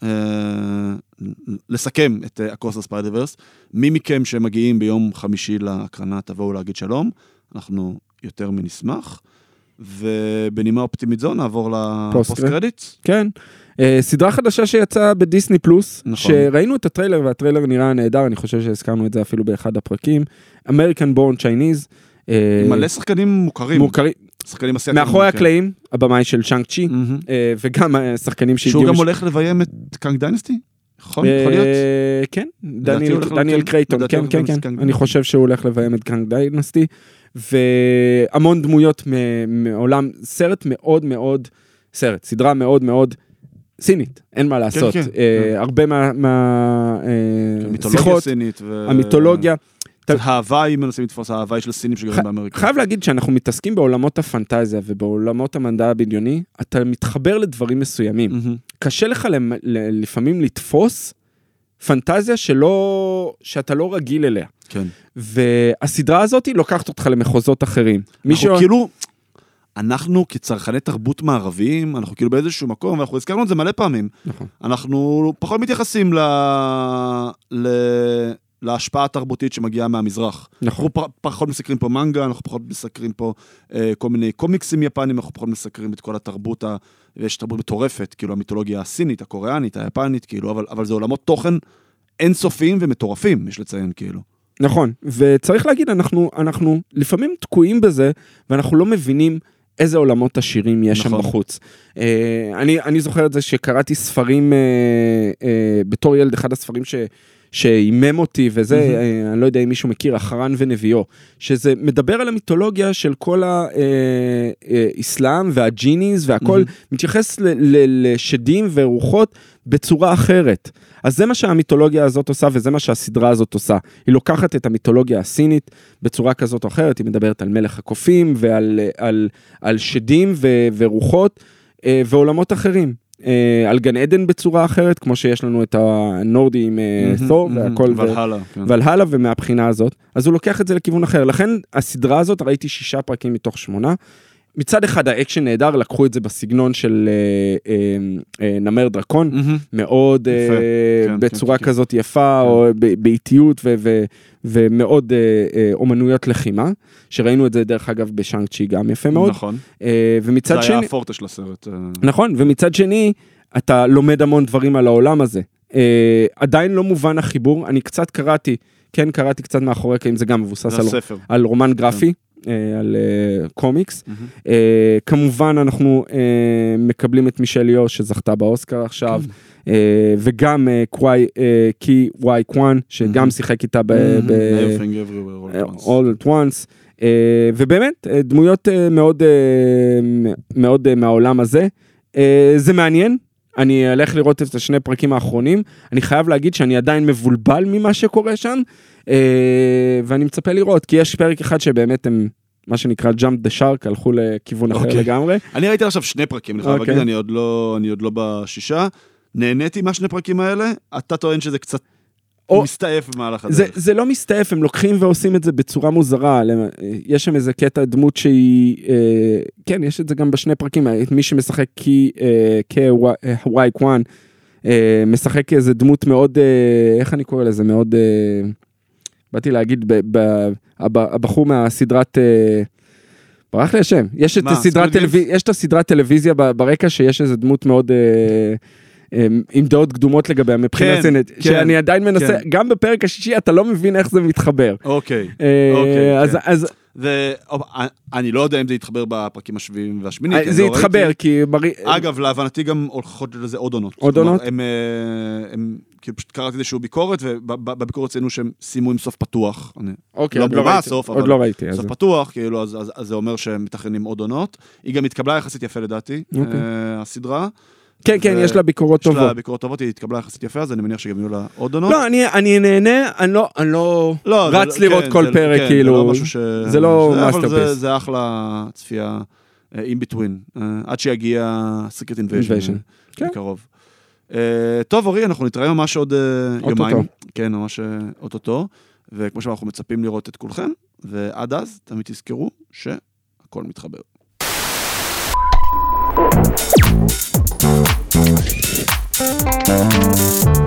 [SPEAKER 1] לסכם את Across the Spider-Verse. מי מכם שמגיעים ביום חמישי להקרנה, תבואו להגיד שלום, אנחנו יותר מנשמח, ובנימה אופטימית זו נעבור לפוסט קרדיטס.
[SPEAKER 2] כן. סדרה חדשה שיצאה בדיסני פלוס,
[SPEAKER 1] נכון.
[SPEAKER 2] שראינו את הטריילר, והטריילר נראה נהדר, אני חושב שהזכרנו את זה אפילו באחד הפרקים, American Born Chinese.
[SPEAKER 1] מלא שחקנים מוכרים. שחקנים אסיאטיים.
[SPEAKER 2] מאחורי הקלעים, הבמאי של צ'אנג צ'י, וגם שחקנים שהגיעו...
[SPEAKER 1] שהוא גם הולך לביים את קאנג דיינסטי? יכול להיות?
[SPEAKER 2] כן, דניאל קרייטון, כן. אני חושב שהוא הולך לביים את קאנג דיינסטי, והמון דמויות מעולם, סדרה מאוד מאוד סינית, אין מה לעשות. הרבה מהשיחות, המיתולוגיה.
[SPEAKER 1] ההוואי, מנסים לתפוס ההוואי של הסינים שגרים באמריקה.
[SPEAKER 2] חייב להגיד שאנחנו מתעסקים בעולמות הפנטזיה ובעולמות המדע הבדיוני, אתה מתחבר לדברים מסוימים. קשה לך לפעמים לתפוס פנטזיה שאתה לא רגיל אליה.
[SPEAKER 1] כן.
[SPEAKER 2] והסדרה הזאת לוקחת אותך למחוזות אחרים.
[SPEAKER 1] אנחנו כצרכני תרבות מערביים, אנחנו כאילו באיזשהו מקום, ואנחנו הזכרנו את זה מלא פעמים.
[SPEAKER 2] נכון.
[SPEAKER 1] אנחנו פחות מתייחסים להשפעה התרבותית שמגיעה מהמזרח.
[SPEAKER 2] נכון.
[SPEAKER 1] אנחנו פחות מסקרים פה מנגה, אנחנו פחות מסקרים פה כל מיני קומיקסים יפנים, אנחנו פחות מסקרים את כל התרבות, ויש תרבות מטורפת, כאילו המיתולוגיה הסינית, הקוריאנית, היפנית, כאילו, אבל זה עולמות תוכן אינסופיים ומטורפים, יש לציין, כאילו.
[SPEAKER 2] נכון, וצריך להגיד, אנחנו לפעמים תקועים בזה, ואנחנו לא מבינים איזה עולמות עשירים יש שם בחוץ. אני זוכר את זה שקראתי ספרים, בתור ילד, אחד הספרים שאימם אותי, וזה, אני לא יודע אם מישהו מכיר, החרן ונביאו, שזה מדבר על המיתולוגיה של כל האסלאם והג'יניז, והכל מתייחס לשדים ורוחות בצורה אחרת. אז זה מה שהמיתולוגיה הזאת עושה, וזה מה שהסדרה הזאת עושה. היא לוקחת את המיתולוגיה הסינית בצורה כזאת או אחרת, היא מדברת על מלך הקופים, ועל שדים ורוחות, ועולמות אחרים. על גן עדן בצורה אחרת, כמו שיש לנו את הנורדי עם תור, והלהלה, ומהבחינה הזאת. אז הוא לוקח את זה לכיוון אחר. לכן הסדרה הזאת, ראיתי 6 פרקים מתוך 8, מצד אחד האקשן נהדר, לקחו את זה בסגנון של נמר דרקון, מאוד בצורה כזאת יפה, או באיטיות ומאוד אומנויות לחימה, שראינו את זה דרך אגב בשאנג צ'י גם יפה מאוד.
[SPEAKER 1] נכון.
[SPEAKER 2] ומצד שני...
[SPEAKER 1] זה היה הפורטה של הסרט.
[SPEAKER 2] נכון, ומצד שני, אתה לומד המון דברים על העולם הזה. עדיין לא מובן החיבור, אני קצת קראתי קצת מאחורי, כי אם זה גם מבוסס על רומן גרפי. על קומיקס. כמובן אנחנו מקבלים את מישל יו שזכתה באוסקר עכשיו, וגם קי וואי קואן שגם שיחק איתה All at Once, ובאמת דמויות מאוד מהעולם הזה. זה מעניין, אני הולך לראות את 2 פרקים האחרונים, אני חייב להגיד שאני עדיין מבולבל ממה שקורה שם, ואני מצפה לראות, כי יש פרק אחד שבאמת הם, מה שנקרא Jump the Shark, הלכו לכיוון אחר לגמרי.
[SPEAKER 1] אני ראיתי עכשיו 2 פרקים, אני עוד לא ב6, נהניתי מה2 פרקים האלה, אתה טוען שזה קצת מסתעף במהלך הזה.
[SPEAKER 2] זה לא מסתעף, הם לוקחים ועושים את זה בצורה מוזרה, יש שם איזה קטע דמות שהיא, כן, יש את זה גם ב2 פרקים, מי שמשחק כוואי קואן, משחק איזה דמות מאוד, איך אני קורא לזה, מאוד, באתי להגיד, הבחור מהסדרת, ברח לי השם, יש את הסדרת טלוויזיה ברקע, שיש איזה דמות מאוד, עם דעות קדומות לגביה מבחינה סינית, שאני עדיין מנסה, גם בפרק השישי אתה לא מבין איך זה מתחבר.
[SPEAKER 1] אוקיי. אני לא יודע אם זה יתחבר בפרקים השביעים והשמינית.
[SPEAKER 2] זה יתחבר, כי...
[SPEAKER 1] אגב, להבנתי גם הולכות לזה עוד עונות.
[SPEAKER 2] עוד עונות?
[SPEAKER 1] הם כאילו פשוט קראתי איזשהו ביקורת, ובביקורת ציינו שהם סיימו עם סוף פתוח.
[SPEAKER 2] אוקיי, עוד לא ראיתי.
[SPEAKER 1] סוף פתוח, כאילו, אז זה אומר שהם מתכננים עוד עונות. היא גם התקבלה יחסית יפה לדעתי, הסדרה.
[SPEAKER 2] כן, כן, יש לה ביקורות טובות.
[SPEAKER 1] יש לה ביקורות טובות, היא התקבלה יחסית יפה, אז אני מניח שגם יהיו לה עוד עונות.
[SPEAKER 2] לא, אני נהנה, אני לא רץ לראות כל פרק, כאילו, זה לא מאסטרפיס.
[SPEAKER 1] אבל זה אחלה צפייה in between, עד שיגיע Secret Invasion בקרוב. טוב, אורי, אנחנו נתראה ממש עוד יומיים. כן, ממש אוטוטו, וכמו שאנחנו מצפים לראות את כולכם, ועד אז תמיד תזכרו שהכל מתחבר.
[SPEAKER 3] Thank you.